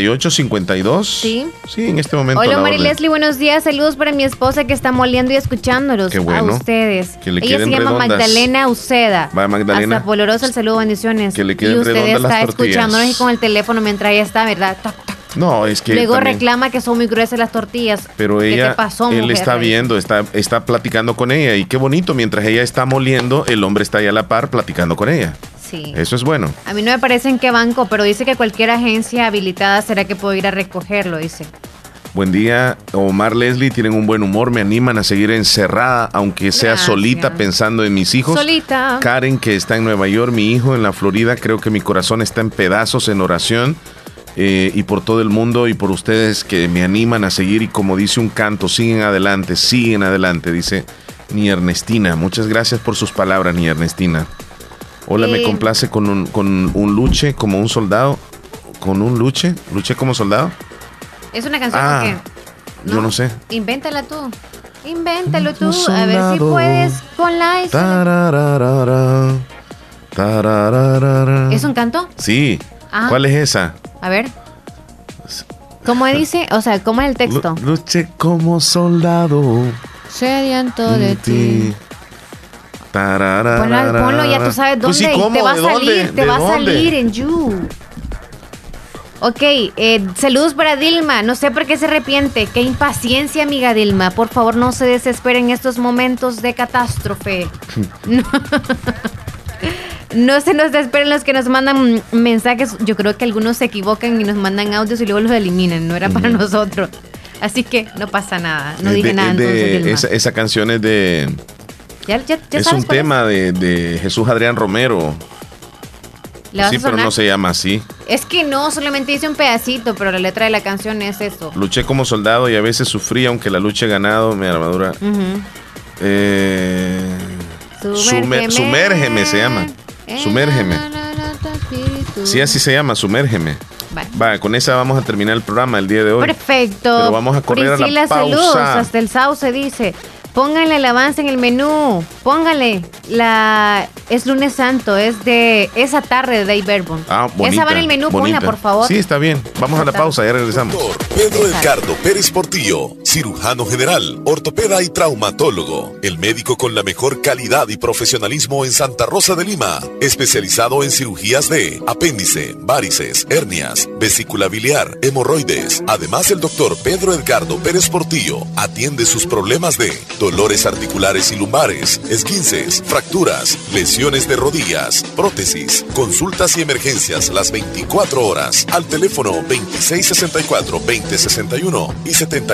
7852. Sí. Sí, en este momento. Hola Mari Leslie, buenos días, saludos para mi esposa que está moliendo y escuchándolos. Qué bueno. A ustedes. Que le Ella se llama redondas. Magdalena Uceda. Va, Magdalena. Hasta Polorosa, el saludo, bendiciones. Que le queden y usted redondas las está tortillas. escuchándonos y con el teléfono mientras ella está, ¿verdad? Tac, tac. No, es que luego también, reclama que son muy gruesas las tortillas. pero ¿Qué ella, te pasó, él mujer? está viendo, está platicando con ella, y qué bonito, mientras ella está moliendo, el hombre está ahí a la par platicando con ella. Sí. Eso es bueno. A mí no me parece en qué banco, pero dice que cualquier agencia habilitada será que puedo ir a recogerlo, dice. Buen día, Omar, Leslie, tienen un buen humor, me animan a seguir encerrada, aunque sea Gracias. solita, pensando en mis hijos. Solita. Karen, que está en Nueva York, mi hijo en la Florida, creo que mi corazón está en pedazos en oración, y por todo el mundo y por ustedes que me animan a seguir, y como dice un canto, siguen adelante, dice Ni Ernestina. Muchas gracias por sus palabras, Ni Ernestina. Hola, me complace con un luche como un soldado. ¿Con un luche como soldado? ¿Es una canción o qué? Yo no sé. Invéntala tú. Invéntalo tú. A ver si puedes con la... Tarararara, tarararara. ¿Es un canto? Sí. Ah. ¿Cuál es esa? A ver. ¿Cómo dice? O sea, ¿cómo es el texto? Luché como soldado. Sediento de ti. Ponlo, ya tú sabes dónde. Pues sí, ¿cómo? Te va a ¿De salir, dónde? te ¿De va a dónde? salir en You. Ok, saludos para Dilma. No sé por qué se arrepiente. Qué impaciencia, amiga Dilma. Por favor, no se desesperen en estos momentos de catástrofe. No se nos desesperen los que nos mandan mensajes. Yo creo que algunos se equivocan y nos mandan audios y luego los eliminan. No era para nosotros. Así que no pasa nada. No dije nada entonces, Dilma. Esa canción es de... Ya es un tema de Jesús Adrián Romero. Sí, pero no se llama así. Es que no, solamente dice un pedacito, pero la letra de la canción es eso. Luché como soldado y a veces sufrí, aunque la lucha he ganado, mi armadura. Sumérgeme se llama. Sumérgeme. Sí, así se llama, Sumérgeme. Va, con esa vamos a terminar el programa el día de hoy. Perfecto. Pero vamos a correr Priscila, a la pausa. Saludos, hasta el Sauce dice. Pónganle el avance en el menú. Póngale es lunes santo, es de esa tarde de Dave Bourbon. Bonita, esa va en el menú, bonita. ponla por favor. Sí, está bien. Vamos a la pausa, ya regresamos. Doctor Pedro Edgardo Pérez Portillo, cirujano general, ortopeda y traumatólogo. El médico con la mejor calidad y profesionalismo en Santa Rosa de Lima. Especializado en cirugías de apéndice, varices, hernias, vesícula biliar, hemorroides. Además, el doctor Pedro Edgardo Pérez Portillo atiende sus problemas de dolores articulares y lumbares, esguinces, fracturas, lesiones de rodillas, prótesis, consultas y emergencias las 24 horas al teléfono 2664-2061 y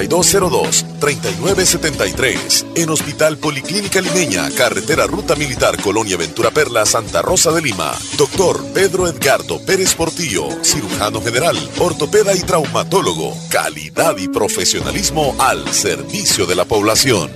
7202-3973. En Hospital Policlínica Limeña, Carretera Ruta Militar, Colonia Ventura Perla, Santa Rosa de Lima. Doctor Pedro Edgardo Pérez Portillo, cirujano general, ortopeda y traumatólogo. Calidad y profesionalismo al servicio de la población.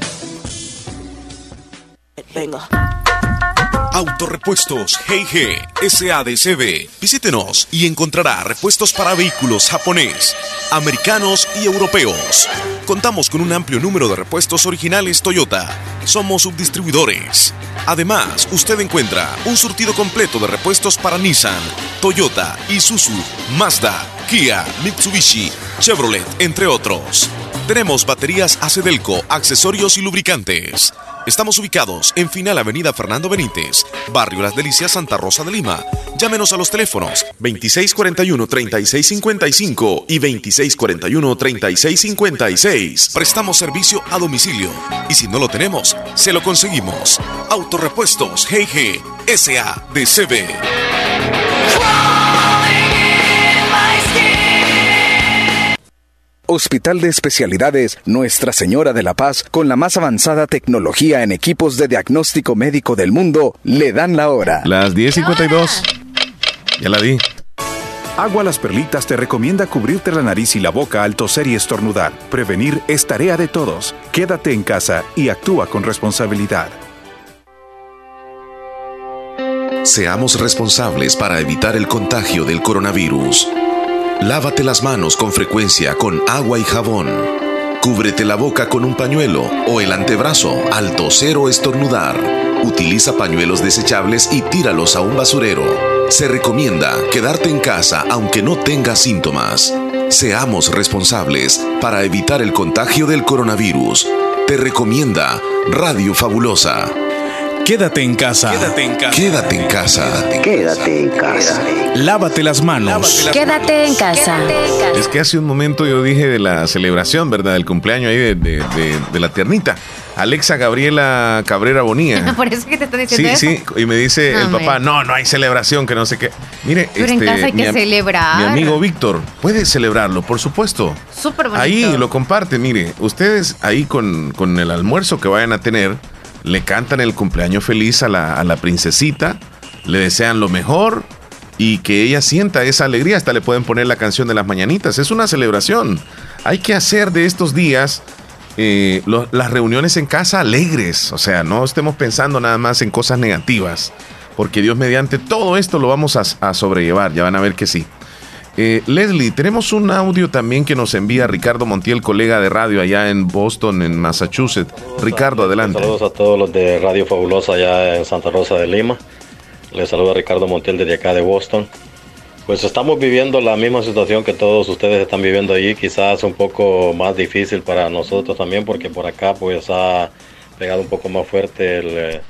Venga. Autorepuestos G&G SADCB. Visítenos y encontrará repuestos para vehículos japonés, americanos y europeos. Contamos con un amplio número de repuestos originales Toyota. Somos subdistribuidores. Además, usted encuentra un surtido completo de repuestos para Nissan, Toyota, Isuzu, Mazda, Kia, Mitsubishi, Chevrolet, entre otros. Tenemos baterías Acedelco, accesorios y lubricantes. Estamos ubicados en Final Avenida Fernando Benítez, Barrio Las Delicias, Santa Rosa de Lima. Llámenos a los teléfonos 2641-3655 y 2641-3656. Prestamos servicio a domicilio y si no lo tenemos, se lo conseguimos. Autorepuestos G&G SADCB. Hospital de Especialidades Nuestra Señora de la Paz, con la más avanzada tecnología en equipos de diagnóstico médico del mundo, le dan la hora. Las 10:52. Ya la di. Agua Las Perlitas te recomienda cubrirte la nariz y la boca al toser y estornudar. Prevenir es tarea de todos. Quédate en casa y actúa con responsabilidad. Seamos responsables para evitar el contagio del coronavirus. Lávate las manos con frecuencia con agua y jabón. Cúbrete la boca con un pañuelo o el antebrazo al toser o estornudar. Utiliza pañuelos desechables y tíralos a un basurero. Se recomienda quedarte en casa aunque no tengas síntomas. Seamos responsables para evitar el contagio del coronavirus. Te recomienda Radio Fabulosa. Quédate en casa. Quédate en casa. Quédate en casa. Quédate en casa. Lávate las manos. Quédate en casa. Es que hace un momento yo dije de la celebración, ¿verdad? Del cumpleaños ahí de la tiernita. Alexa Gabriela Cabrera Bonilla. Por eso que te estoy diciendo eso. Sí, y me dice el papá, no hay celebración, que no sé qué. Mire, pero en casa hay que celebrar. Mi amigo Víctor puede celebrarlo, por supuesto. Súper bonito. Ahí lo comparte, mire, ustedes ahí con el almuerzo que vayan a tener, le cantan el cumpleaños feliz a la princesita, le desean lo mejor y que ella sienta esa alegría. Hasta le pueden poner la canción de las mañanitas. Es una celebración. Hay que hacer de estos días las reuniones en casa alegres. O sea, no estemos pensando nada más en cosas negativas, porque Dios mediante todo esto lo vamos a sobrellevar. Ya van a ver que sí. Leslie, tenemos un audio también que nos envía Ricardo Montiel, colega de radio allá en Boston, en Massachusetts. Ricardo, adelante. Saludos a todos los de Radio Fabulosa allá en Santa Rosa de Lima. Les saluda Ricardo Montiel desde acá de Boston. Pues estamos viviendo la misma situación que todos ustedes están viviendo allí, quizás un poco más difícil para nosotros también, porque por acá pues ha pegado un poco más fuerte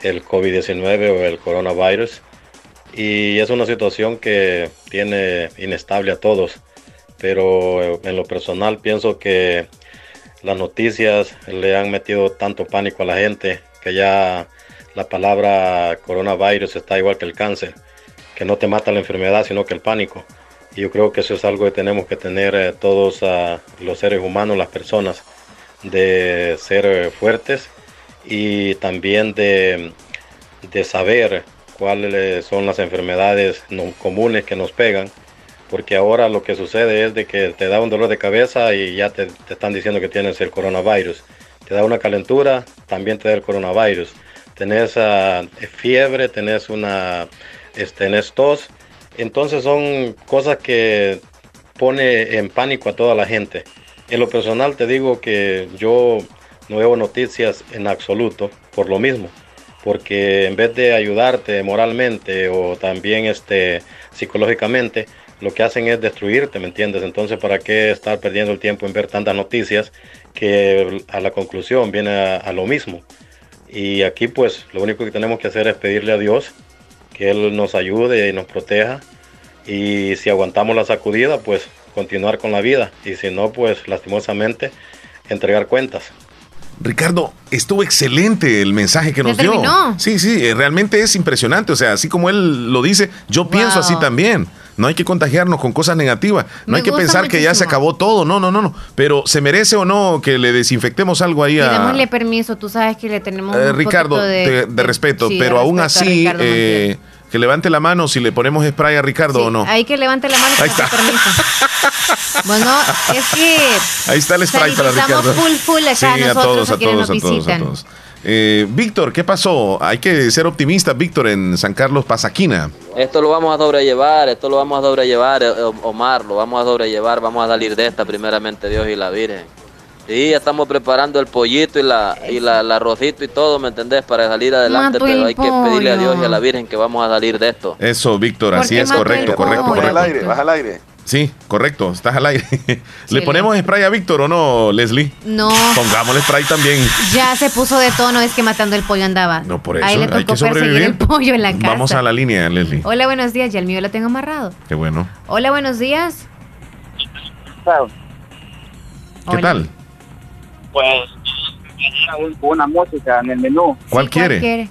el COVID-19 o el coronavirus. Y es una situación que tiene inestable a todos. Pero en lo personal pienso que las noticias le han metido tanto pánico a la gente que ya la palabra coronavirus está igual que el cáncer, que no te mata la enfermedad sino que el pánico. Y yo creo que eso es algo que tenemos que tener todos los seres humanos, las personas, de ser fuertes y también de saber cuáles son las enfermedades no comunes que nos pegan, porque ahora lo que sucede es de que te da un dolor de cabeza y ya te están diciendo que tienes el coronavirus. Te da una calentura, también te da el coronavirus. Tenés fiebre, tenés tenés tos. Entonces son cosas que pone en pánico a toda la gente. En lo personal te digo que yo no veo noticias en absoluto por lo mismo, porque en vez de ayudarte moralmente o también psicológicamente, lo que hacen es destruirte, ¿me entiendes? Entonces, ¿para qué estar perdiendo el tiempo en ver tantas noticias que a la conclusión viene a lo mismo? Y aquí pues lo único que tenemos que hacer es pedirle a Dios que Él nos ayude y nos proteja, y si aguantamos la sacudida pues continuar con la vida, y si no pues lastimosamente entregar cuentas. Ricardo, estuvo excelente el mensaje que nos dio. ¿Terminó? Sí, realmente es impresionante. O sea, así como él lo dice, yo pienso así también. No hay que contagiarnos con cosas negativas. No hay que pensar que ya se acabó todo. No. Pero ¿se merece o no que le desinfectemos algo ahí a... Démosle permiso, tú sabes que le tenemos un Ricardo, de respeto, sí, pero de aún respeto así... que levante la mano si le ponemos spray a Ricardo o no. Hay que levante la mano. Ahí está. Bueno, es que... Ahí está el spray para Ricardo. Full acá sí, nosotros, a todos. Víctor, ¿qué pasó? Hay que ser optimistas, Víctor, en San Carlos Pasaquina. Esto lo vamos a sobrellevar, Omar, lo vamos a sobrellevar, vamos a salir de esta primeramente Dios y la Virgen. Sí, ya estamos preparando el pollito y el arrocito y todo, ¿me entendés? Para salir adelante, pero hay que pedirle a Dios y a la Virgen que vamos a salir de esto. Eso, Víctor, así es, correcto. Baja al aire. Sí, correcto, estás al aire. ¿Le ponemos spray a Víctor o no, Leslie? No. Pongámosle spray también. Ya se puso de tono, es que matando el pollo andaba. No, por eso ahí le tocó perseguir el pollo en la casa. Vamos a la línea, Leslie. Hola, buenos días, ya el mío lo tengo amarrado. Qué bueno. Hola, buenos días. ¿Qué tal? Pues una música en el menú. ¿Cuál quiere?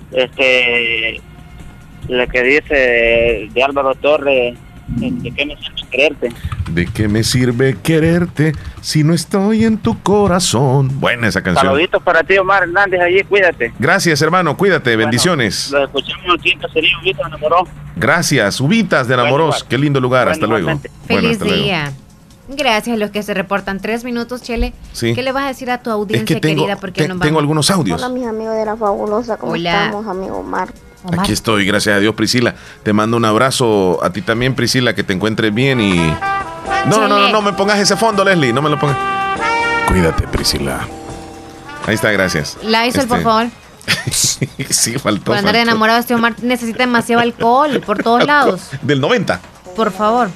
La que dice de Álvaro Torres, ¿de qué me sirve quererte? ¿De qué me sirve quererte si no estoy en tu corazón? Buena esa canción. Saluditos para ti, Omar Hernández, allí, cuídate. Gracias, hermano, cuídate, bendiciones. Lo escuchamos aquí en Cacería, Ubitas de Namorós. Gracias, Ubitas de Namorós, qué lindo lugar, hasta luego. Feliz día. Gracias a los que se reportan. 3 minutos, Chele. Sí. ¿Qué le vas a decir a tu audiencia querida? Porque tengo algunos audios. Hola, mis amigos de La Fabulosa. ¿Cómo estamos, amigo Omar? Aquí estoy, gracias a Dios, Priscila. Te mando un abrazo a ti también, Priscila, que te encuentres bien y... No me pongas ese fondo, Leslie, no me lo pongas. Cuídate, Priscila. Ahí está, gracias. Lysol, por favor. Sí, faltó. Por andar enamorado, este Omar necesita demasiado alcohol por todos lados. Del 90. Por favor.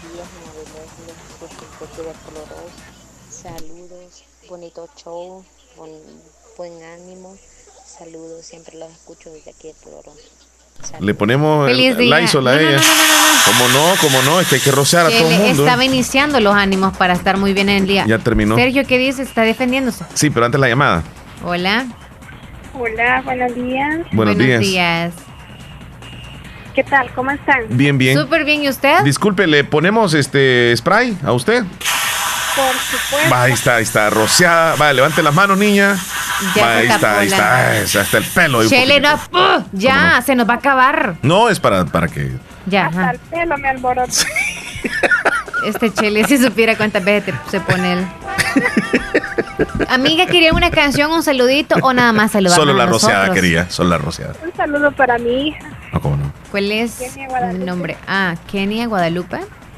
Saludos, bonito show, buen ánimo. Saludos, siempre los escucho desde aquí de Florón. Le ponemos Lysol a ella. ¿Cómo no? Es que hay que rociar a todo el mundo. Estaba iniciando los ánimos para estar muy bien en el día. Ya terminó. Sergio, ¿qué dice? ¿Está defendiéndose? Sí, pero antes la llamada. Hola. Hola, buenos días. Buenos días. ¿Qué tal? ¿Cómo están? Bien. Súper bien, ¿y usted? Disculpe, ¿le ponemos spray a usted? Por supuesto. Ahí está, rociada. Vale, levante las manos, niña. Ahí está. Hasta el pelo. Chele, no, se nos va a acabar. No, es para que... Ya. Hasta el pelo me alborota. Este Chele, si supiera cuántas veces se pone él. Amiga, ¿quería una canción, un saludito o nada más saludar? Solo la rociada quería, solo la rociada. Un saludo para mi hija. No, ¿cómo no? ¿Cuál es el nombre? Kenia Guadalupe.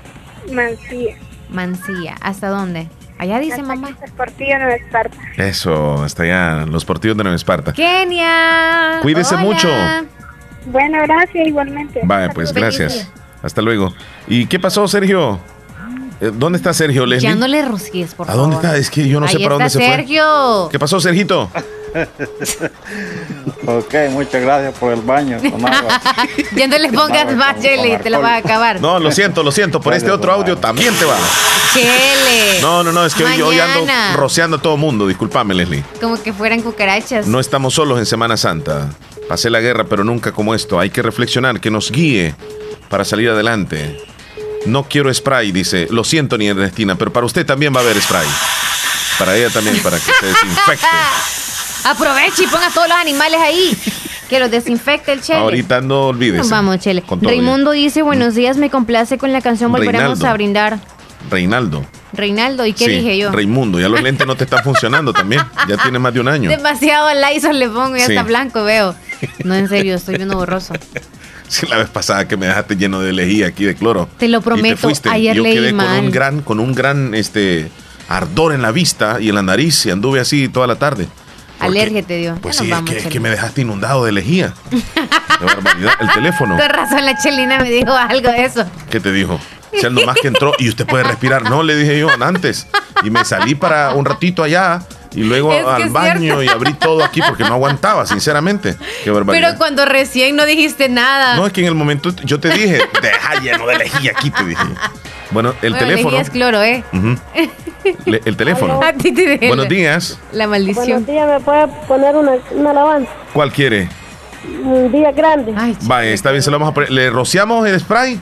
Mancilla. ¿Hasta dónde? Allá dice mamá. El Portillo de Nueva Esparta. Eso, hasta allá, los Portillos de Nueva Esparta. Kenia. Cuídese mucho. Bueno, gracias, igualmente. Vale, pues gracias. Hasta luego. ¿Y qué pasó, Sergio? ¿Dónde está Sergio, Leslie? Ya no le rociés, por favor. ¿A dónde está? Es que yo no sé para dónde se fue. Sergio. ¿Qué pasó, Sergito? Ok, muchas gracias por el baño con agua. Ya no le pongas más, Chele, te lo vas a acabar. No, lo siento, por este otro audio también te va. Chele. No, es que hoy ando rociando a todo mundo, discúlpame, Leslie. Como que fueran cucarachas. No estamos solos en Semana Santa. Pasé la guerra, pero nunca como esto. Hay que reflexionar, que nos guíe para salir adelante. No quiero spray, dice. Lo siento, ni Ernestina, pero para usted también va a haber spray. Para ella también, para que se desinfecte. Aproveche y ponga todos los animales ahí. Que los desinfecte el Chele. Ahorita no olvides. Nos vamos, Chele. Raimundo dice, buenos días, me complace con la canción Volveremos a Brindar. Reinaldo, ¿y qué dije yo? Raimundo, ya los lentes no te están funcionando también. Ya tiene más de un año. Demasiado Lysol le pongo y ya está blanco, veo. No, en serio, estoy viendo borroso. Sí, la vez pasada que me dejaste lleno de lejía aquí de cloro. Te lo prometo, ayer leí mal. Yo quedé con un gran ardor en la vista y en la nariz y anduve así toda la tarde. Alergia te dio. Pues sí, es que me dejaste inundado de lejía. Qué barbaridad. El teléfono. Con razón la Chelina me dijo algo de eso. ¿Qué te dijo? O sea, nomás que entró y usted puede respirar. No, le dije yo antes. Y me salí para un ratito allá y luego al baño y abrí todo aquí porque no aguantaba, sinceramente. Qué barbaridad. Pero cuando recién no dijiste nada. No, es que en el momento yo te dije, deja lleno de lejía aquí, te dije. Bueno, el teléfono. Lejía es cloro, el teléfono. A ti te dejé. Buenos días. La maldición. Buenos días, ¿me puede poner una alabanza? ¿Cuál quiere? Un día grande. Vaya, está bien, se lo vamos a poner. ¿Le rociamos el spray?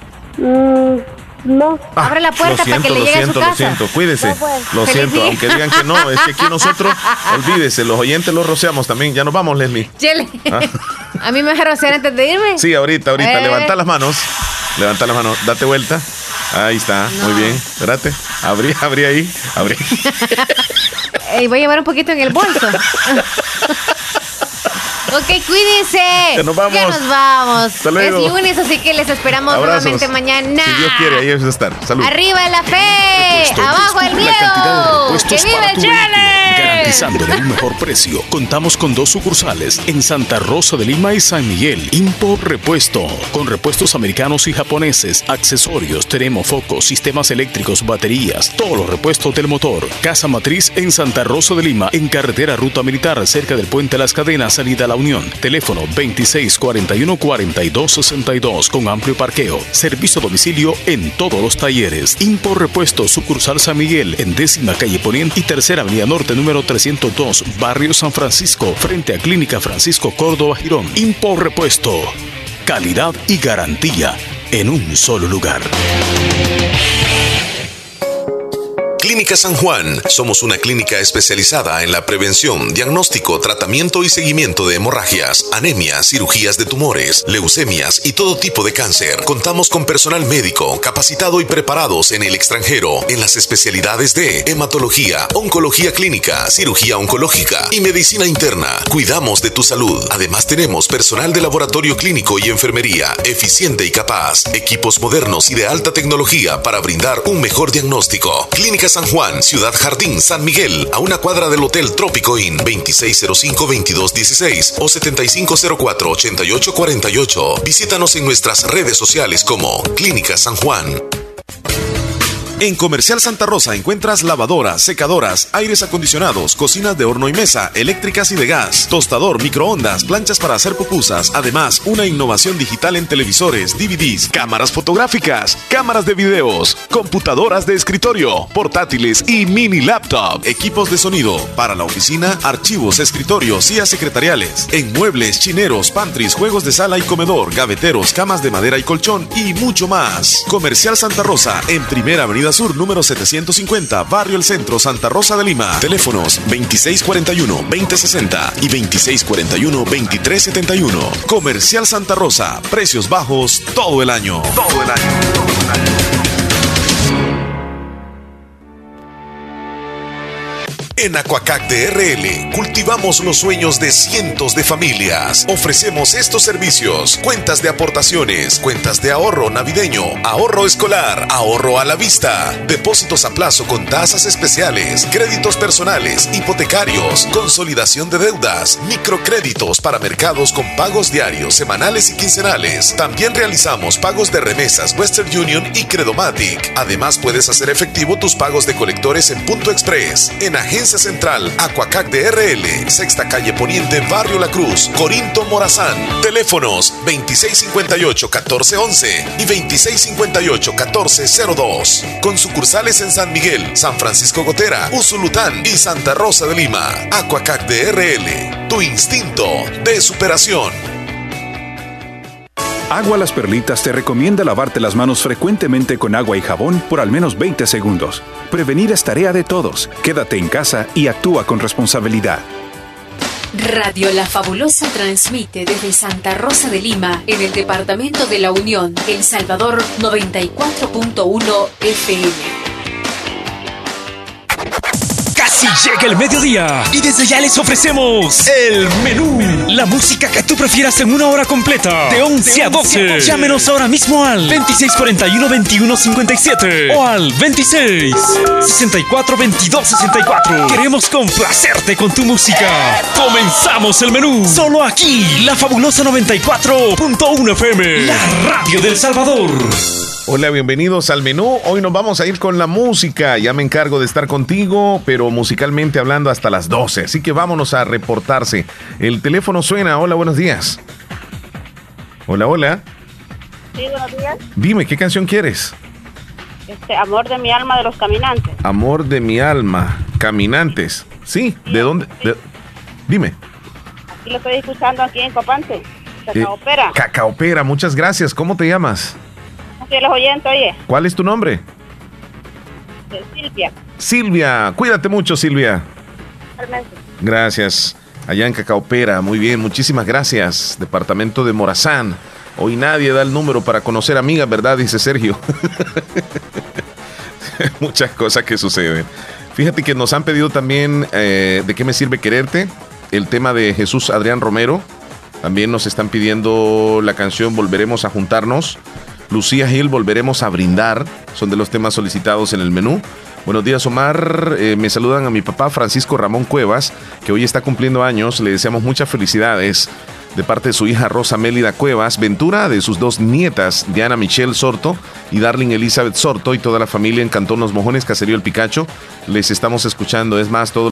No. Abre la puerta para que le llegue a su casa. Lo siento, cuídese. No, pues. Lo siento, aunque digan que no, es que aquí nosotros, olvídese, los oyentes los rociamos también. Ya nos vamos, Leslie. Chele, ¿a mí me vas a rociar antes de irme? Sí, ahorita. Levanta las manos, date vuelta. Ahí está, muy bien. Espérate, abrí ahí. Voy a llevar un poquito en el bolso. Ok, cuídense. Ya nos vamos. Hasta luego. Es lunes, así que les esperamos nuevamente mañana. Si Dios quiere, ahí vamos a estar. Salud. Arriba la fe, abajo el miedo. ¡Que vive Chele! Garantizándole un mejor precio. Contamos con 2 sucursales en Santa Rosa de Lima y San Miguel. Import Repuesto. Con repuestos americanos y japoneses, accesorios, termofocos, sistemas eléctricos, baterías, todos los repuestos del motor. Casa Matriz en Santa Rosa de Lima, en carretera Ruta Militar, cerca del Puente Las Cadenas, salida a La Unión. Teléfono 2641-4262 con amplio parqueo. Servicio a domicilio en todos los talleres. Import Repuesto, sucursal San Miguel, en 10ª calle Poniente y 3ª avenida Norte, número 302, barrio San Francisco, frente a Clínica Francisco Córdoba Girón. Import Repuesto. Calidad y garantía en un solo lugar. Clínica San Juan. Somos una clínica especializada en la prevención, diagnóstico, tratamiento y seguimiento de hemorragias, anemias, cirugías de tumores, leucemias y todo tipo de cáncer. Contamos con personal médico capacitado y preparados en el extranjero en las especialidades de hematología, oncología clínica, cirugía oncológica y medicina interna. Cuidamos de tu salud. Además tenemos personal de laboratorio clínico y enfermería eficiente y capaz, equipos modernos y de alta tecnología para brindar un mejor diagnóstico. Clínica San Juan, Ciudad Jardín, San Miguel, a una cuadra del Hotel Trópico Inn, 2605-2216 o 7504-8848. Visítanos en nuestras redes sociales como Clínica San Juan. En Comercial Santa Rosa encuentras lavadoras, secadoras, aires acondicionados, cocinas de horno y mesa, eléctricas y de gas, tostador, microondas, planchas para hacer pupusas. Además, una innovación digital en televisores, DVDs, cámaras fotográficas, cámaras de videos, computadoras de escritorio, portátiles y mini laptop, equipos de sonido para la oficina, archivos, escritorios, sillas secretariales, en muebles, chineros, pantries, juegos de sala y comedor, gaveteros, camas de madera y colchón y mucho más. Comercial Santa Rosa en Primera Avenida Sur, número 750, Barrio El Centro, Santa Rosa de Lima. Teléfonos 2641-2060 y 2641-2371. Comercial Santa Rosa. Precios bajos todo el año. Todo el año. En Aquacac DRL cultivamos los sueños de cientos de familias. Ofrecemos estos servicios: cuentas de aportaciones, cuentas de ahorro navideño, ahorro escolar, ahorro a la vista, depósitos a plazo con tasas especiales, créditos personales, hipotecarios, consolidación de deudas, microcréditos para mercados con pagos diarios, semanales y quincenales. También realizamos pagos de remesas Western Union y Credomatic. Además puedes hacer efectivo tus pagos de colectores en Punto Express. En Agencia Iglesia Central, Aquacac de RL, Sexta Calle Poniente, Barrio La Cruz, Corinto Morazán. Teléfonos 2658-1411 y 2658-1402. Con sucursales en San Miguel, San Francisco Gotera, Usulután y Santa Rosa de Lima. Aquacac de RL, tu instinto de superación. Agua Las Perlitas te recomienda lavarte las manos frecuentemente con agua y jabón por al menos 20 segundos. Prevenir es tarea de todos. Quédate en casa y actúa con responsabilidad. Radio La Fabulosa transmite desde Santa Rosa de Lima, en el departamento de La Unión, El Salvador, 94.1 FM. Casi llega el mediodía y desde ya les ofrecemos el menú. La música que tú prefieras en una hora completa, de 11 a 12. Llámenos ahora mismo al 2641-2157 o al 2664-2264. Queremos complacerte con tu música. Comenzamos el menú, solo aquí, La Fabulosa 94.1 FM, la radio del Salvador. Hola, bienvenidos al menú. Hoy nos vamos a ir con la música. Ya me encargo de estar contigo, pero musicalmente hablando hasta las 12. Así que vámonos a reportarse. El teléfono suena. Hola, buenos días. Hola, hola. Sí, buenos días. Dime, ¿qué canción quieres? Amor de mi alma de los Caminantes. Amor de mi alma, Caminantes. Sí, ¿de dónde? Dime. Aquí lo estoy escuchando aquí en Copante. Cacaopera. Cacaopera, muchas gracias. ¿Cómo te llamas? Los oyentes, oye. ¿Cuál es tu nombre? Silvia. Silvia, cuídate mucho, Silvia. Realmente. Gracias. Allá en Cacaopera, muy bien, muchísimas gracias. Departamento de Morazán. Hoy nadie da el número para conocer amigas, ¿verdad? Dice Sergio. Muchas cosas que suceden. Fíjate que nos han pedido también ¿de qué me sirve quererte? El tema de Jesús Adrián Romero. También nos están pidiendo la canción Volveremos a juntarnos. Lucía Gil, Volveremos a brindar. Son de los temas solicitados en el menú. Buenos días, Omar. Me saludan a mi papá Francisco Ramón Cuevas, que hoy está cumpliendo años. Le deseamos muchas felicidades de parte de su hija Rosa Mélida Cuevas Ventura, de sus dos nietas, Diana Michelle Sorto y Darling Elizabeth Sorto, y toda la familia en Cantón Los Mojones, Caserío El Picacho. Les estamos escuchando. Es más, todo